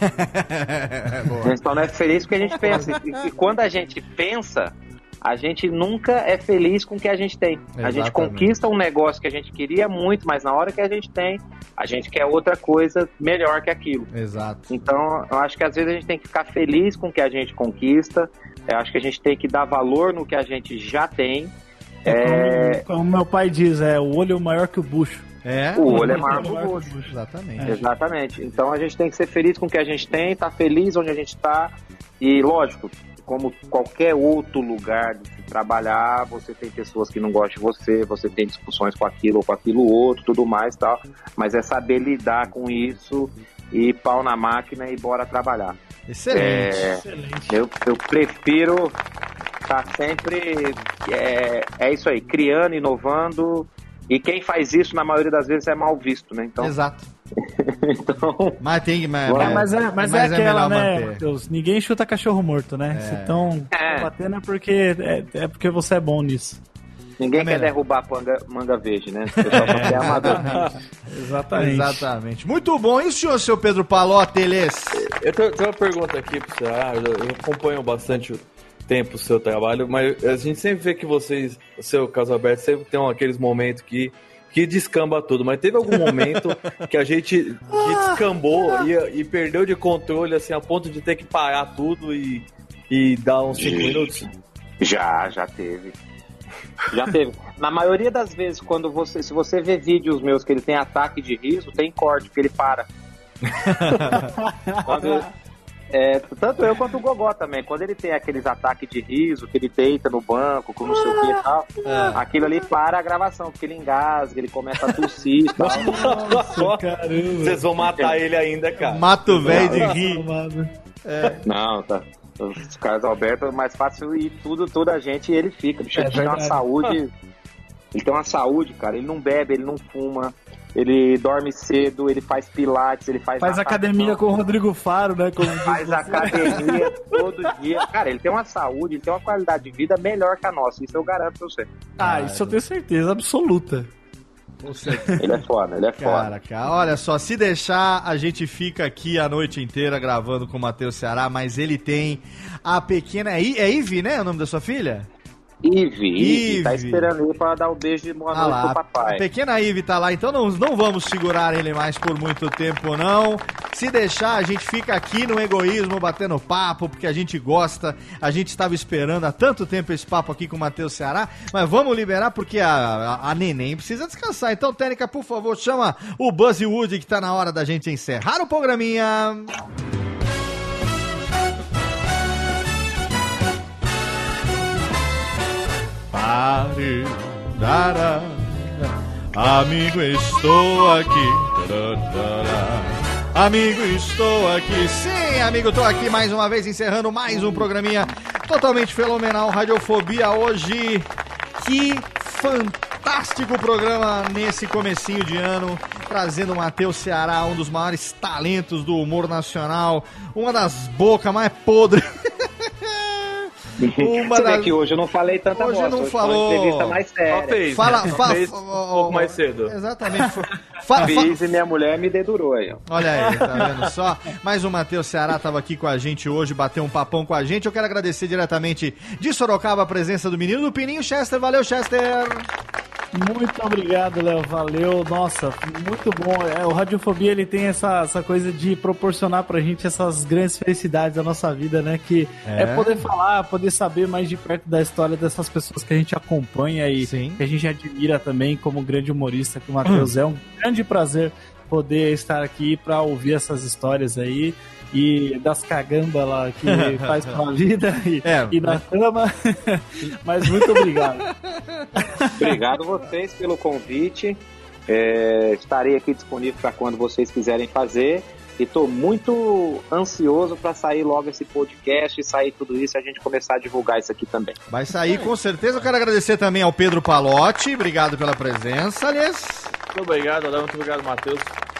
A gente só não é feliz porque a gente pensa. E, e quando a gente pensa, a gente nunca é feliz com o que a gente tem. Exatamente. A gente conquista um negócio que a gente queria muito, mas na hora que a gente tem, a gente quer outra coisa melhor que aquilo. Exato. Então, eu acho que às vezes a gente tem que ficar feliz com o que a gente conquista. Eu acho que a gente tem que dar valor no que a gente já tem. É, é... Como, como meu pai diz, é o olho maior que o bucho. É, o olho é maior que o bucho. Exatamente. É. Exatamente. Então a gente tem que ser feliz com o que a gente tem, tá feliz onde a gente tá. E lógico, como qualquer outro lugar de se trabalhar, você tem pessoas que não gostam de você, você tem discussões com aquilo ou com aquilo outro, tudo mais e tal. Mas é saber lidar com isso e pau na máquina e bora trabalhar. Excelente. É, excelente. Eu, eu prefiro estar sempre, é, é isso aí, criando, inovando, e quem faz isso, na maioria das vezes, é mal visto, né? Então... Exato. então... Mas tem mas, mas, mas, é, mas, mas é, é aquela, né, manter. Matheus? Ninguém chuta cachorro morto, né? É. Se estão é. batendo é porque, é, é porque você é bom nisso. Ninguém é quer derrubar manga, manga verde, né? O pessoal só quer amador. Exatamente. Exatamente. Muito bom. E o senhor, seu Pedro Paloteles? Eu tenho, tenho uma pergunta aqui pra você. Ah, eu, eu acompanho bastante tempo o seu trabalho, mas a gente sempre vê que vocês, o seu Caso Aberto, sempre tem aqueles momentos que, que descamba tudo. Mas teve algum momento que a gente que descambou e, e perdeu de controle, assim, a ponto de ter que parar tudo e, e dar uns cinco minutos? Já, já teve. Já teve. Na maioria das vezes, quando você, se você vê vídeos meus que ele tem ataque de riso, tem corte, porque ele para. Quando, é, tanto eu quanto o Gogó também. Quando ele tem aqueles ataques de riso, que ele deita no banco, com não sei o que e tal, é. aquilo ali para a gravação, porque ele engasga, ele começa a tossir e tal. Nossa, caramba. Vocês vão matar ele ainda, cara. Mata o velho de rir. É. Não, tá. Os caras Alberto é mais fácil e tudo, toda a gente e ele fica. Bicho, é, ele tem uma saúde. Ele tem uma saúde, cara. Ele não bebe, ele não fuma, ele dorme cedo, ele faz pilates, ele faz. Faz natação, academia com o Rodrigo Faro, né? Como faz academia todo dia. Cara, ele tem uma saúde, ele tem uma qualidade de vida melhor que a nossa. Isso eu garanto pra você. Ah, isso eu tenho certeza absoluta. Ele é foda, ele é foda. Cara, cara, olha só, se deixar, a gente fica aqui a noite inteira gravando com o Matheus Ceará, mas ele tem a pequena... É Ivy, né, o nome da sua filha? Ivy, Ivy, tá esperando ele pra dar o um beijo de boa ah noite lá, pro papai. A pequena Ivy tá lá, então não, não vamos segurar ele mais por muito tempo, não. Se deixar, a gente fica aqui no egoísmo, batendo papo, porque a gente gosta, a gente estava esperando há tanto tempo esse papo aqui com o Matheus Ceará, mas vamos liberar porque a, a, a neném precisa descansar. Então, Técnica, por favor, chama o Buzz Wood que tá na hora da gente encerrar o programinha. Pare, dará, amigo, estou aqui. Dará, amigo, estou aqui. Sim, amigo, estou aqui mais uma vez, encerrando mais um programinha totalmente fenomenal, Radiofobia hoje. Que fantástico programa nesse comecinho de ano, trazendo o Matheus Ceará, um dos maiores talentos do humor nacional, uma das bocas mais podres. Uma Você das... vê que hoje eu não falei tanta hoje bosta, não hoje falou... foi uma entrevista mais séria. Fez, fala, né? fala, fez um pouco mais cedo. Exatamente. Fala, Fiz e minha mulher me dedurou aí. Ó. Olha aí, tá vendo só? Mais o Matheus Ceará tava aqui com a gente hoje, bateu um papão com a gente. Eu quero agradecer diretamente de Sorocaba a presença do menino do Pininho, Chester. Valeu, Chester! Muito obrigado, Léo, valeu, nossa, muito bom. É, o Radiofobia, ele tem essa, essa coisa de proporcionar pra gente essas grandes felicidades da nossa vida, né, que é, é poder falar, poder saber mais de perto da história dessas pessoas que a gente acompanha e Sim. que a gente admira também como grande humorista que o Matheus é. Um grande prazer poder estar aqui pra ouvir essas histórias aí. E das cagambas lá que faz com a vida e, é, e da cama. Mas muito obrigado. Obrigado vocês pelo convite. É, estarei aqui disponível para quando vocês quiserem fazer. E estou muito ansioso para sair logo esse podcast e sair tudo isso e a gente começar a divulgar isso aqui também. Vai sair com certeza. Eu quero agradecer também ao Pedro Palotti. Obrigado pela presença, aliás. Muito obrigado, Léo. Muito obrigado, Matheus.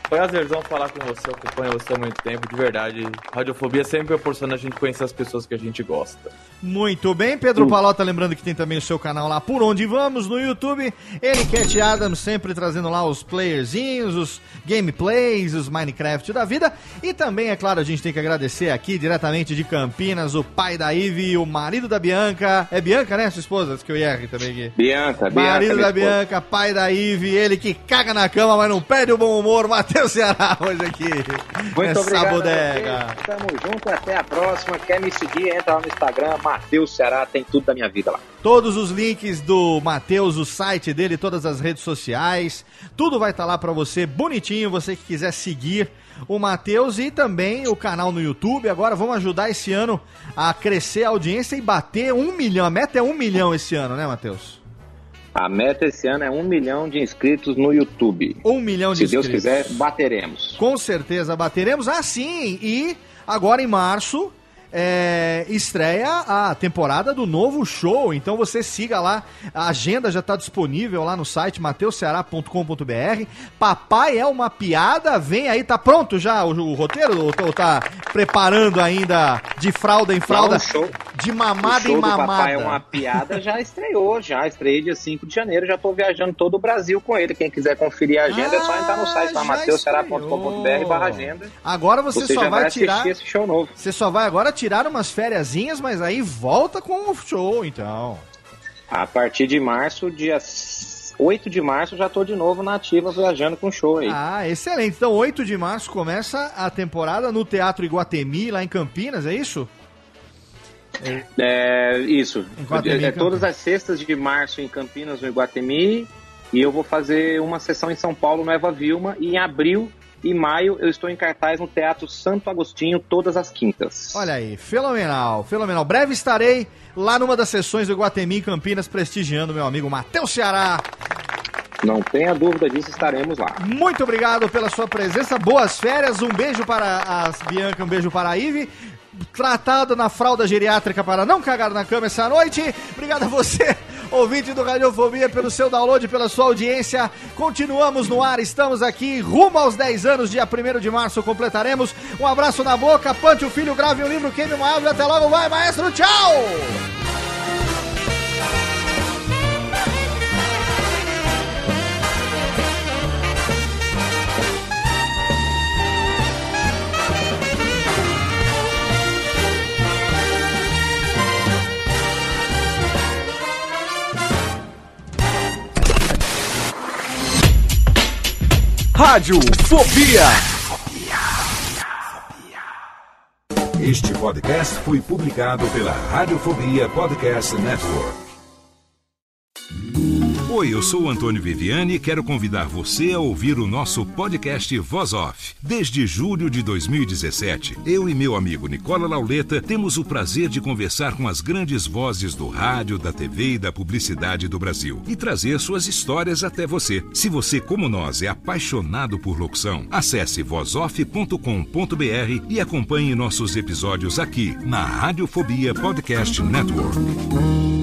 prazerzão falar com você, eu acompanho você há muito tempo, de verdade. Radiofobia sempre proporciona a gente conhecer as pessoas que a gente gosta. Muito bem, Pedro Palota, lembrando que tem também o seu canal lá, Por Onde Vamos, no YouTube. Ele, Cat Adams, sempre trazendo lá os playerzinhos, os gameplays, os Minecraft da vida. E também, é claro, a gente tem que agradecer aqui, diretamente de Campinas, o pai da Ivy, o marido da Bianca. É Bianca, né, sua esposa? Acho que eu errei também aqui. Bianca, Bianca. Marido da esposa. Bianca, pai da Ivy, ele que caga na cama, mas não perde o bom humor, Matheus Ceará, hoje aqui. Muito nessa obrigado. bodega. Tamo junto, até a próxima. Quer me seguir? Entra lá no Instagram, Matheus Ceará, tem tudo da minha vida lá. Todos os links do Matheus, o site dele, todas as redes sociais, tudo vai estar lá pra você, bonitinho, você que quiser seguir o Matheus e também o canal no YouTube. Agora vamos ajudar esse ano a crescer a audiência e bater um milhão. A meta é um milhão esse ano, né, Matheus? A meta esse ano é um milhão de inscritos no YouTube. Um milhão de Se inscritos. Deus quiser, bateremos. Com certeza bateremos. Ah, sim! E agora em março é, estreia a temporada do novo show. Então você siga lá. A agenda já está disponível lá no site mateus ceará ponto com ponto b r. Papai é uma piada. Vem aí, tá pronto já o, o roteiro? Ou, ou tá preparando ainda de fralda em fralda? Não, o show, de mamada o show em mamada. Do Papai é uma piada já estreou. Já estreiei dia cinco de janeiro. Já tô viajando todo o Brasil com ele. Quem quiser conferir a agenda ah, é só entrar no site lá, mateus ceará ponto com ponto b r barra agenda. Agora você, você só vai, vai tirar esse show novo. Você só vai agora tirar umas fériasinhas, mas aí volta com o show, então. A partir de março, dia oito de março, já tô de novo na ativa viajando com show aí. Ah, excelente. Então, oito de março começa a temporada no Teatro Iguatemi, lá em Campinas, é isso? É, é isso. Iguatemi, é, todas as sextas de março em Campinas, no Iguatemi, e eu vou fazer uma sessão em São Paulo, no Eva Vilma, e em abril e maio eu estou em cartaz no Teatro Santo Agostinho, todas as quintas. Olha aí, fenomenal, fenomenal. Breve estarei lá numa das sessões do Iguatemi em Campinas, prestigiando meu amigo Matheus Ceará. Não tenha dúvida disso, estaremos lá. Muito obrigado pela sua presença, boas férias, um beijo para a Bianca, um beijo para a Ivy. Tratado na fralda geriátrica para não cagar na cama essa noite. Obrigado a você, ouvinte do Radiofobia, pelo seu download, pela sua audiência. Continuamos no ar, estamos aqui rumo aos dez anos, dia primeiro de março completaremos. Um abraço na boca, plante o filho, grave um livro, queime uma árvore. Até logo, vai maestro, tchau! Radiofobia. Este podcast foi publicado pela Radiofobia Podcast Network. Oi, eu sou o Antônio Viviani e quero convidar você a ouvir o nosso podcast Voz Off. Desde julho de dois mil e dezessete, eu e meu amigo Nicola Lauleta temos o prazer de conversar com as grandes vozes do rádio, da T V e da publicidade do Brasil e trazer suas histórias até você. Se você, como nós, é apaixonado por locução, acesse voz off ponto com ponto b r e acompanhe nossos episódios aqui na Radiofobia Podcast Network.